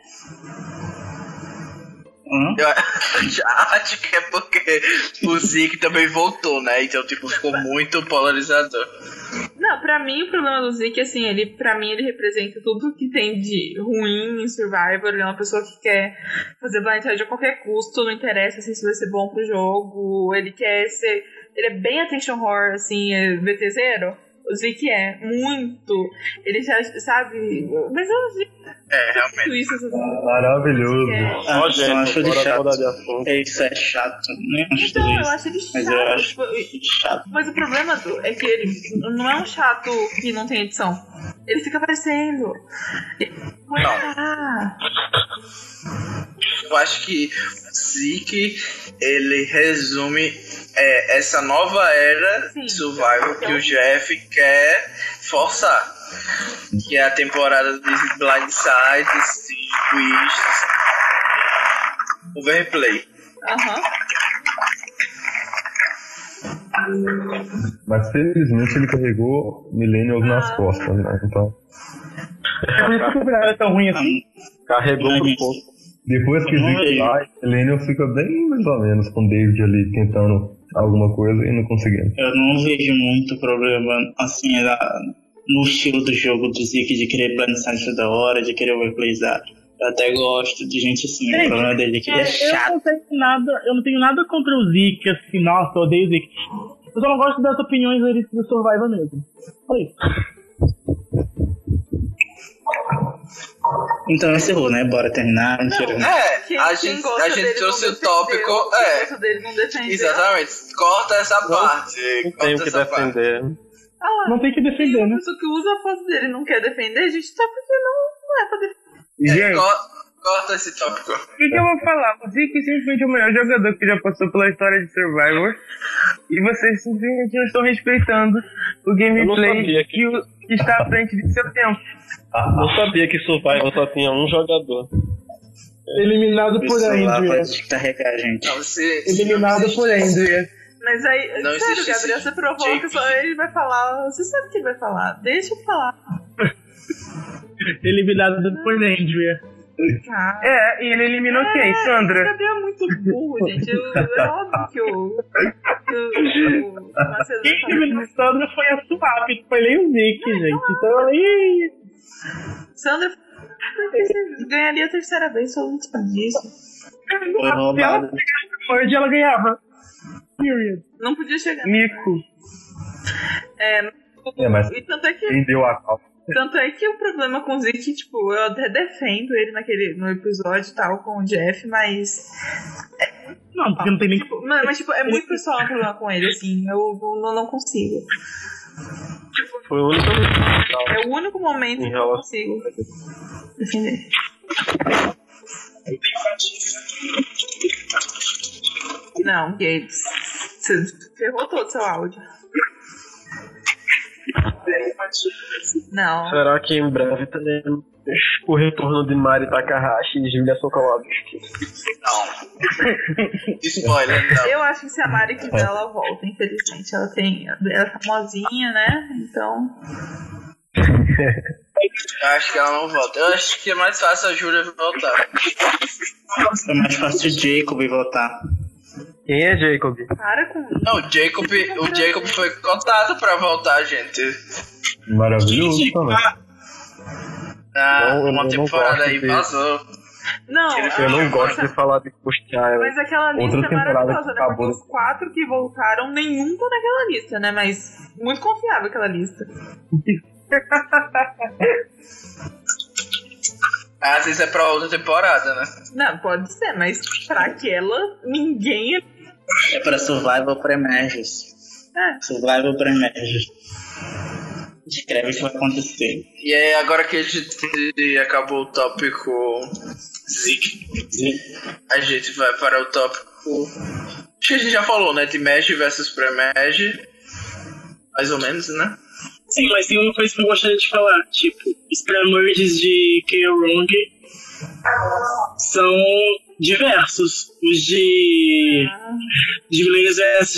Eu acho que é porque o Zeke também voltou, né? Então, tipo, ficou muito polarizador. Não, pra mim o problema do Zeke, assim, ele representa tudo que tem de ruim em Survivor. Ele é uma pessoa que quer fazer blind side a qualquer custo, não interessa se isso vai ser bom pro jogo. Ele é bem attention horror, assim, VT zero. O Zeke é muito. Ele já sabe. Mas eu realmente. isso. Maravilhoso. Acho ele Bora chato. mudar de assunto. Isso é chato. Nem acho Então, tudo eu isso. acho ele chato. Mas eu acho chato. Mas o problema é que ele não é um chato que não tem edição. Ele fica aparecendo. Eu acho que o Zeke, ele resume essa nova era de Survival que o Jeff quer forçar. Que é a temporada de blindsides, de twists, overplay. Aham. Mas felizmente ele carregou Millennials nas costas, né? Então, É por isso que o campeonato é tão ruim assim. Carregou pro ponto. depois que o Zeke vai, Millennials fica bem mais ou menos com o David ali tentando alguma coisa e não conseguindo. Eu não vejo muito problema, assim, no estilo do jogo do Zeke de querer blindside toda hora, de querer overplayzar. Eu até gosto de gente assim. O problema dele é que ele é chato. Eu não tenho nada contra o Zeke, assim, nossa, eu odeio o Zeke. Eu só não gosto das opiniões dele do Survivor mesmo. Foi isso. Então encerrou, né? Bora terminar. Mentira. A gente trouxe o tópico. Dele não defendeu. Exatamente. Corta essa parte. Não tem o que defender. Não tem que defender, né? A pessoa que usa a foto dele não quer defender, a gente tá porque não é pra defender. Gente, Corta esse tópico. o que eu vou falar? O Zeke simplesmente é o melhor jogador que já passou pela história de Survivor. E vocês simplesmente não estão respeitando o gameplay que está à frente de seu tempo. Não sabia que Survivor só tinha um jogador. Eliminado por Andrea. Pode carregar, gente. Não, Eliminado por Andrea. Mas aí, Não sério, existe Gabriel, você provoca, só ele vai falar. Você sabe o que ele vai falar. Deixa eu falar. Eliminado por Andrea. Ah, E ele eliminou quem? Sandra? O Gabriel é muito burro, gente. É óbvio que o Macedo vai Quem falar. eliminou Sandra foi a Swap, não foi nem o Zeke, gente. Então, Sandra ganharia a terceira vez, só última disso. Foi roubado. Onde ela ganhava. Period. Não podia chegar. Mico. Mas E tanto é que. quem deu a calça? Tanto é que o problema com o Zeke, tipo, eu até defendo ele no episódio e tal, com o Jeff, mas. Não, porque não tem nem. Tipo, mas tipo, é muito pessoal o problema com ele, assim, eu não consigo. Foi o único. É o único momento que eu não consigo defender. Não, Gates, você ferrou todo o seu áudio. Não. Será que em breve teremos o retorno de Mari Takahashi e Julia Sokolovski? Não. Spoiler, não. Eu acho que se a Mari quiser, ela volta, infelizmente. Ela é famosinha, né? Então. Eu acho que ela não volta. Eu acho que é mais fácil a Júlia voltar. É mais fácil o Jacob voltar. Quem é Jacob? Para com isso. Não, o Jacob foi cotado pra voltar, gente. Maravilhoso também. Não, eu Uma não temporada gosto aí de- vazou. Não, Eu não gosto de falar de Pustiaia. mas aquela lista Outra é temporada maravilhosa, que né? Porque acabou. os 4 que voltaram, nenhum tá naquela lista, né? Mas muito confiável aquela lista. Às vezes é pra outra temporada, né? Não, pode ser, mas pra aquela, ninguém. É pra Survival Pre-Emerges. Survival Pre-Emerges. Escreve o que vai acontecer. E aí, agora que a gente acabou o tópico Zeke, a gente vai para o tópico. Acho que a gente já falou, né? De Mesh versus Pre-Mesh. Mais ou menos, né? Sim, mas tem uma coisa que eu gostaria de falar. Tipo, os pre-merges de K.O. Wrong são diversos. Os de Millennials vs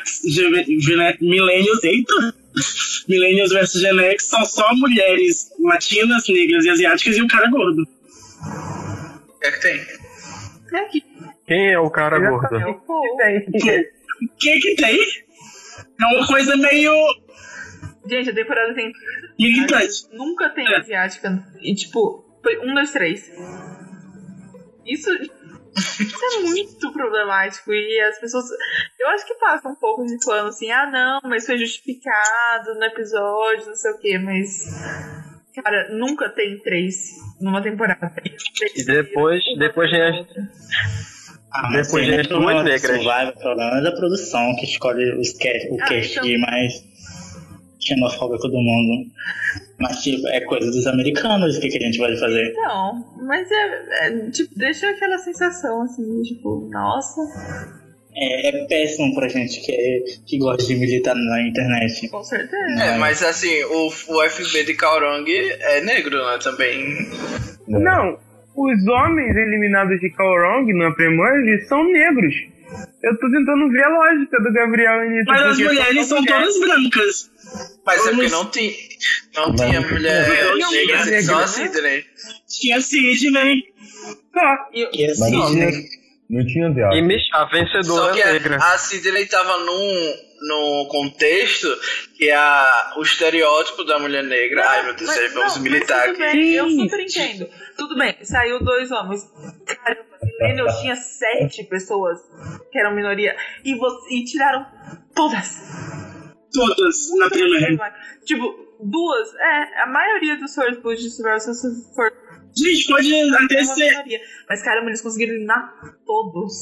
Millennials vs Gen X são só mulheres latinas, negras e asiáticas e um cara gordo. O que é que tem? Quem é o cara gordo? É o povo. O que tem? É uma coisa meio Gente, a temporada tem. irritante. Nunca tem asiática. E tipo, foi 1, 2, 3. Isso é muito problemático. E as pessoas. Eu acho que passa um pouco de pano assim, não, mas foi justificado no episódio, não sei o quê, mas. Cara, nunca tem 3 numa temporada. E depois vem as. Depois vem as duas negras. O problema é da produção, que escolhe o cast então... mais xenofóbico do mundo. Mas, tipo, é coisa dos americanos, o que a gente vai fazer? Não, mas tipo, deixa aquela sensação, assim, tipo, nossa... É péssimo pra gente que gosta de militar na internet. Com certeza. Mas assim, o FB de Kaorong é negro, né, também. Não, os homens eliminados de Kaorong na Pre-Merge são negros. Eu tô tentando ver a lógica do Gabriel nisso. Mas as mulheres são todas brancas. Mas é porque não tinha mulher negra, só a Sidney. Tinha Sidney. Tá. E assim, Não tinha diálogo. E a vencedora Só que é negra. a Sidney tava num contexto que o estereótipo da mulher negra. Ai meu Deus, vamos militar tudo aqui. Bem, eu super entendo. Tudo bem, saiu 2 homens. Caramba, Millennial tinha 7 pessoas que eram minoria. E tiraram todas. Todas na primeira. Tipo, 2. A maioria dos First Blood de Gente, pode até ser. Mas caramba, eles conseguiram eliminar todos.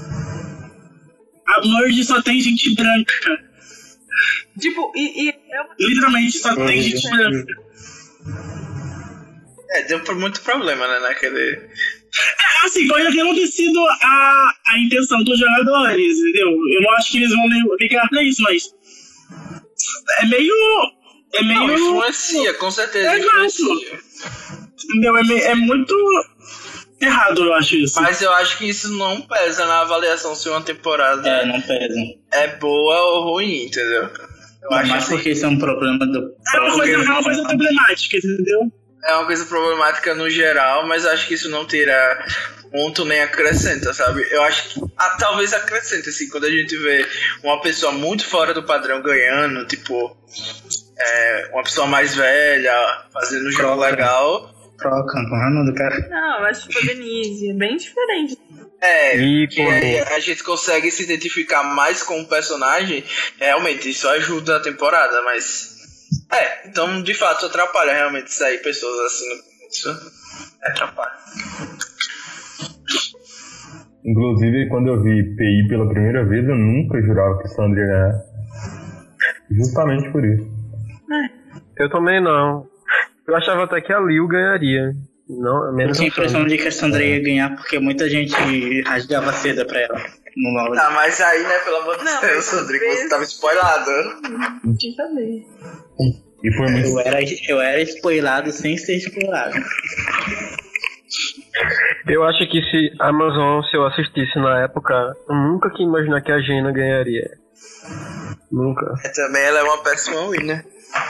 A Merge só tem gente branca. Tipo, Literalmente só tem gente branca. Deu muito problema, né, naquele... Assim, pode até não ter sido a intenção dos jogadores, entendeu? Eu não acho que eles vão ligar pra isso, mas... É meio... Não, influencia, com certeza influencia. Entendeu? É muito errado, eu acho isso. Mas eu acho que isso não pesa na avaliação se uma temporada não pesa. É boa ou ruim, entendeu? Eu acho mais porque isso é um problema do... É uma coisa problemática, entendeu? É uma coisa problemática no geral, mas acho que isso não tira ponto nem acrescenta, sabe? Eu acho que talvez acrescente, assim, quando a gente vê uma pessoa muito fora do padrão ganhando, tipo, uma pessoa mais velha fazendo um jogo legal. Troca, não é o nome do cara? Não, eu acho que a Denise é bem diferente. Que aí a gente consegue se identificar mais com o personagem, realmente, isso ajuda a temporada, mas... então de fato atrapalha realmente sair pessoas assim, isso atrapalha. Inclusive, quando eu vi PI pela primeira vez, eu nunca jurava que Sandra ia ganhar. Justamente por isso. Eu também não. Eu achava até que a Liu ganharia. Não, eu tinha a impressão de que a Sandra ia ganhar porque muita gente rasgava seda pra ela. Tá, mas aí, né, pelo amor de Deus, Rodrigo, você tava spoilado. Tinha saber. E foi muito... Eu era spoilado sem ser spoilado. Eu acho que se eu assistisse na época, eu nunca que imaginar que a Jaina ganharia. Nunca. Também ela é uma péssima winner.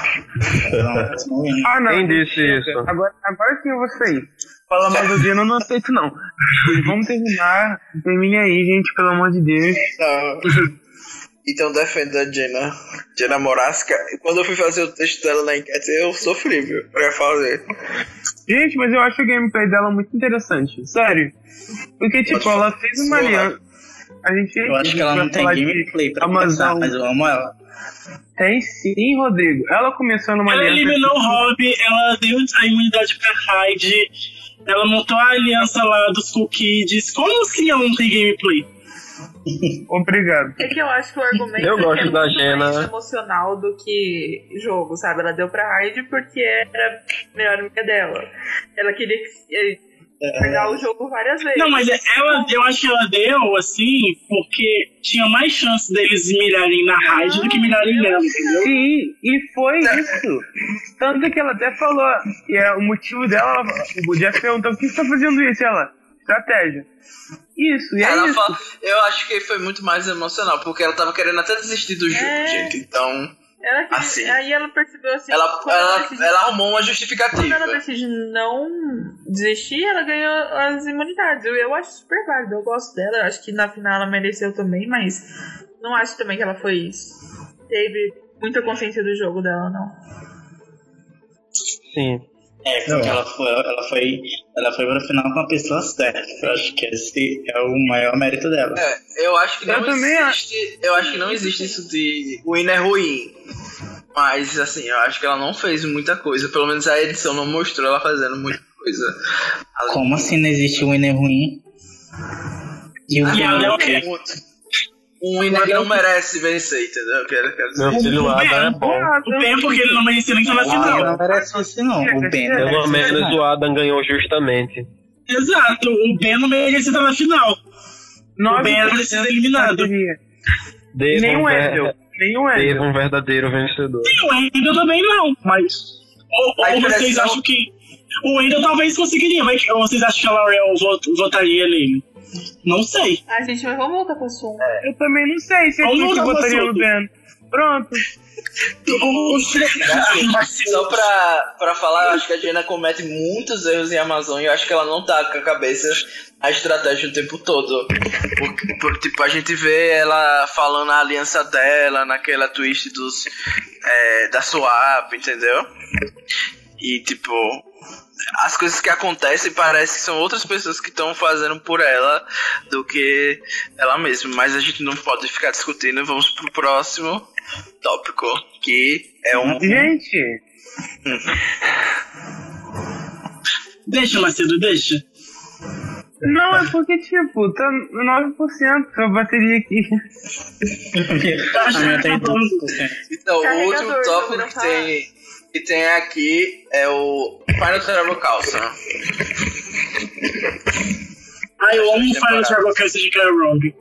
Não. Quem disse isso? Agora sim eu vou sair. Fala mal do Dino, eu não aceito não. Vamos terminar. Termine aí, gente, pelo amor de Deus. Então defenda a Jenna Morasca. E quando eu fui fazer o texto dela na enquete, eu sofri, viu? Pra fazer. Gente, mas eu acho o gameplay dela muito interessante. Sério. Porque, tipo, ela fez uma aliança. Eu acho que ela não tem gameplay pra começar, mas eu amo ela. Tem sim, Rodrigo. Ela começou numa aliança. Ela eliminou o Hobby, ela deu a imunidade pra Hyde, ela montou a aliança lá dos Cool Kids. Como assim ela não tem gameplay? Obrigado. É que eu acho que o argumento eu gosto da muito Jenna. mais emocional do que jogo, sabe? Ela deu pra Hyde porque era a melhor amiga dela. Ela queria pegar o jogo várias vezes. Não, mas eu acho que ela deu, assim, porque tinha mais chance deles mirarem na Hyde do que mirarem nela, entendeu? Sim, e foi isso. Tanto que ela até falou que o motivo dela, o Jeff perguntou: o que você tá fazendo isso? Ela, estratégia. Isso, e é isso. Eu acho que foi muito mais emocional, porque ela tava querendo até desistir do jogo, gente. Então, assim... Aí ela percebeu assim... Ela arrumou uma justificativa. Quando ela decide não desistir, ela ganhou as imunidades. Eu acho super válido, eu gosto dela. Eu acho que na final ela mereceu também, mas não acho também que ela teve muita consciência do jogo dela, não. Sim. Porque ela foi pra final com a pessoa certa. Eu acho que esse é o maior mérito dela. Eu acho que não existe isso de winner ruim. Mas, assim, eu acho que ela não fez muita coisa. Pelo menos a edição não mostrou ela fazendo muita coisa. Como assim não existe winner ruim? E o winner é o quê? Um winner que não merece vencer, entendeu? Quero dizer. Meu filho Adam é bom. O Ben, porque ele não merecia nem estar na final. Não merece isso, não. O Ben Pelo menos o Adam ganhou justamente. Exato, o Ben não merecia estar na final. O Ben era ser eliminado. Nem o Wendel. Teve um verdadeiro vencedor. Sim, o Wendel também não, mas... Ou vocês acham que... O Wendel talvez conseguiria, mas ou vocês acham que a Laurel votaria nele? Não sei. Gente, mas vamos voltar pro assunto. Eu também não sei se eu votaria no Ben. Pronto. Só pra falar, eu acho que a Jaina comete muitos erros em Amazon e eu acho que ela não tá com a cabeça a estratégia o tempo todo. Porque tipo, a gente vê ela falando a aliança dela naquela twist da swap, entendeu? E tipo, as coisas que acontecem parece que são outras pessoas que estão fazendo por ela do que ela mesma. Mas a gente não pode ficar discutindo. Vamos pro próximo tópico, que é um... Gente! Deixa, Macedo, deixa. Não, é porque, tipo, tá 9% a bateria aqui. Então, o último tópico que tem aqui é o Final Travel Calça. Eu amo o Final Travel Calça de Kyle Rogue.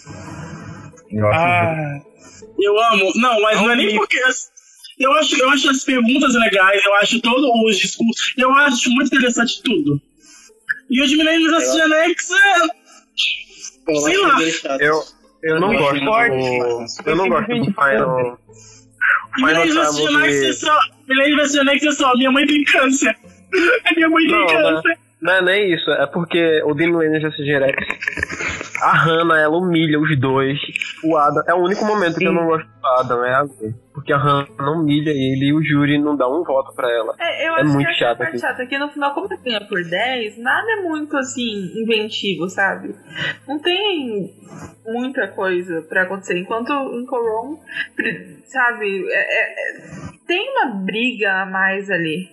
Eu amo. Não, mas não é nem porque... Eu acho as perguntas legais, eu acho todos os discursos... Eu acho muito interessante tudo. E o de Millennium vs Gen X sei lá. Eu não gosto do Final... Millennium vs Gen X é só minha mãe tem câncer. Minha mãe tem câncer. Não é nem isso, é porque o The Millennium vs Gen X, a Hannah, ela humilha os dois. O Adam, é o único momento que eu não gosto do Adam, porque a Hannah não humilha ele e o júri não dá um voto pra ela. Eu acho muito chato aqui. Porque no final, como você ganha por 10, nada é muito assim, inventivo, sabe? Não tem muita coisa pra acontecer. Enquanto em Coron, sabe, tem uma briga a mais ali.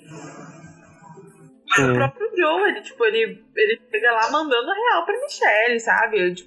O próprio Joe, ele chega lá mandando real pra Michelle, sabe? Eu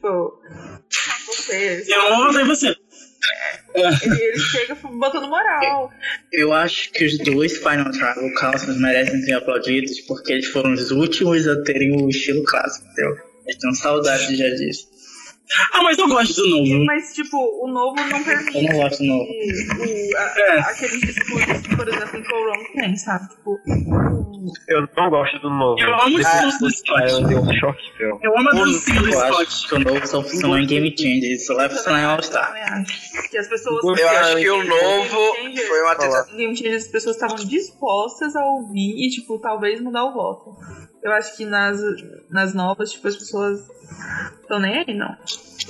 amo você. Ele chega botando moral. Eu acho que os dois Final Travel Classes merecem ser aplaudidos porque eles foram os últimos a terem o estilo clássico, entendeu? Eles têm saudade já disso. Mas eu gosto do novo. Mas, tipo, o novo não permite. Eu não gosto do novo. Aqueles discursos que, por exemplo, em Coron tem, sabe? Tipo. Eu não gosto do novo. Eu amo o discurso do Scott. Eu amo a dancinha do Scott. Eu acho que o novo só funciona em Game Changer. Isso lá funciona em All Star. Eu acho que o novo foi uma tentativa. Em Game Changer as pessoas estavam dispostas a ouvir e, tipo, talvez mudar o voto. Eu acho que nas novas, tipo, as pessoas estão nem aí, não.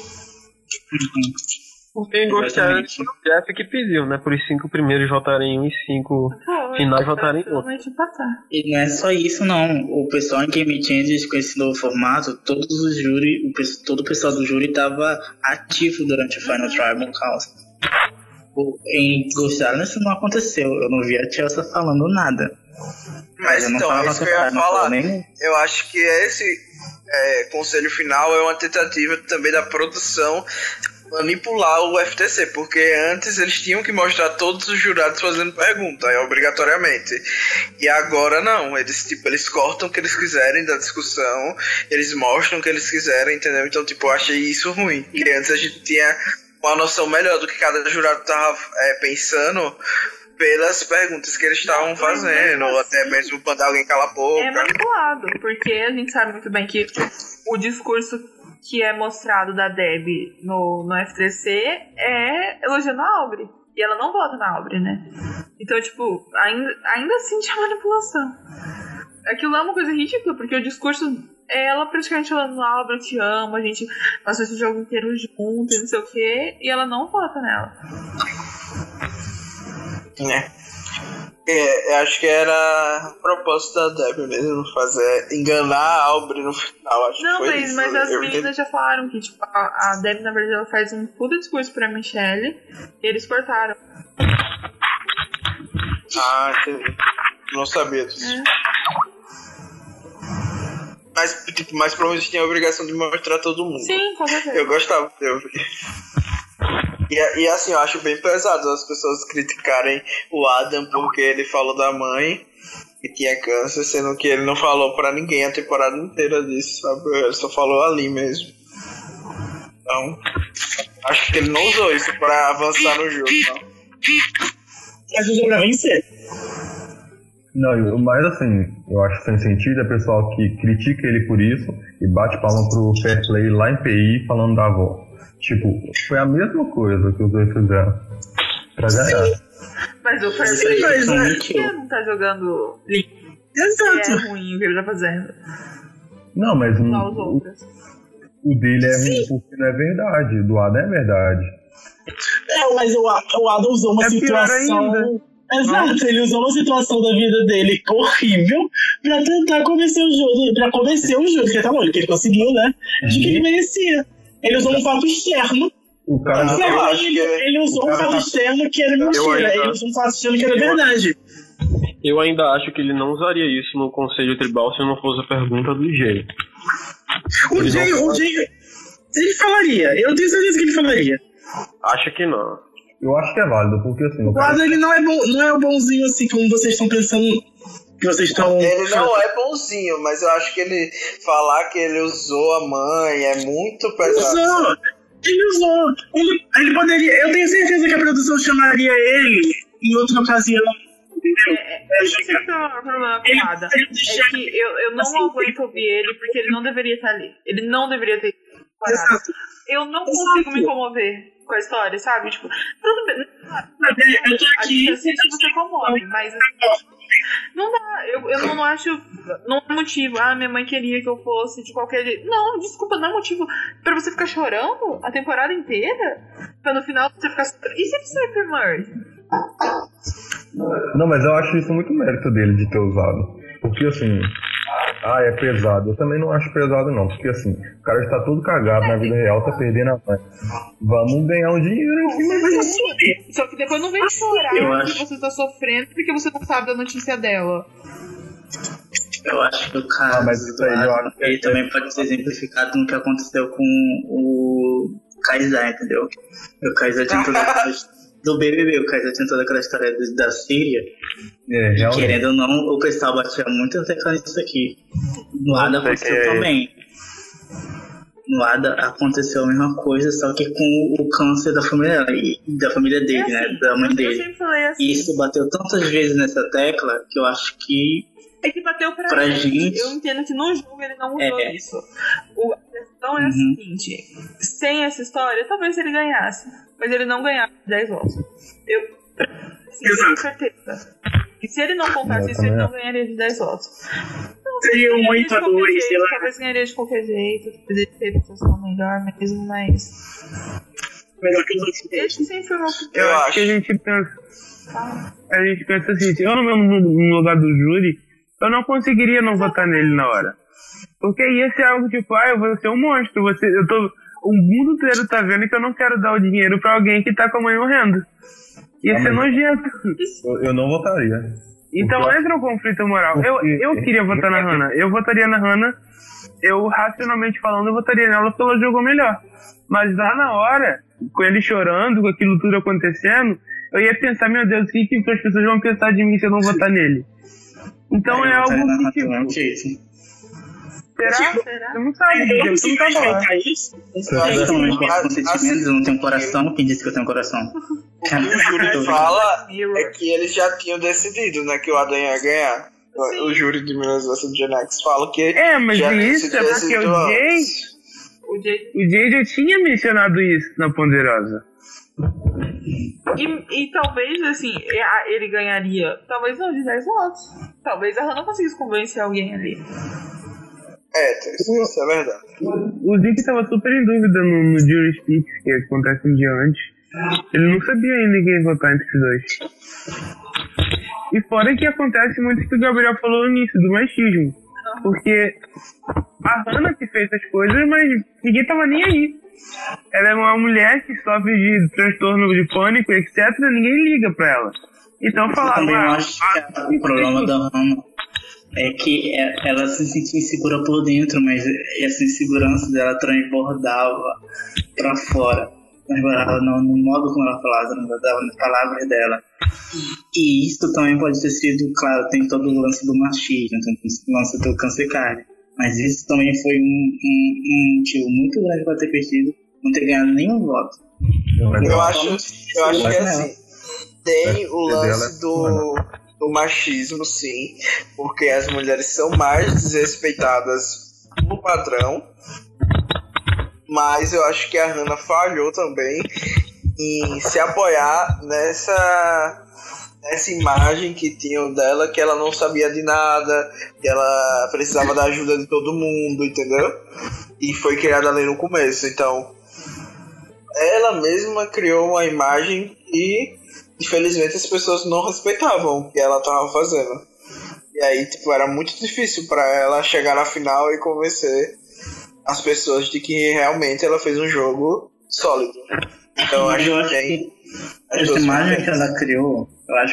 Quem gostar é o Jeff que pediu, né? Por os 5 primeiros votarem em um e 5 finais votarem em outro. E não é só isso, não. O pessoal em Game Changers, com esse novo formato, todo o pessoal do júri estava ativo durante o Final Tribal Chaos. Em Ghost Island isso não aconteceu. Eu não vi a Chelsea falando nada. Mas então, isso que eu ia falar. Eu acho que esse conselho final é uma tentativa também da produção manipular o FTC, porque antes eles tinham que mostrar todos os jurados fazendo pergunta, obrigatoriamente. E agora não, eles cortam o que eles quiserem da discussão, eles mostram o que eles quiserem, entendeu? Então, tipo, eu achei isso ruim. Porque antes a gente tinha uma noção melhor do que cada jurado tava pensando, pelas perguntas que eles estavam fazendo, ou até mesmo mandar alguém calar a boca. É manipulado, porque a gente sabe muito bem que o discurso que é mostrado da Debbie no F3C é elogiando a Aubrey. E ela não vota na Aubrey, né? Então, tipo, ainda assim tinha manipulação. Aquilo é uma coisa ridícula, porque o discurso é ela praticamente falando, Aubrey, eu te amo, a gente passou esse jogo inteiro junto, e não sei o quê, e ela não vota nela. Eu acho que era a proposta da Debbie mesmo, enganar a Aubrey no final. Acho não, que foi isso. Mas as meninas já falaram que tipo, a Debbie, na verdade, ela faz um puta discurso pra Michelle e eles cortaram. Ah, entendi. Não sabia disso. Mas provavelmente tinha a obrigação de mostrar a todo mundo. Sim, com certeza. Eu gostava dele. E assim, eu acho bem pesado as pessoas criticarem o Adam porque ele falou da mãe que tinha câncer, sendo que ele não falou pra ninguém a temporada inteira disso, sabe? Ele só falou ali mesmo. Então, acho que ele não usou isso pra avançar no jogo, não. Mas o jogo vai vencer. Não, mas assim, eu acho sem sentido é o pessoal que critica ele por isso e bate palma pro fair play lá em PI falando da avó. Tipo, foi a mesma coisa que os dois fizeram pra ganhar. Mas o fair play não tá jogando limpo. Exato. É ruim o que ele tá fazendo. Não, mas o dele é ruim porque não é verdade. Do Adam é verdade. Mas o Adam usou uma situação. Exato, ele usou uma situação da vida dele horrível pra tentar convencer o jogo, que tá bom, que ele conseguiu, né? De que ele merecia. Ele usou um fato externo. O cara ele usou um fato externo que era mentira. Ele usou um fato externo que era verdade. Eu ainda acho que ele não usaria isso no Conselho Tribal se não fosse a pergunta do Jay. O Jay, ele falaria. Eu tenho certeza que ele falaria. Acho que não. Eu acho que é válido, porque assim... O Adam, ele não é o bonzinho assim como vocês estão pensando... Que vocês estão... Ele não é bonzinho, mas eu acho que ele falar que ele usou a mãe é muito pesado. Ele usou. Ele poderia... Eu tenho certeza que a produção chamaria ele em outra ocasião. Entendeu? Esse é o problema com o Adam. É que eu não aguento ouvir ele porque ele não deveria estar ali. Ele não deveria ter parado. Eu não consigo me comover com a história, sabe? Tipo, tudo bem. Eu tô aqui. A gente assiste você comove, mas não dá. Eu não acho. Não é motivo. Minha mãe queria que eu fosse de qualquer jeito. Não, desculpa, não é motivo pra você ficar chorando a temporada inteira? Pra no final você ficar. E se você for merge? Não, mas eu acho isso muito mérito dele de ter usado. Porque assim, é pesado. Eu também não acho pesado não, porque assim, o cara está todo cagado na vida real, tá perdendo a mãe. Vamos ganhar um dinheiro aqui. Só que depois não vem chorar que você tá sofrendo porque você não sabe da notícia dela. Eu acho que o caso ele também pode ser exemplificado no que aconteceu com o Kaysar, entendeu? O Kaysar tinha toda do BBB, o Kaysar tinha toda aquela história da Síria. Querendo ou não, o pessoal batia muito até nisso aqui. No Ada aconteceu também. No Ada aconteceu a mesma coisa, só que com o câncer da família dela, e da família dele, assim, né? Da mãe dele. Assim. E isso bateu tantas vezes nessa tecla que eu acho que. É que bateu pra gente. Eu entendo que no jogo ele não usou isso. A questão é a seguinte: sem essa história, talvez ele ganhasse. Mas ele não ganhava 10 votos. Eu tenho certeza. E se ele não contasse isso, ele não ganharia de 10 votos. Então, seria muito a dor, talvez ganharia de qualquer jeito. Poderia ter pessoas melhor mesmo, mas. Melhor que os outros. Esse sempre foi uma. Eu acho que a gente pensa assim: eu no lugar do júri, eu não conseguiria não votar nele na hora. Porque ia ser algo tipo, eu vou ser um monstro. O mundo inteiro tá vendo que eu não quero dar o dinheiro pra alguém que tá com a mãe morrendo. Ia ser nojento. Eu não votaria. Então entra um conflito moral. Eu queria votar na Hannah. Eu votaria na Hannah. Eu, racionalmente falando, eu votaria nela porque ela jogou melhor. Mas lá na hora, com ele chorando, com aquilo tudo acontecendo, eu ia pensar, meu Deus, o que as pessoas vão pensar de mim se eu não votar nele? Então é algo que tipo... Será? Você não sabe, Eu não você consigo não tá lá. acreditar isso. Eu também posso com sentimentos, eu não tenho coração. Quem disse que eu tenho coração? O que o júri fala é que eles já tinham decidido, né, que o Adam ia ganhar. O júri de Meninas vs Gen X fala que Mas já tinha isso sido é porque decidido antes. o Jay já tinha mencionado isso na Ponderosa. E talvez, assim, ele ganharia, talvez não de 10 votos. Talvez a Hannah conseguisse convencer alguém ali. Isso é verdade. O Dick tava super em dúvida no Jury Speaks, que acontece um dia antes. Ele não sabia ainda quem votar entre os dois. E fora que acontece muito que o Gabriel falou no início, do machismo. Porque a Hannah que fez as coisas, mas ninguém tava nem aí. Ela é uma mulher que sofre de transtorno de pânico, etc. Ninguém liga pra ela. Então falaram... Eu acho que o problema da Hannah é que ela se sentia insegura por dentro, mas essa insegurança dela transbordava pra fora. Transbordava no modo como ela falava, transbordava nas palavras dela. E isso também pode ter sido, claro, tem todo o lance do machismo, tem o lance do câncer carne. Mas isso também foi um motivo muito grande para ter perdido, não ter ganhado nenhum voto. Eu acho que é assim, tem o lance do machismo, sim, porque as mulheres são mais desrespeitadas no padrão, mas eu acho que a Hannah falhou também em se apoiar nessa imagem que tinham dela, que ela não sabia de nada, que ela precisava da ajuda de todo mundo, entendeu? E foi criada ali no começo. Então, ela mesma criou uma imagem e, infelizmente, as pessoas não respeitavam o que ela estava fazendo. E aí, tipo, era muito difícil para ela chegar na final e convencer as pessoas de que realmente ela fez um jogo sólido. Então, eu acho que essa imagem que ela criou,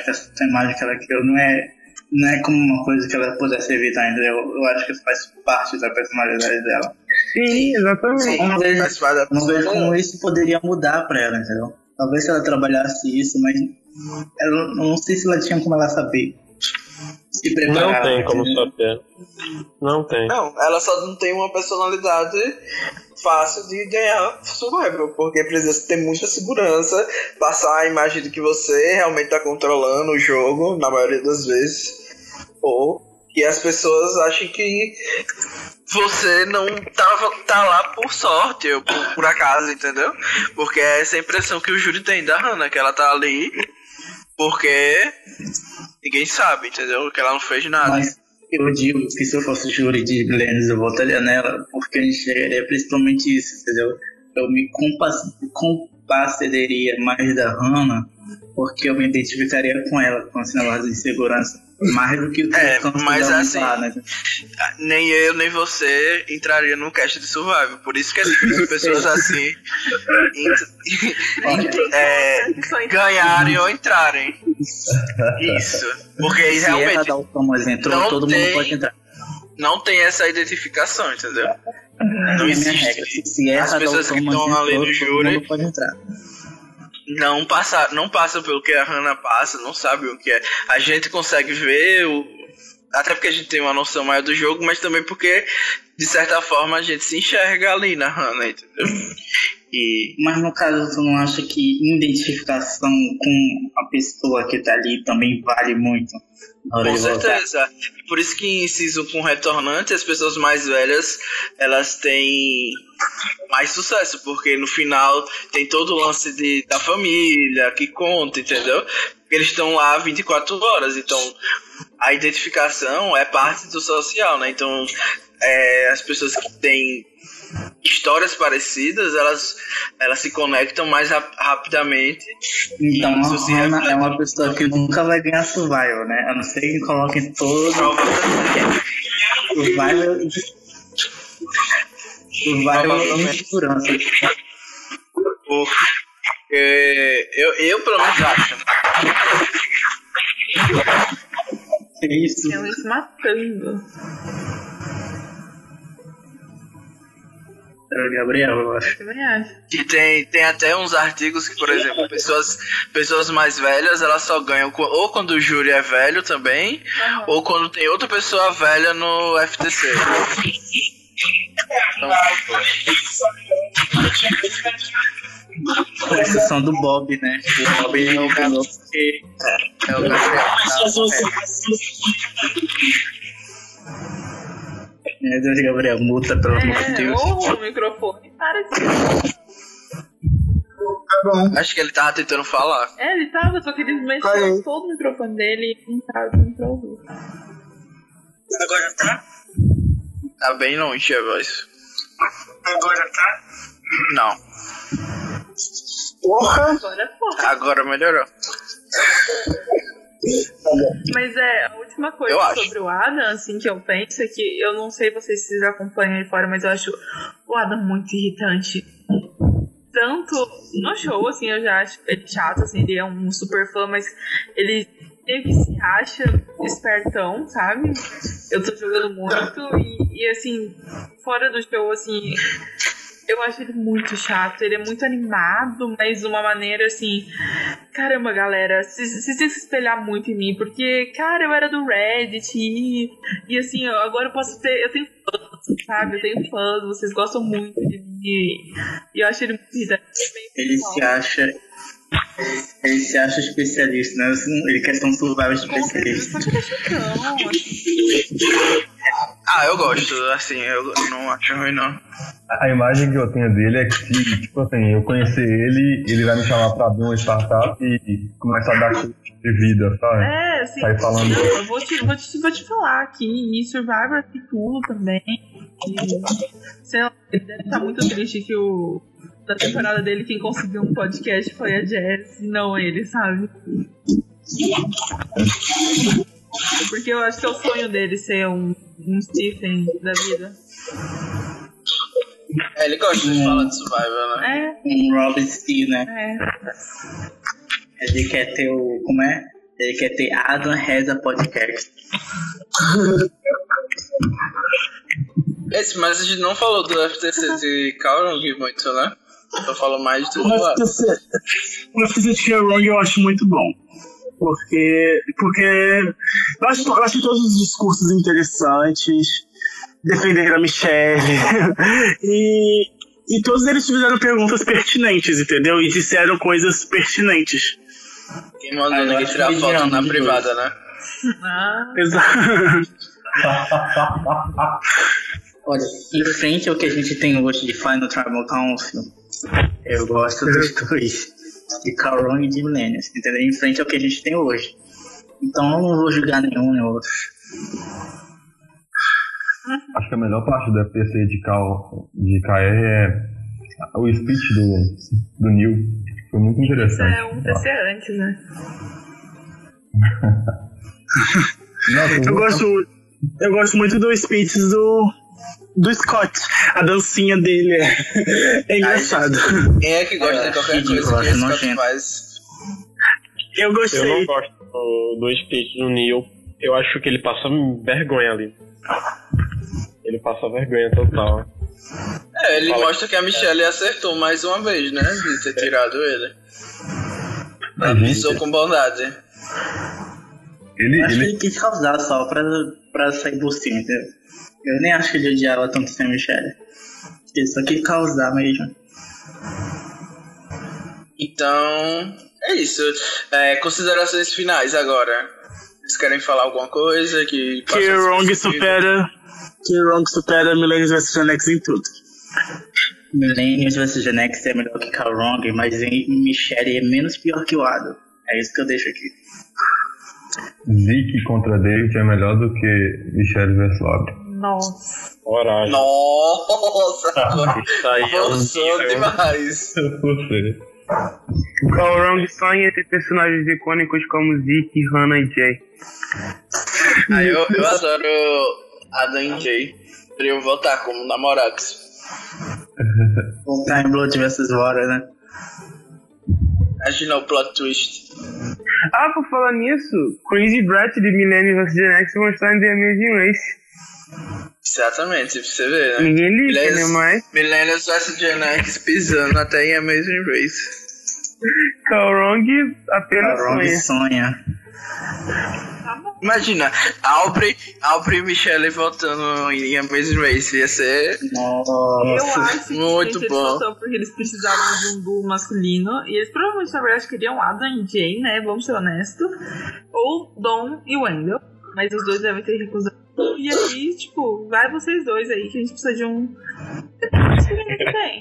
não é como uma coisa que ela pudesse evitar, entendeu? Eu acho que faz parte da personalidade dela. Sim, exatamente. Sim, não vejo como isso poderia mudar pra ela, entendeu? Talvez se ela trabalhasse isso, mas ela, não sei se ela tinha como ela saber se preparar. Não tem como saber. Não tem. Não, ela só não tem uma personalidade fácil de ganhar Survivor, porque precisa ter muita segurança, passar a imagem de que você realmente tá controlando o jogo, na maioria das vezes, ou que as pessoas achem que você não tá lá por sorte ou por acaso, entendeu? Porque é essa impressão que o júri tem da Hannah, que ela tá ali porque ninguém sabe, entendeu? Que ela não fez nada. Mas eu digo que se eu fosse júri de Glennis, eu votaria nela, porque a gente chegaria principalmente isso, entendeu? Eu me compadeceria mais da Hannah, porque eu me identificaria com ela, com esse negócio de insegurança, mais do que o que mas assim, lá, né? Nem eu, nem você entraria no cast de Survival, por isso que é difícil pessoas assim ganharem ou entrarem. Isso, porque se realmente o Thomas entrou, todo mundo pode entrar. Não tem essa identificação, entendeu? Não existe. Se as pessoas que estão ali no júri pode entrar. Não passam pelo que a Hannah passa, não sabe o que é. A gente consegue ver, até porque a gente tem uma noção maior do jogo, mas também porque, de certa forma, a gente se enxerga ali na Hannah, entendeu? Mas no caso, você não acha que identificação com a pessoa que tá ali também vale muito? Com certeza. Por isso que em Season com Retornante, as pessoas mais velhas, elas têm mais sucesso, porque no final tem todo o lance da família que conta, entendeu? Eles estão lá 24 horas, então a identificação é parte do social, né? Então as pessoas que têm histórias parecidas, elas se conectam mais rapidamente. Então a Hannah é uma pessoa que nunca vai ganhar Survival, né? A não ser que coloquem todo Survival em segurança. Eu pelo menos acho. É isso. Ela se matando. Gabriel, eu acho. Que tem até uns artigos que, por exemplo, pessoas mais velhas, elas só ganham ou quando o júri é velho também, ou quando tem outra pessoa velha no FTC. Com exceção do Bob, né? O Bob é o garoto que... É o Gabriel. Meu Deus, Gabriel, multa, pelo amor de Deus. O microfone para de... Tá bom. Acho que ele tava tentando falar. Ele tava, só que ele mexeu todo o microfone dele e não tava pra ouvir. Agora tá? Tá bem longe a voz. Agora tá? Não. Porra! Agora melhorou. Mas a última coisa sobre o Adam, assim, que eu penso é que eu não sei vocês acompanham aí fora, mas eu acho o Adam muito irritante. Tanto no show, assim, eu já acho ele chato, assim, ele é um super fã, mas ele meio que se acha espertão, sabe? Eu tô jogando muito e assim, fora do show, assim, eu acho ele muito chato, ele é muito animado, mas de uma maneira assim, caramba, galera, vocês têm que se espelhar muito em mim, porque, cara, eu era do Reddit e assim, agora eu tenho fãs, sabe? Eu tenho fãs, vocês gostam muito de mim e eu acho ele muito irritante. Ele se acha especialista, né? Ele quer ser um survival especialista. Eu gosto, assim, eu não acho ruim, não. A imagem que eu tenho dele é que, tipo assim, eu conhecer ele vai me chamar pra abrir uma startup e começar a dar curso de vida, sabe? Assim, sai falando. Não, eu vou te falar aqui, e Survivor tem tudo também. Sei lá, ele deve estar muito triste que da temporada dele, quem conseguiu um podcast foi a Jess, não ele, sabe? Porque eu acho que é o sonho dele ser um Stephen da vida. Ele gosta de falar de Survivor, né? Um Robin Steele, né? Ele quer ter como é? Ele quer ter Adam Reza Podcast. Mas a gente não falou do FTC de Kaorong muito, né? Eu falo mais do O FTC de Kaorong eu acho muito bom. Porque eu acho todos os discursos interessantes, defenderam a Michelle e todos eles fizeram perguntas pertinentes, entendeu? E disseram coisas pertinentes. Quem mandou ninguém tirar foto na privada, né? Exato. Olha, em frente ao que a gente tem hoje de Final Tribal Council, eu gosto dos dois, de Kaorong e de Millennials, entendeu? Em frente ao que a gente tem hoje. Então eu não vou julgar nenhum nem outro. Acho que a melhor parte do FTC de KR é o speech do Neil. Foi muito interessante. Isso é um TC antes, né? Eu gosto muito do speech do Scott. A dancinha dele é engraçado. Quem é que gosta de qualquer coisa que o Scott faz? Eu gostei. Eu não gosto do speech do Neil. Eu acho que ele passa vergonha ali. Ele passa vergonha total. Ele mostra que a Michelle acertou mais uma vez, né? De ter tirado ele. Ela pisou com bondade. Acho que ele quis causar só pra sair por cima, entendeu? Eu nem acho que ele odiava tanto sem a Michelle. Ele só quis causar mesmo. Então, é isso. Considerações finais agora. Vocês querem falar alguma coisa? Que Kaorong supera Millennials vs Gen X em tudo. Millennials vs Gen X é melhor que Kaorong, mas em Michelle é menos pior que o Adam. É isso que eu deixo aqui. Zeke contra David é melhor do que Michelle vs Lobby. Nossa. Coragem. Nossa, isso aí avançou demais. Você. O Kaorong sonha ter personagens icônicos como Zeke, Hannah e Jay. Eu adoro Adam e Jay. Pra eu votar como namorados. Time Blood vs Water, né? Imagina o plot twist. Por falar nisso, Chris e Brett de Millennium vs Gen X vão estar em The Amazing Race. Exatamente, pra você ver, né? Ninguém liga, né, mas... Millennials vs Gen X pisando até em Amazing Race. Kaorong apenas sonha. Tá bom. Imagina, Aubrey e Michelle voltando em Amazing Race. Ia ser Eu acho que muito eles bom. voltaram porque eles precisavam de um duo masculino. E eles provavelmente, na verdade, queriam Adam e Jay, né? Vamos ser honestos. Ou Dom e Wendell. Mas os dois devem ter recusado. E aí, tipo, vai vocês dois aí que a gente precisa de um. Tem.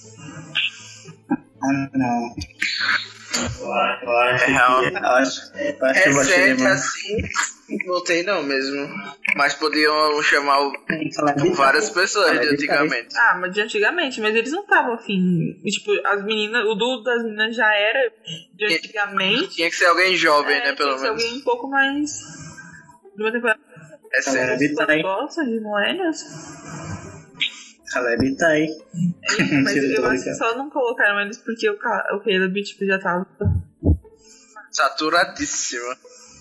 Não. Eu acho que eu vou Recente chamar. assim, não tem não mesmo. Mas podiam chamar várias pessoas de antigamente. Ah, mas de antigamente, mas eles não estavam afim. E, tipo, as meninas, o duo das meninas já era de antigamente. Tinha que ser alguém jovem, né, Tinha pelo que ser menos. alguém um pouco mais. De uma temporada. Recente. Caleb tá aí. Gosta de Millennials? Caleb tá aí. Mas eu acho que só não colocaram eles porque o Caleb tipo, já tava. Saturadíssima.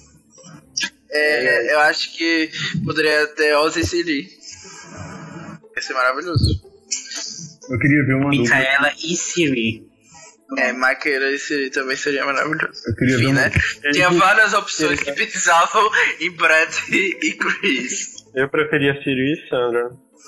Eu acho que poderia ter Ozzy e Siri. Ia ser maravilhoso. Eu queria ver uma dupla. Micaela e Siri. Maqueira e Siri também seria maravilhoso. Eu queria ver Enfim, uma... né? Tinha várias opções que precisavam em Brad e Chris. Eu preferia Siri e Sandra.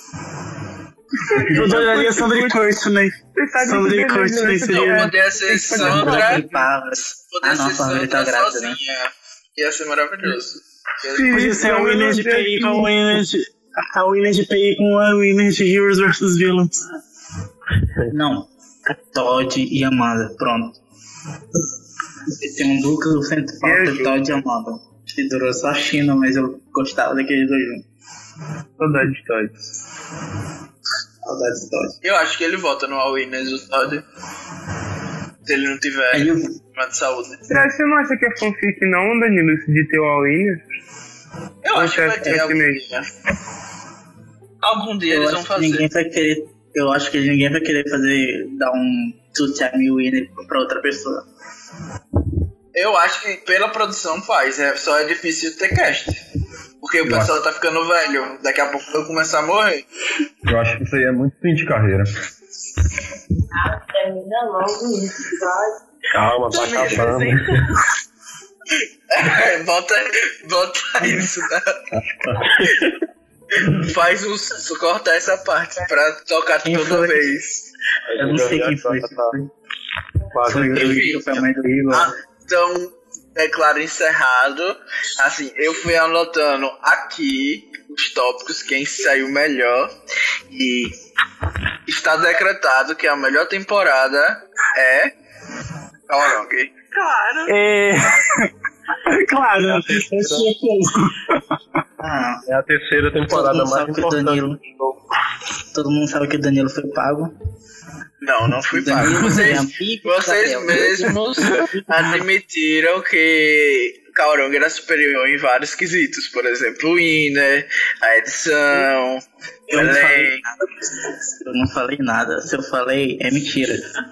Eu adoraria Sandra e Courtney. Sandra e Courtney seria. Poderia ser Sandra. Poderia ser Sandra tá Sandra grávida, né? sozinha. Ia ser maravilhoso. Podia ser a winner de PI com a winner de. A winner de PI com a winner de Heroes vs Villains. Não. Todd e Amanda. Pronto. Tem um núcleo central de Todd e Amanda. Que durou só a China, mas eu gostava daqueles dois juntos. Saudade de Todd. Saudades de Todd. Eu acho que ele volta no All Winners do Todd. Se ele não tiver Aí eu- problema de saúde. Você não acha que é fanfic não, Danilo, isso de ter o all-in? Eu acho que vai ter algum mesmo. dia. Algum dia Eu eles vão acho que fazer. ninguém vai querer. Eu acho que ninguém vai querer dar um two-time winner pra outra pessoa. Eu acho que pela produção faz, só é difícil ter cast. Porque o pessoal tá ficando velho, daqui a pouco vai começar a morrer. Eu acho que isso aí é muito fim de carreira. Termina logo isso, sabe? Calma, tá acabando. Bota isso, tá? Faz corta essa parte pra tocar Quem toda foi? vez. Eu não sei quem foi. Foi o Igor, foi a mãe do Igor. Então, declaro encerrado. Assim, eu fui anotando aqui os tópicos, quem saiu melhor. E está decretado que a melhor temporada é Kalorong. Claro. Claro. Ah, É a terceira temporada Todo mundo mais sabe que o importante Danilo- do jogo. todo mundo sabe que o Danilo foi pago. Não fui pago. Danilo Vocês é amigo do Gabriel. mesmos admitiram que Kalorong era superior em vários quesitos. Por exemplo, o Winner, a edição, o Eu não falei elenco. nada. Eu não falei nada. Se eu falei, é mentira.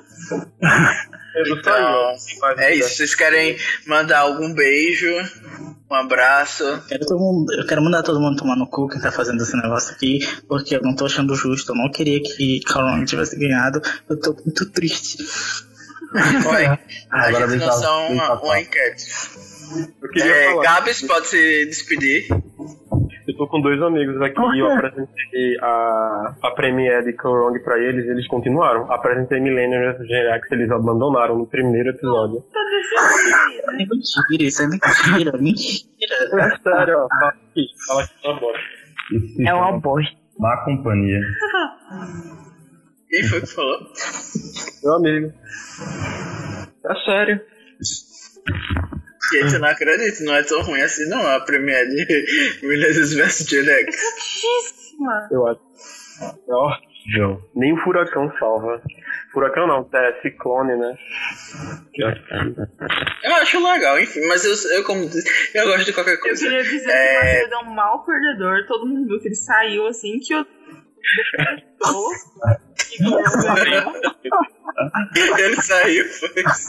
Então, é isso. Vocês querem mandar algum beijo? Um abraço? Eu quero mandar todo mundo tomar no cu quem tá fazendo esse negócio aqui, porque eu não tô achando justo. Eu não queria que Kalorong tivesse ganhado. Eu tô muito triste. Oi, a Agora gente vem lançar cá, vem cá. uma enquete. Eu queria falar. Gabs, pode se despedir. Eu tô com dois amigos aqui e eu apresentei a premiere de Kalorong pra eles e eles continuaram. Apresentei Millennium vs Gen X, eles abandonaram no primeiro episódio. É mentira, isso é mentira. Mentira. É sério, ó. Fala aqui uma bosta. Isso se É uma chama bosta. Má companhia. Quem foi que falou? Meu amigo. É sério. Gente, eu não acredito, não é tão ruim assim não, a premiere de Millennials vs Gen X. Chatíssima. Eu acho. É horrível. Nem o furacão salva. Furacão não, é ciclone, né? Eu acho legal, enfim, mas eu como disse, eu gosto de qualquer Eu coisa. queria dizer que o Macedo é um mau perdedor. Todo mundo viu que ele saiu assim que eu. Ele saiu, foi.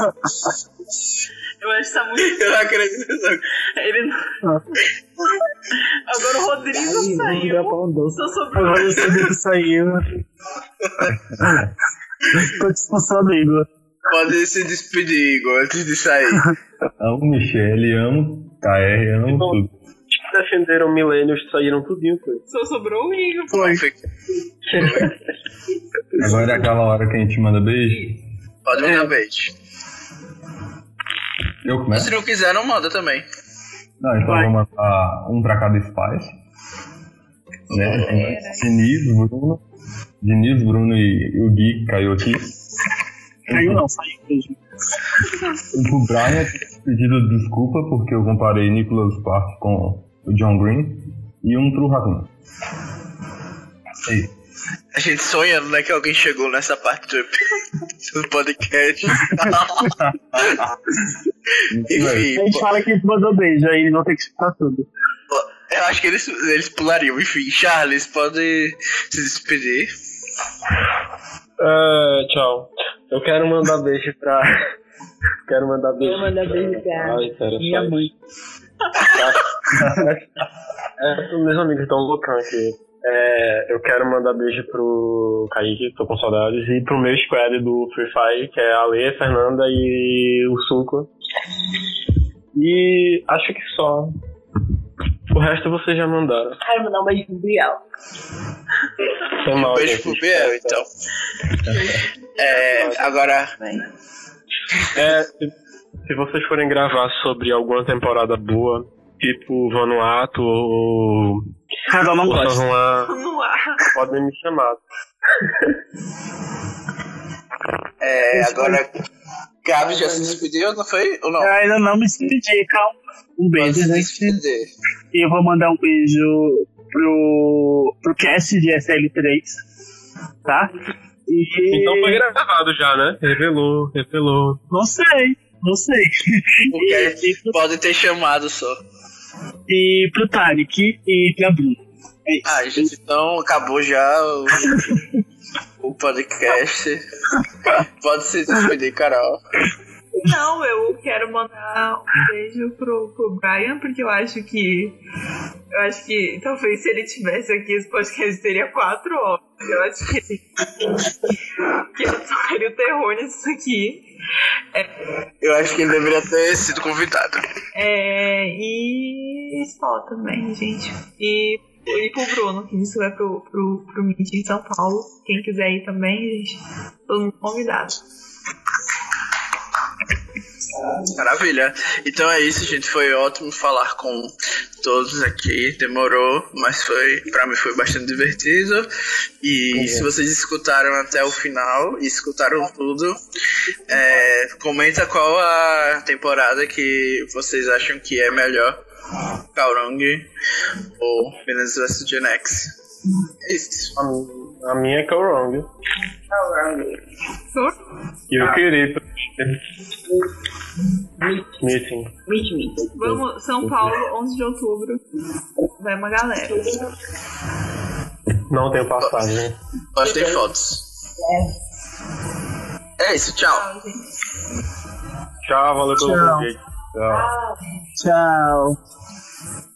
Eu acho que tá muito. Eu não acredito. Ele não. Agora o Rodrigo saiu. Só sobrou. Agora eu sabia que saiu. Tô discussão amigo. Pode se despedir, Igor, antes de sair. Amo Michelle, amo KR eu não tudo. Defenderam milênios e saíram tudinho, foi. Só sobrou o Igor. Foi. Agora é aquela hora que a gente manda beijo. Pode mandar beijo. Eu começo? Se não quiser, não manda também. Não, então vou mandar um pra cada Spice. Né? Diniz, Bruno e o Gui, que caiu aqui. Caiu não, saiu mesmo. O Brian pedido desculpa porque eu comparei Nicholas Sparks com o John Green e um True Raccoon. A gente sonhando, né, que alguém chegou nessa parte do podcast. Enfim, A gente fala que mandou beijo, aí eles vão ter que escutar tudo. eu acho que eles pulariam. Enfim, Charles, pode se despedir. Tchau. Eu quero mandar beijo pra... Quero mandar beijo pra... Ai, pera, minha mãe. Meus amigos estão loucão aqui. Eu quero mandar beijo pro Kaique, tô com saudades, e pro meu squad do Free Fire, que é a Lê, a Fernanda e o Suco. E acho que só. O resto vocês já mandaram. Quero mandar um beijo pro Biel. Um beijo pro Biel, então. Agora... Se vocês forem gravar sobre alguma temporada boa, tipo Vanuatu ou... Cada não gosta. Podem me chamar. Agora... Gabi já se despediu, não foi? Ou não? Ainda não me despedi, calma. Um beijo, gente. E eu vou mandar um beijo pro cast de SL3, tá? Então foi gravado já, né? Revelou. Não sei. O cast pode ter chamado só. E pro Tarek e pra Bruno. Gente, então acabou já o podcast. Pode se despedir, Carol. Não, eu quero mandar um beijo pro Brian, porque eu acho que talvez se ele tivesse aqui, esse podcast teria 4 horas. Eu acho que ele tocaria o terror nisso aqui. Eu acho que ele deveria ter sido convidado. E só também, gente. E pro Bruno, que isso vai pro Meet em São Paulo. Quem quiser ir também, gente, todo mundo convidado. Maravilha. Então é isso, gente. Foi ótimo falar com todos aqui. Demorou, mas pra mim foi bastante divertido. E se vocês escutaram até o final e escutaram tudo, comenta qual a temporada que vocês acham que é melhor, Kaorong ou Villains vs Gen X. É isso. A minha é Kaorong. E eu queria Meeting. Vamos, São Paulo, 11 de outubro. Vai uma galera. Não tenho passagem. Mas tem fotos. É isso, tchau. Tchau, valeu pelo convite. Tchau.